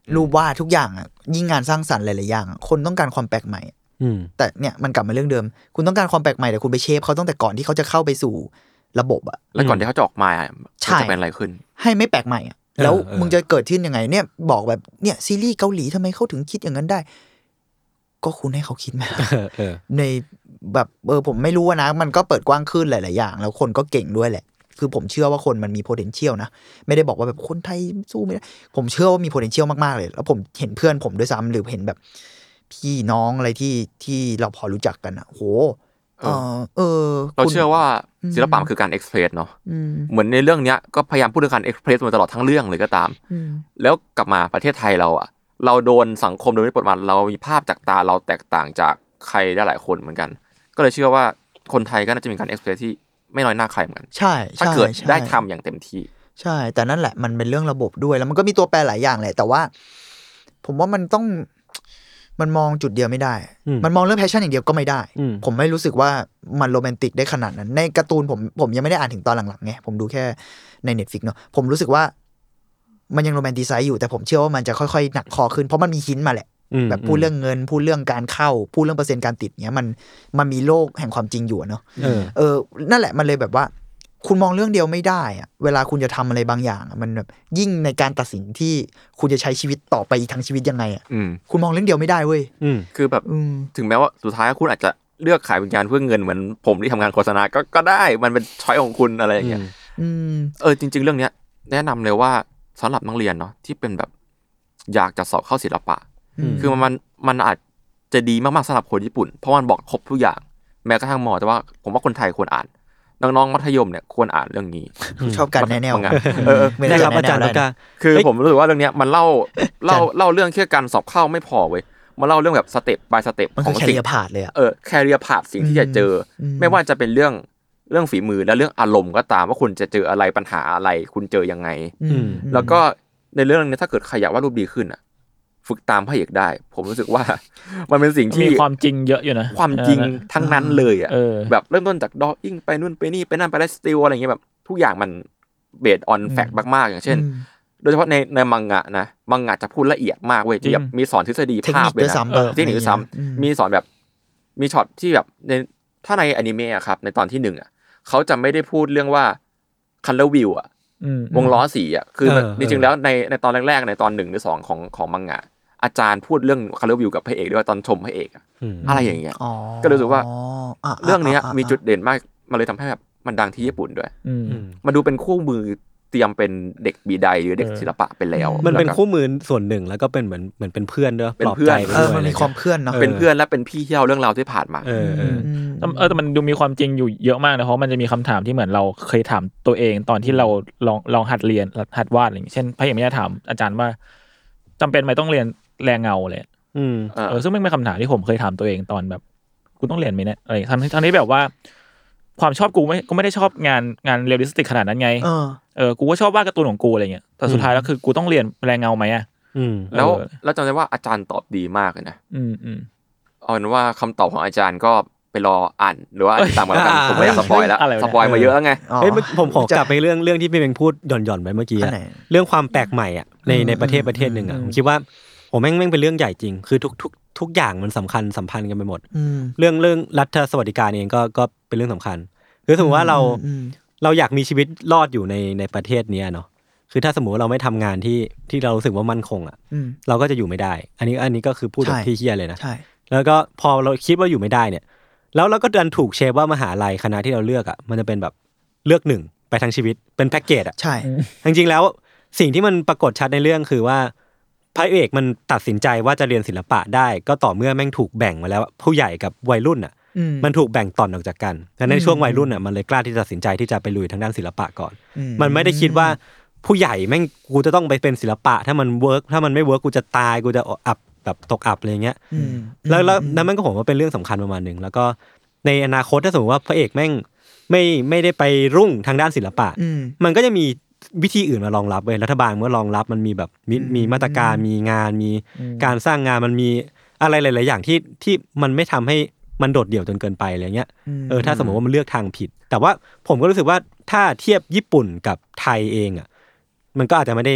รูปวาดทุกอย่างอ่ะยิ่งงานสร้างสรรค์หลายๆอย่างคนต้องการความแปลกใหม่แต่เนี่ยมันกลับมาเรื่องเดิมคุณต้องการความแปลกใหม่แต่คุณไปเชฟเขาตั้งแต่ก่อนที่เขาจะเข้าไปสู่ระบบอ่ะแล้วก่อนที่เขาจะออกมาจะเป็นอะไรขึ้นให้ไม่แปลกใหม่อ่ะแล้วมึงจะเกิดขึ้นยังไงเนี่ยบอกแบบเนี่ยซีรีส์เกาหลีทำไมเขาถึงคิดอย่างนั้นได้ก็คุณให้เขาคิดมาในแบบผมไม่รู้นะมันก็เปิดกว้างขึ้นหลายๆอย่างแล้วคนก็เก่งด้วยแหละคือผมเชื่อว่าคนมันมี potential นะไม่ได้บอกว่าแบบคนไทยสู้ไม่ได้ผมเชื่อว่ามี potential มากๆเลยแล้วผมเห็นเพื่อนผมด้วยซ้ำหรือเห็นแบบพี่น้องอะไรที่เราพอรู้จักกันอ่ะโหเราเชื่อว่าศิลปะมันคือการเอ็กซ์เพรสเนาะเหมือนในเรื่องเนี้ยก็พยายามพูดเรื่องการเอ็กซ์เพรสมาตลอดทั้งเรื่องเลยก็ตามแล้วกลับมาประเทศไทยเราอ่ะเราโดนสังคมโดยไม่ปรมันเรามีภาพจากตาเราแตกต่างจากใครได้หลายคนเหมือนกันก็เลยเชื่อว่าคนไทยก็น่าจะมีการเอ็กซ์เพรสที่ไม่น้อยหน้าใครเหมือนกันใช่ถ้าเกิดได้ทำอย่างเต็มที่ใช่แต่นั่นแหละมันเป็นเรื่องระบบด้วยแล้วมันก็มีตัวแปรหลายอย่างแหละแต่ว่าผมว่ามันมองจุดเดียวไม่ได้มันมองเรื่องแพชชั่นอย่างเดียวก็ไม่ได้ผมไม่รู้สึกว่ามันโรแมนติกได้ขนาดนั้นในการ์ตูนผมยังไม่ได้อ่านถึงตอนหลังๆไงผมดูแค่ใน Netflix เนาะผมรู้สึกว่ามันยังโรแมนติไซส์อยู่แต่ผมเชื่อว่ามันจะค่อยๆหนักคอขึ้นเพราะมันมีหินมาแหละแบบพูดเรื่องเงินพูดเรื่องการเข้าพูดเรื่องเปอร์เซ็นต์การติดเงี้ยมันมีโลกแห่งความจริงอยู่เนาะนั่นแหละมันเลยแบบว่าคุณมองเรื่องเดียวไม่ได้อะเวลาคุณจะทำอะไรบางอย่างมันแบบยิ่งในการตัดสินที่คุณจะใช้ชีวิตต่อไปทั้งชีวิตยังไงอ่ะคุณมองเรื่องเดียวไม่ได้เว้ยคือแบบถึงแม้ว่าสุดท้ายคุณอาจจะเลือกขายวิญญาณเพื่อเงินเหมือนผมที่ทำงานโฆษณาก็ได้มันเป็นช้อยของคุณอะไรอย่างเงี้ยจริงๆเรื่องเนี้ยแนะนำเลยว่าสำหรับนักเรียนเนาะที่เป็นแบบอยากจะสอบเข้าศิลปะคือมันอาจจะดีมากๆสำหรับคนญี่ปุ่นเพราะมันบอกครบทุกอย่างแม้กระทั่งแต่ว่าผมว่าคนไทยควรอ่านน้องๆมัธยมเนี่ยควรอ่านเรื่องนี้ชอบการแนวไม่ได้ครับอาจารย์ตุ๊กตาคือผมรู้สึกว่าเรื่องนี้มันเล่าเรื่องแค่การสอบเข้าไม่พอเว้ยมาเล่าเรื่องแบบสเต็ป by สเต็ปของสิ่งผ่านเลยอ่ะแคเรียร์พาธสิ่งที่จะเจอไม่ว่าจะเป็นเรื่องฝีมือและเรื่องอารมณ์ก็ตามว่าคุณจะเจออะไรปัญหาอะไรคุณเจอยังไงแล้วก็ในเรื่องนี้ถ้าเกิดใครอยากวาดรูปดีขึ้นอ่ะฝึกตามพระเอกได้ผมรู้สึกว่ามันเป็นสิ่งที่มีความจริงเยอะอยู่นะความจริงทั้งนั้นเลยอ่ะแบบเริ่มต้นจากดออิ่งไปนู่นไปนี่ไปนั่นไปไลฟ์สไตล์อะไรอย่างเงี้ยแบบทุกอย่างมันเบสออนแฟกต์มากๆอย่างเช่นโดยเฉพาะในมังงะนะมังงะจะพูดละเอียดมากเว้ยที่แบบมีสอนทฤษฎีภาพเลยนะเทคนิคด้วยซ้ำมีสอนแบบมีช็อตที่แบบในถ้าในอนิเมะอะครับในตอนที่1อ่ะเขาจะไม่ได้พูดเรื่องว่าคัลเลอร์วิวอ่ะวงล้อสีอ่ะคือจริงๆแล้วในตอนแรกๆในตอน1หรือ2ของมังงะอาจารย์พูดเรื่องคัลเลอร์วิวกับพระเอกด้วยตอนชมพระเอกอะไรอย่างเงี้ยก็รู้สึกว่าเรื่องนี้มีจุดเด่นมากมันเลยทำให้แบบมันดังที่ญี่ปุ่นด้วยมันดูเป็นคู่มือเตรียมเป็นเด็กบีไดหรือเด็กศิลปะไปแล้วมันเป็นคู่มือส่วนหนึ่งแล้วก็เป็นเหมือนเป็นเพื่อนด้วยปลอบใจไปด้วยมันมีความเพื่อนเนาะเป็นเพื่อนและเป็นพี่ที่เล่าเรื่องราวที่ผ่านมาแต่มันดูมีความจริงอยู่เยอะมากนะเพราะมันจะมีคำถามที่เหมือนเราเคยถามตัวเองตอนที่เราลองหัดเรียนหัดวาดอะไรอย่างเช่นพระเอกไม่ได้ถามอาจารย์ว่าจำเป็นไหมต้องเรียนแรงเงาเลยซึ่งไม่เป็นคำถามที่ผมเคยถามตัวเองตอนแบบกูต้องเรียนไหมเนี่ยอะไรทั้งที่แบบว่าความชอบกูไม่ได้ชอบงานเรียลลิสติกขนาดนั้นไงกูก็ชอบวาดการ์ตูนของกูอะไรเงี้ยแต่สุดท้ายแล้วคือกูต้องเรียนแรงเงาไหมอ่ะแล้วจำได้ว่าอาจารย์ตอบดีมากเลยนะเอาเป็นว่าคำตอบของอาจารย์ก็ไปรออ่านหรือว่าตามกันแล้วกันผมไม่อยากสปอยแล้วสปอยมาเยอะแล้วไงผมขอกลับไปเรื่องที่พี่เมงพูดหย่อนๆไปเมื่อกี้เรื่องความแปลกใหม่อ่ะในประเทศนึงอ่ะผมคิดว่าผมแม่งเป็นเรื่องใหญ่จริงคือทุกอย่างมันสำคัญสัมพันธ์กันไปหมดเรื่องรัฐสวัสดิการเองก็เป็นเรื่องสำคัญคือสมมติว่าเราอยากมีชีวิตรอดอยู่ในประเทศนี้เนาะคือถ้าสมมติว่าเราไม่ทำงานที่เรารู้สึกว่ามั่นคงอ่ะเราก็จะอยู่ไม่ได้อันนี้ก็คือพูดแบบที่เฮี้ยเลยนะแล้วก็พอเราคิดว่าอยู่ไม่ได้เนี่ยแล้วเราก็ดันถูกเชฟว่ามหาลัยคณะที่เราเลือกอ่ะมันจะเป็นแบบเลือก1ไปทั้งชีวิตเป็นแพ็กเกจอ่ะใช่จริงๆแล้วสิ่งที่มันปรากฏชัดในเรื่องคือว่าพระเอกมันตัดสินใจว่าจะเรียนศิลปะได้ก็ต่อเมื่อแม่งถูกแบ่งมาแล้วผู้ใหญ่กับวัยรุ่นอ่ะมันถูกแบ่งตอนออกจากกันและในช่วงวัยรุ่นอ่ะมันเลยกล้าที่จะตัดสินใจที่จะไปลุยทางด้านศิลปะก่อนมันไม่ได้คิดว่าผู้ใหญ่แม่งกูจะต้องไปเป็นศิลปะถ้ามันเวิร์กถ้ามันไม่เวิร์กกูจะตายกูจะอับแบบตกอับอะไรเงี้ยแล้วนั้นมันก็ผมว่าเป็นเรื่องสำคัญประมาณนึงแล้วก็ในอนาคตถ้าสมมติว่าพระเอกแม่งไม่ได้ไปรุ่งทางด้านศิลปะมันก็จะมีวิธีอื่นมารองรับเว้ยรัฐบาลเมื่อรองรับมันมีแบบมีมาตรการมีงานมีการสร้างงานมันมีอะไรหลายๆอย่างที่มันไม่ทำให้มันโดดเดี่ยวจนเกินไปอะไรเงี้ยถ้าสมมติว่ามันเลือกทางผิดแต่ว่าผมก็รู้สึกว่าถ้าเทียบญี่ปุ่นกับไทยเองอ่ะมันก็อาจจะไม่ได้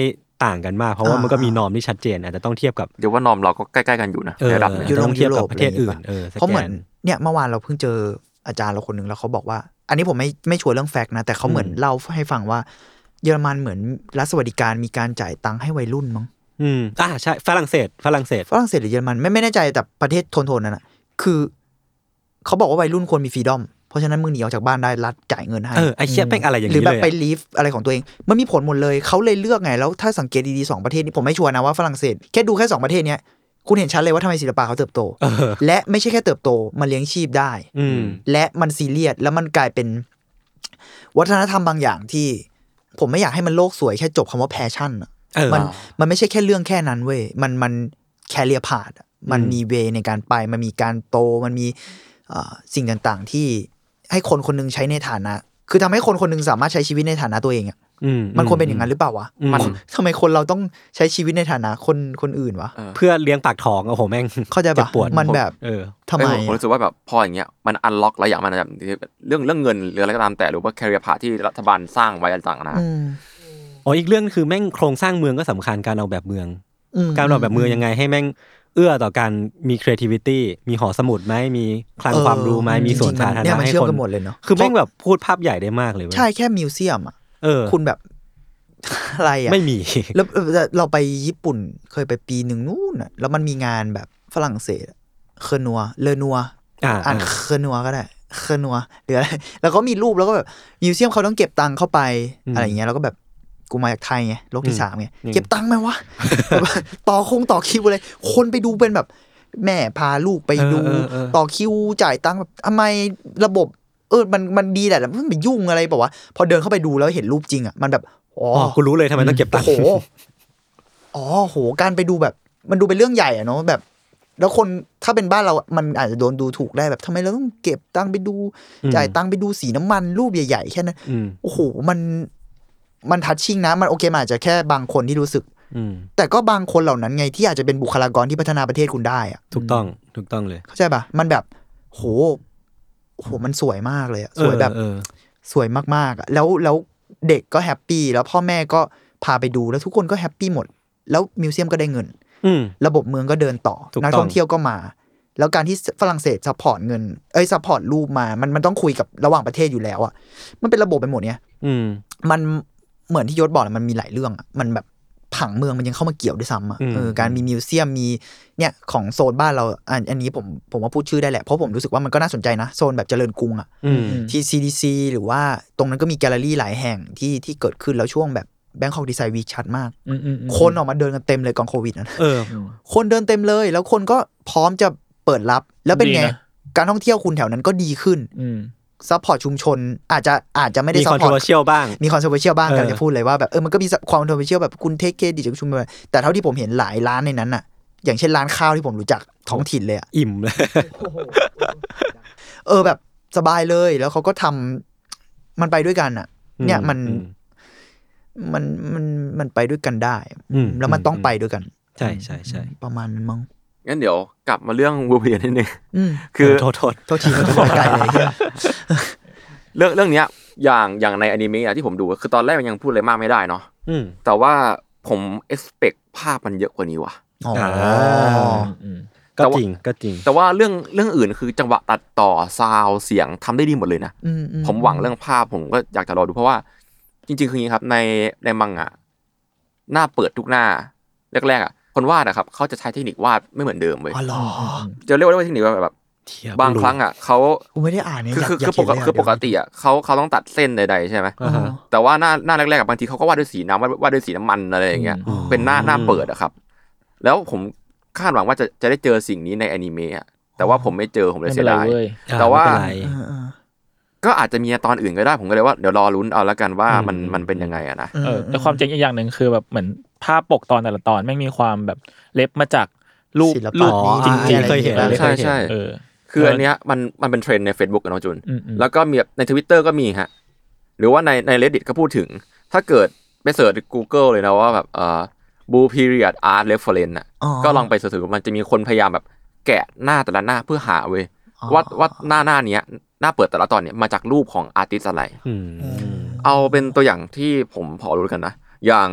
ต่างกันมากเพราะว่ามันก็มีนอร์มที่ชัดเจนอาจจะต้องเทียบกับเดี๋ยวว่านอร์มเราก็ใกล้ๆกันอยู่นะในระดับนึงต้องเทียบกับประเทศอื่นเพราะเหมือนเนี่ยเมื่อวานเราเพิ่งเจออาจารย์เราคนนึงแล้วเขาบอกว่าอันนี้ผมไม่ชัวร์เรื่องแฟกต์นะแต่เขาเหมือนเล่าให้ฟังว่าเยอรมันเหมือนรัฐสวัสดิการมีการจ่ายตังค์ให้วัยรุ่นมั้งใช่ฝรั่งเศสหรือเยอรมันไม่แน่ใจแต่ประเทศโทนๆนั่นน่ะคือเขาบอกว่าวัยรุ่นควรมีฟรีดอมเพราะฉะนั้นมึงหนีออกจากบ้านได้รัฐจ่ายเงินให้ไอ้เหี้ยแม่งอะไรอย่างนี้เลยหรือแบบไปลีฟอะไรของตัวเองมันมีผลหมดเลยเขาเลยเลือกไงแล้วถ้าสังเกตดีๆ2ประเทศนี้ผมไม่ชัวร์นะว่าฝรั่งเศสแค่ดูแค่2ประเทศเนี้ยคุณเห็นชัดเลยว่าทำไมศิลปะเขาเติบโตและไม่ใช่แค่เติบโตมันเลี้ยงชีพได้และมันซีเรียสแล้วมันกลายเป็นวัฒนธรรมบางอย่างที่ผมไม่อยากให้มันโลกสวยแค่จบคำว่าแพชชั่นมันไม่ใช่แค่เรื่องแค่นั้นเว้ยมันแคเรียร์พาธมันมีเวในการไปมันมีการโตมันมีสิ่งต่างๆที่ให้คนคนนึงใช้ในฐานะคือทำให้คนคนนึงสามารถใช้ชีวิตในฐานะตัวเองอ่ะมันควรเป็นอย่างนั้นหรือเปล่าวะมันทำไมคนเราต้องใช้ชีวิตในฐานะคนอื่นวะเพื่อเลี้ยงปากท้องโอ้โหแม่งเข้าใจปะมันแบบทำไมผมรู้สึกว่าแบบพออย่างเงี้ยมันอันล็อกหลายอย่างมันแบบเรื่องเงินหรืออะไรก็ตามแต่หรือว่าแคเรียร์พาธที่รัฐบาลสร้างไว้ต่างๆนะอีกเรื่องคือแม่งโครงสร้างเมืองก็สำคัญการออกแบบเมืองการออกแบบเมืองยังไงให้แม่งเอื้อต่อการมี creativity มีหอสมุดไหมมีคลังความรู้ไหมมีสวนสาธารณะให้คนคือแม่งแบบพูดภาพใหญ่ได้มากเลยใช่แค่มิวเซียมอ่ะคุณแบบอะไรอ่ะไม่มีแล้วเราไปญี่ปุ่นเคยไปปีนึงนู่นน่ะแล้วมันมีงานแบบฝรั่งเศสเคอนัวเลนัวอ่านเคอนัวก็ได้เคอนัวหรืออะไรแล้วก็มีรูปแล้วก็แบบมิวเซียมเขาต้องเก็บตังค์เข้าไปอะไรอย่างเงี้ยแล้วก็แบบกูมาจากไทยไงโลกที่3ไงเก็บตังค์ไหมวะต่อคิวเลยคนไปดูเป็นแบบแม่พาลูกไปดูต่อคิวจ่ายตังค์แบบทำไมระบบมันดีแหละมันไม่ยุ่งอะไรบอกว่าพอเดินเข้าไปดูแล้วเห็นรูปจริงอ่ะมันแบบกูรู้เลยทำไมต้องเก็บตังค์โหการไปดูแบบมันดูเป็นเรื่องใหญ่อ่ะเนาะแบบแล้วคนถ้าเป็นบ้านเรามันอาจจะโดนดูถูกได้แบบทำไมเราต้องเก็บตังค์ไปดูจ่ายตังค์ไปดูสีน้ำมันรูปใหญ่ๆแค่นั้นโอ้โหมันทัชชิ่งนะมันโอเคมันอาจจะแค่บางคนที่รู้สึกแต่ก็บางคนเหล่านั้นไงที่อาจจะเป็นบุคลากรที่พัฒนาประเทศคุณได้อะถูกต้องเลยเข้าใจป่ะมันแบบโหมันสวยมากเลยอะสวยแบบสวยมากๆอะแล้วเด็กก็แฮปปี้แล้วพ่อแม่ก็พาไปดูแล้วทุกคนก็แฮปปี้หมดแล้วมิวเซียมก็ได้เงินระบบเมืองก็เดินต่อนักท่องเที่ยวก็มาแล้วการที่ฝรั่งเศสซัพพอร์ตเงินซัพพอร์ตรูปมามันต้องคุยกับระหว่างประเทศอยู่แล้วอะมันเป็นระบบไปหมดเนี่ยมันเหมือนที่ยศบอกมันมีหลายเรื่องอ่ะมันแบบผังเมืองมันยังเข้ามาเกี่ยวด้วยซ้ำอ่ะการมีมิวเซียมมีเนี่ยของโซนบ้านเราอันนี้ผมว่าพูดชื่อได้แหละเพราะผมรู้สึกว่ามันก็น่าสนใจนะโซนแบบเจริญกรุงอ่ะที่ CDC หรือว่าตรงนั้นก็มีแกลเลอรี่หลายแห่งที่เกิดขึ้นแล้วช่วงแบบแบงคอกดีไซน์วีคชัดมากคนออกมาเดินกันเต็มเลยก่อนโควิดนะคนเดินเต็มเลยแล้วคนก็พร้อมจะเปิดรับแล้วเป็นไงการท่องเที่ยวคุณแถวนั้นก็ดีขึ้นซัพพอร์ตชุมชนอาจจะไม่ได้ซัพพอร์ตมีคอนโทรเวอร์เชียลบ้างกันจะพูดเลยว่าแบบมันก็มีความคอนโทรเวอร์เชียลแบบคุณเทคเครดิตจากชุมชนแต่เท่าที่ผมเห็นหลายร้านในนั้นน่ะอย่างเช่นร้านข้าวที่ผมรู้จักท้องถิ่นเลยอ่ะอิ่มเลยแบบสบายเลยแล้วเขาก็ทำมันไปด้วยกันอ่ะเนี่ยมันไปด้วยกันได้แล้วมันต้องไปด้วยกันใช่ประมาณนั้นมั้งงั้นเดี๋ยวกลับมาเรื่องวูเบียนิดนึงคือโทษทีมันจะไกลเลยเรื่องเนี้ยอย่างในอนิเมะที่ผมดูคือตอนแรกมันยังพูดอะไรมากไม่ได้เนาะแต่ว่าผม expect ภาพมันเยอะกว่านี้ว่ะก็จริงแต่ว่าเรื่องอื่นคือจังหวะตัดต่อซาวเสียงทำได้ดีหมดเลยนะผมหวังเรื่องภาพผมก็อยากจะรอดูเพราะว่าจริงๆคืออย่างนี้ครับในมังงะหน้าเปิดทุกหน้าแรกๆคนวาดนะครับเขาจะใช้เทคนิควาดไม่เหมือนเดิมเลยจะเรียกว่าเทคนิคแบบบางครั้งเขาไม่ได้อ่านเนี่ยคือปกติเขาต้องตัดเส้นใดๆใช่ไหมแต่ว่าหน้าแรกๆบางทีเขาก็วาดด้วยสีน้ำวาดด้วยสีน้ำมันอะไรอย่างเงี้ยเป็นหน้าเปิดอะครับแล้วผมคาดหวังว่าจะได้เจอสิ่งนี้ในอนิเมะแต่ว่าผมไม่เจอผมเลยเสียดายแต่ว่าก็อาจจะมีตอนอื่นก็ได้ผมก็เลยว่าเดี๋ยวรอลุ้นเอาแล้วกันว่ามันเป็นยังไงอะนะแต่ความจริงอีกอย่างนึงคือแบบเหมือนภาพปกตอนแต่ละตอนไม่มีความแบบเล็บมาจากรูปจริงๆเคยเห็นใช่คืออันเนี้ยมันเป็นเทรนด์ใน Facebook นะจุนแล้วก็มีใน Twitter ก็มีฮะหรือว่าใน Reddit ก็พูดถึงถ้าเกิดไปเสิร์ช Google เลยนะว่าแบบBlue Period Art Reference น่ะก็ลองไปเสิร์ชมันจะมีคนพยายามแบบแกะหน้าแต่ละหน้าเพื่อหาเว้ยว่าหน้าเนี้ยหน้าเปิดแต่ละตอนเนี้ยมาจากรูปของอาร์ติสต์อะไรเอาเป็นตัวอย่างที่ผมพอรู้กันนะอย่าง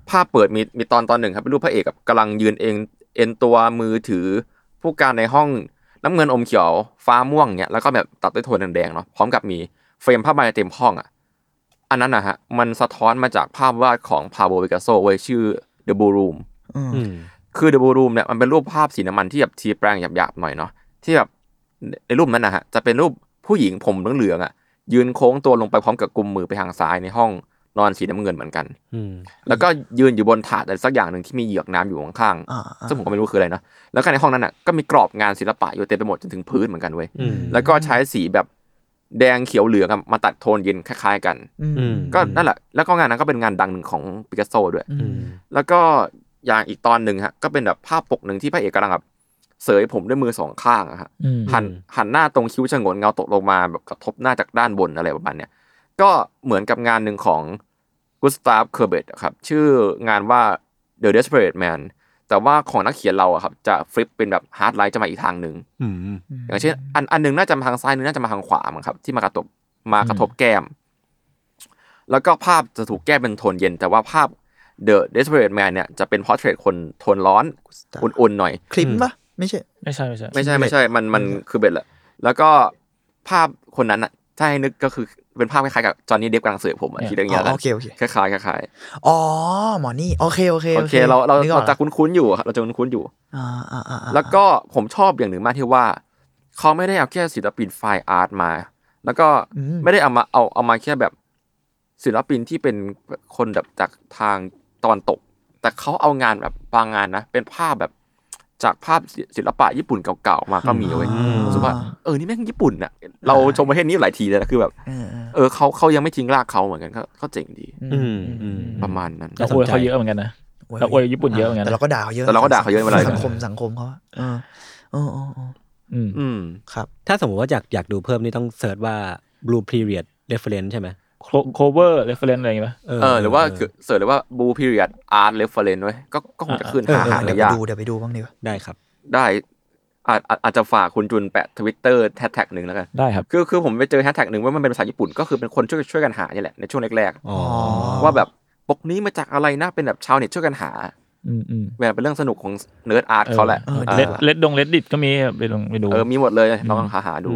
ภาพเปิดมีตอนหนึ่งครับเป็นรูปพระเอกกับกำลังยืนเอ็นตัวมือถือผู้การในห้องน้ำเงินอมเขียวฟ้าม่วงเนี่ยแล้วก็แบบตัดด้วยโทนแดงๆเนาะพร้อมกับมีเฟรมภาพใบเต็มห้องอ่ะอันนั้นนะฮะมันสะท้อนมาจากภาพวาดของพาโบปิกัสโซไว้ชื่อ The Blue Room คือ The Blue Room เนี่ยมันเป็นรูปภาพสีน้ำมันที่แบบทีแปลงหยาบๆหน่อยเนาะที่แบบในรูปนั้นนะฮะจะเป็นรูปผู้หญิงผมเหลืองๆอ่ะยืนโค้งตัวลงไปพร้อมกับกุมมือไปทางซ้ายในห้องนอนสีน้ำเงินเหมือนกันแล้วก็ยืนอยู่บนถาดอะไรสักอย่างหนึ่งที่มีเหยือกน้ำอยู่ข้างๆซึ่งผมก็ไม่รู้คืออะไรเนาะแล้วก็ในห้องนั้นอ่ะก็มีกรอบงานศิลปะอยู่เต็มไปหมดจนถึงพื้นเหมือนกันเว้ยแล้วก็ใช้สีแบบแดงเขียวเหลืองมาตัดโทนเย็นคล้ายๆกันก็นั่นแหละแล้วก็งานนั้นก็เป็นงานดังหนึ่งของปิกัสโซด้วยแล้วก็อย่างอีกตอนหนึ่งฮะก็เป็นแบบภาพปกหนึ่งที่พระเอกกำลังแบบเสยผมด้วยมือสองข้างอะฮะหันหน้าตรงคิ้วฉงนเงาตกลงมาแบบกระทบหน้าจากด้านบนอะไรประมาณเนี้ยก็เหมือนกับงานหนึ่งของกุสตาฟเคอร์เบตครับชื่องานว่า The Desperate Man แต่ว่าของนักเขียนเราอะครับจะฟลิปเป็นแบบฮาร์ดไลท์จะมาอีกทางนึงอย่างเช่นอันนึงน่าจะมาทางซ้ายนึงน่าจะมาทางขวามั้งครับที่มากระทบแก้มแล้วก็ภาพจะถูกแก้เป็นโทนเย็นแต่ว่าภาพ The Desperate Man เนี่ยจะเป็นพอร์เทรตคนโทนร้อนอุ่นๆหน่อยคลิปปะไม่ใช่มันคือเบตแหละแล้วก็ภาพคนนั้นน่ะถ้าให้นึกก็คือเป็นภาพคล้ายๆกับจอห์นนี่เดฟกำลังเสิร์ฟผมอ่ะคิดอย่างเงี้ยโอเคคล้ายอ๋อหมอนี่โอเคเราจะคุ้นๆอยู่เราจะคุ้นๆอยู่แล้วก็ผมชอบอย่างหนึ่งมากที่ว่าเขาไม่ได้เอาแค่ศิลปินไฟน์อาร์ตมาแล้วก็ไม่ได้เอามาแค่แบบศิลปินที่เป็นคนแบบจากทางตะวันตกแต่เขาเอางานแบบบางงานนะเป็นภาพแบบจากภาพศิลปะญี่ปุ่นเก่าๆมาก็มีเว้ยรู้สึกว่านี่แม่งญี่ปุ่นน่ะเราชมประเทศนี้หลายทีเลยนะคือแบบเขายังไม่ทิ้งรากเขาเหมือนกันก็เจ๋งดีประมาณนั้นแล้วอวยเขาเยอะเหมือนกันนะแล้วอวยญี่ปุ่นเยอะเหมือนกันแต่เราก็ด่าเขาเยอะเวลาสังคมเขาครับถ้าสมมติว่าอยากดูเพิ่มนี่ต้องเสิร์ชว่า Blue Period Reference ใช่ไหม cover reference อะไรอย่างเงี้ยหรือว่าเสิร์ชเลยว่า Blue Period Art Reference ไว้ก็คงจะขึ้นหาได้ยากเดี๋ยวไปดูบ้างดีกว่าได้ครับได้อาจจะฝากคุณจุนแปะ Twitter แฮชแท็กนึงแล้วกันได้ครับคือผมไปเจอแฮชแท็กนึงว่ามันเป็นภาษาญี่ปุ่นก็คือเป็นคนช่วยกันหานี่แหละในช่วงแรกๆว่าแบบปกนี้มาจากอะไรนะเป็นแบบชาวเน็ตช่วยกันหาเวลาเป็นเรื่องสนุกของเนิร์ดอาร์ตเขาแหละเลดดิตก็มีไปดูมีหมดเลยลองหาดู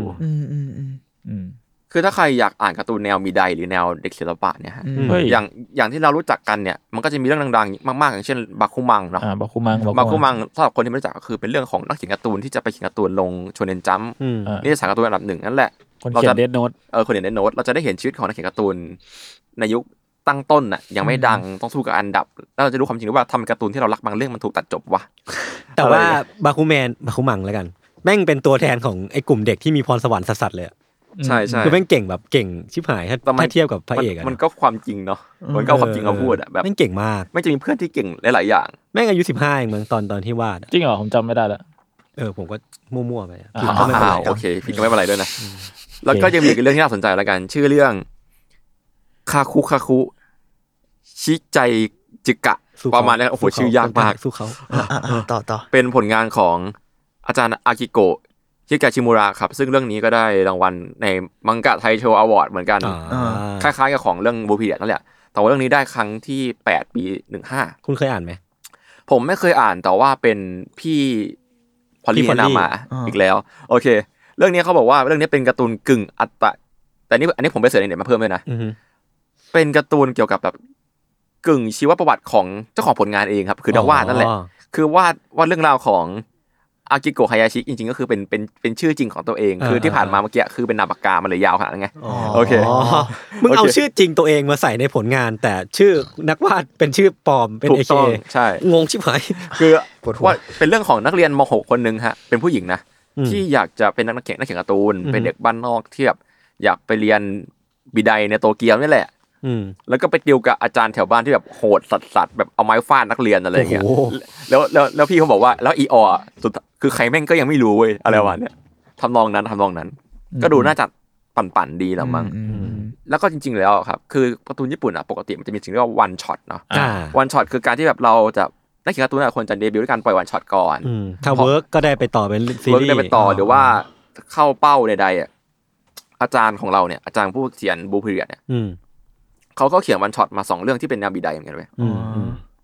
คือถ้าใครอยากอ่านการ์ตูนแนวมีไดหรือแนวเด็กศิลปะเนี่ยฮะอย่างที่เรารู้จักกันเนี่ยมันก็จะมีเรื่องดังๆมากๆอย่างเช่นบาคุมังเนาะบาคุมังสำหรับคนที่ไม่รู้จักก็คือเป็นเรื่องของนักเขียนการ์ตูนที่จะไปเขียนการ์ตูนลงโชเน็นจัมป์นี่สารการ์ตูนอันดับหนึ่งนั่นแหละคนเขียนเดธโน้ตคนเขียนเดธโน้ตเราจะได้เห็นชีวิตของนักเขียนการ์ตูนในยุคตั้งต้นน่ะยังไม่ดังต้องสู้กับอันดับแล้วเราจะรู้ความจริงว่าทำการ์ตูนที่เรารักบางเรื่องมันถูกตัดจบว่ะแต่ว่าบาคุมังแล้วกันแม่งเป็นตัวแทนของไอ้กลุ่มเด็กที่มีพรสวรรค์สัสๆเลยใช่คือแม่งเก่งแบบเก่งชิบหายถ้าเทียบกับพระเอกมันก็ความจริงเนาะมันก็ความจริงเอาพูดแบบแม่งเก่งมากไม่จะมีเพื่อนที่เก่งหลายๆอย่างแม่งอายุ15เองมั้งตอนที่วาดจริงเหรอผมจำไม่ได้แล้วผมก็มั่วๆไปผิดก็ไม่เป็นไรโอเคผิดก็ไม่เป็นไรด้วยนะแล้วก็ยังมีอีกเรื่องที่น่าสนใจแล้วกันชื่อเรื่องคาคุชิใจจิกะประมาณนี้โอ้โหชื่อยากมากสู้เขาต่อเป็นผลงานของอาจารย์อากิโกะฮิกาชิมุระครับซึ่งเรื่องนี้ก็ได้รางวัลในมังกะไทโชอวอร์ดเหมือนกันคล้ายๆกับของเรื่องบูพีเดียนั่นแหละแต่ว่าเรื่องนี้ได้ครั้งที่8ปี15 คุณเคยอ่านไหมผมไม่เคยอ่านแต่ว่าเป็นพี่พอลลี่แนะนำมาอีกแล้วโอเคเรื่องนี้เขาบอกว่าเรื่องนี้เป็นการ์ตูนกึ่งอัตแต่อันนี้ผมไปเสิร์ชในเน็ตมาเพิ่มด้วยนะเป็นการ์ตูนเกี่ยวกับแบบกึ่งชีวประวัติของเจ้าของผลงานเองครับคือนักวาดนั่นแหละคือวาดเรื่องราวของอากิโกะฮายาชิจริงๆก็คือเป็นชื่อจริงของตัวเองคือที่ผ่านมาเมื่อกี้คือเป็นนามปากกามันเลยยาวขนาดนั้นไงโอเคมึงเอาชื่อจริงตัวเองมาใส่ในผลงานแต่ชื่อนักวาดเป็นชื่อปลอมเป็น AK ใช่งงชิบหายคือว่าเป็นเรื่องของนักเรียนม.6 คนนึงฮะเป็นผู้หญิงนะที่อยากจะเป็นนักเขียนการ์ตูนเป็นเด็กบ้านนอกที่แบบอยากไปเรียนบิไดในโตเกียวนี่แหละแล้วก็ไปติวกับอาจารย์แถวบ้านที่แบบโหดสัสๆแบบเอาไม้ฟาดนักเรียนอะไรอย่างเงี้ยแล้วพี่เขาบอกว่าแล้วอีออสุดคือใครแม่งก็ยังไม่รู้เว้ยอะไรวะเนี่ยทำนองนั้นก็ดูน่าจะปั่นดีแล้วมั้งแล้วก็จริงๆแล้วครับคือการ์ตูนญี่ปุ่นอ่ะปกติมันจะมีสิ่งเรียกว่าวันช็อตเนาะวันช็อตคือการที่แบบเราจะนักเขียนการ์ตูนคนจะเดบิวต์ด้วยการปล่อยวันช็อตก่อนถ้าเวิร์กก็ได้ไปต่อเป็นซีรีส์ได้ไปต่อหรือว่าเข้าเป้าใดๆอ่ะอาจารย์ของเราเนี่ยอาจารย์ผู้เขียนบูพีเรียดเนี่ยเขาก็เขียนวันช็อตมา2เรื่องที่เป็นแนวบีไดเหมือนกันเว้ย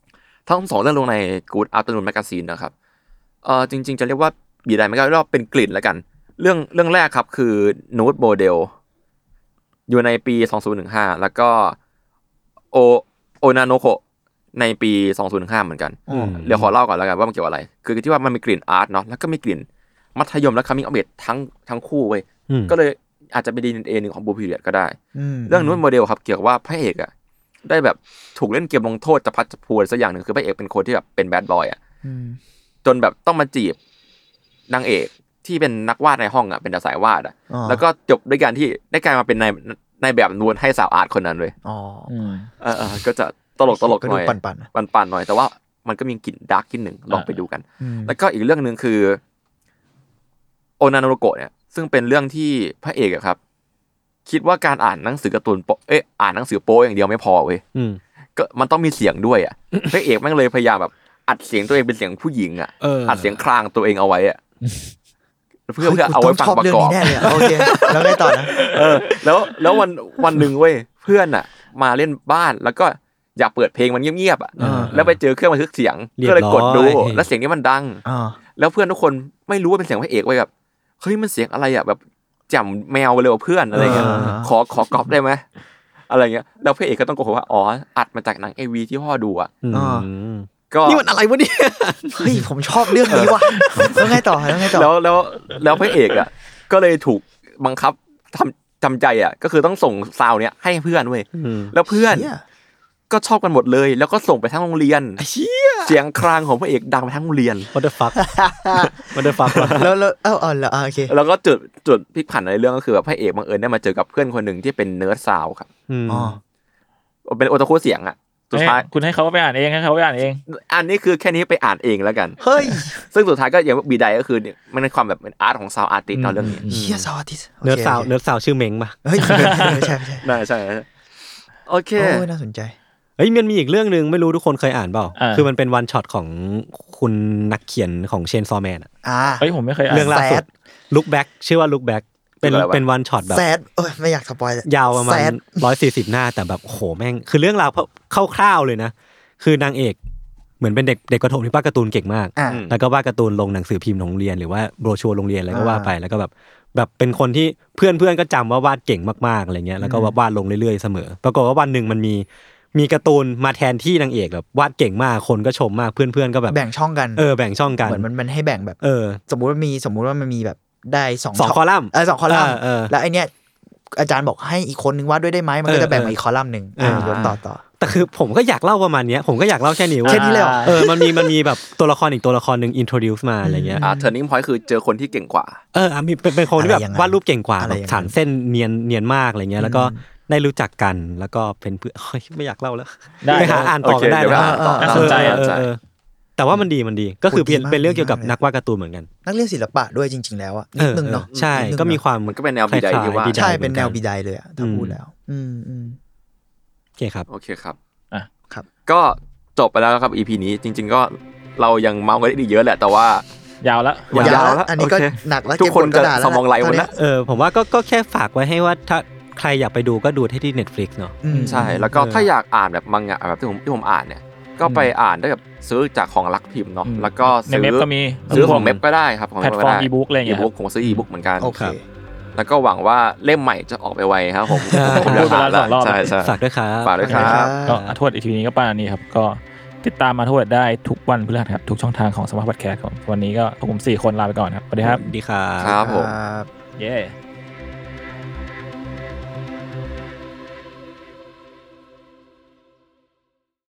ทั้ง2เรื่องลงใน Good Afternoon Magazine นะครับจริงๆจะเรียกว่าบีไดไม่ก็เรียกว่าเป็นกลิ่นแล้วกันเรื่องแรกครับคือ Nude Model อยู่ในปี2015แล้วก็โอนาโนโคในปี2015เหมือนกันเดี๋ยวขอเล่าก่อนแล้วกันว่ามันเกี่ยวอะไรคือที่ว่ามันมีกลิ่นอาร์ตเนาะแล้วก็มีกลิ่นมัธยมและคัมมิ่งออฟเอจทั้งคู่เว้ยก็เลยอาจจะเป็น DNA นึงของ Blue Period ก็ได้เรื่องนู้นโมเดลครับเกี่ยวกับว่าพระเอกอ่ะได้แบบถูกเล่นเกมลงโทษจะพัดจะพูดสักอย่างนึงคือพระเอกเป็นคนที่แบบเป็นแบดบอยอ่ะจนแบบต้องมาจีบนางเอกที่เป็นนักวาดในห้องอ่ะเป็นสายวาดอ่ะแล้วก็จบด้วยการที่ได้กลายมาเป็นในแบบนวลให้สาวอาร์ตคนนั้นเว้ยก็จะตลกหน่อยปั่นหน่อยแต่ว่ามันก็มีกลิ่นดาร์กนิดนึงลองไปดูกันแล้วก็อีกเรื่องนึงคือโอนาโนโรโกะเนี่ยซึ่งเป็นเรื่องที่พระเอกอะครับคิดว่าการอ่านหนังสือการ์ตูนอ่านหนังสือโป๊อย่างเดียวไม่พอเว้ยก็มันต้องมีเสียงด้วยอ่ะพระเอกแม่งเลยพยายามแบบอัดเสียงตัวเองเป็นเสียงผู้หญิงอ่ะอัดเสียงคลางตัวเองเอาไว้อ่ะเพื่อเอาไว้ฟังประกอบโอเคแล้วไงต่อนะแล้ววันนึงเว้ยเพื่อนอ่ะมาเล่นบ้านแล้วก็อยากเปิดเพลงมันเงียบๆอ่ะแล้วไปเจอเครื่องบันทึกเสียงก็เลยกดดูแล้วเสียงนี้มันดังแล้วเพื่อนทุกคนไม่รู้ว่าเป็นเสียงพระเอกเว้ยแบบเฮ้ยมันเสียงอะไรอ่ะแบบจ่ำแมวไปเลยเพื่อนอะไรเงี้ยขอก๊อปได้ไหมอะไรเงี้ยแล้วพระเอกก็ต้องโกหกว่าอ๋ออัดมาจากหนัง AV ที่พ่อดูอ่ะก็นี่มันอะไรวะเนี่ยเฮ้ยผมชอบเรื่องนี้ว่ะแล้วไงต่อแล้วพระเอกอ่ะก็เลยถูกบังคับทำใจอ่ะก็คือต้องส่งซาวเนี้ยให้เพื่อนเว้ยแล้วเพื่อนก็ชอบกันหมดเลยแล้วก็ส่งไปทั้งโรงเรียนเสียงครางของพระเอกดังไปทั้งโรงเรียน What the fuck แล้วโอเคแล้วก็จุดพลิกผันในเรื่องก็คือแบบพระเอกบังเอิญได้มาเจอกับเพื่อนคนหนึ่งที่เป็นเนิร์ดซาวครับเป็นโอตาคุเสียงอ่ะสุดท้ายคุณให้เขาไปอ่านเองให้เขาไปอ่านเองอันนี้คือแค่นี้ไปอ่านเองแล้วกันเฮ้ยซึ่งสุดท้ายก็อย่างบีไดก็คือมันเป็นความแบบเป็นอาร์ตของซาวอาร์ติสต์เรื่องนี้เฮียซาวอาร์ติสต์เนิร์ดซาวชื่อเม้งป่ะเฮ้ยใช่โอเคโอ้น่าสนใจเฮ้ยมันมีอีกเรื่องนึงไม่รู้ทุกคนเคยอ่านเปล่าคือมันเป็นวันช็อตของคุณนักเขียนของเชนซอว์แมนเฮ้ยผมไม่เคยอ่านเรื่องล่าสุด Look Back ชื่อว่า Look Back เป็นวันช็อตแบบแซดไม่อยากสปอยล์ยาวประมาณ140หน้าแต่แบบโหแม่งคือเรื่องราวคร่าวๆเลยนะคือนางเอกเหมือนเป็นเด็กประถมที่วาดการ์ตูนเก่งมากแล้วก็วาดการ์ตูนลงหนังสือพิมพ์ของโรงเรียนหรือว่าโบรชัวร์โรงเรียนอะไรก็ว่าไปแล้วก็แบบเป็นคนที่เพื่อนก็จำว่าวาดเก่งมากๆอะไรเงี้ยแล้วก็วาดลงเรื่อยๆเสมอปรากฏว่าวันนึงมันมีการ์ตูนมาแทนที่นางเอกแบบวาดเก่งมากคนก็ชมมากเพื่อนๆก็แบบแบ่งช่องกันแบ่งช่องกันเหมือนมันให้แบ่งแบบสมมุติว่ามันมีแบบได้2 คอลัมน์ 2คอลัมน์แล้วไอเนี้ยอาจารย์บอกให้อีกคนนึงวาดด้วยได้ไหมมันก็จะแบ่งมาอีกคอลัมน์นึงยกต่อแต่คือผมก็อยากเล่าประมาณนี้ผมก็อยากเล่าแค่นี้เลยมันมีแบบตัวละครอีกตัวละครนึง introduce มาอะไรเงี้ย turning point คือเจอคนที่เก่งกว่ามีเป็นคนที่แบบวาดรูปเก่งกว่าแบบฐานเส้นเนียนมากอะไรเงี้ยแล้วก็ได้รู้จักกันแล้วก็เป็นเพื่อนไม่อยากเล่าแล้วไปหาอ่านต่อกันได้นะน่าสนใจแต่ว่ามันดีก็คือเป็นเรื่องเกี่ยวกับนักวาดการ์ตูนเหมือนกันนักเรียนศิลปะด้วยจริงๆแล้วอ่ะนิดนึงเนาะใช่ก็มีความมันก็เป็นแนวบีไดที่ว่าใช่เป็นแนวบีไดเลยอ่ะถ้าพูดแล้วโอเคครับครับก็จบไปแล้วครับ EP นี้จริงๆก็เรายังเมาส์กันได้อีกเยอะแหละแต่ว่ายาวแล้วอันนี้ก็หนักแล้วทุกคนจะสมองไหลหมดแล้วผมว่าก็แค่ฝากไว้ให้ว่าถ้าใครอยากไปดูก็ดูที่ Netflix เนาะใช่แล้วก็ถ้าอยากอ่านแบบมังงะแบบที่ผมอ่านเนี่ยก็ไปอ่านได้แบบซื้อจากของรักพิมพ์เนาะแล้วก็ซื้อของเมพก็ได้ครับของแพลตฟอร์มอีบุ๊กอะไรอย่างเงี้ยผมซื้ออีบุ๊กเหมือนกันโอเคแล้วก็หวังว่าเล่มใหม่จะออกไปไวครับผมพูดไปแล้ว2 รอบใช่ฝากด้วยครับก็ทวดอีพีนี้ก็ประมาณนี้ครับก็ติดตามมาทวดได้ทุกวันพฤหัสครับทุกช่องทางของสมาร์ทพอดแคสต์วันนี้ก็ผม4คนลาไปก่อนครับสวัสดีครับสวัสดีครับครับผมเย้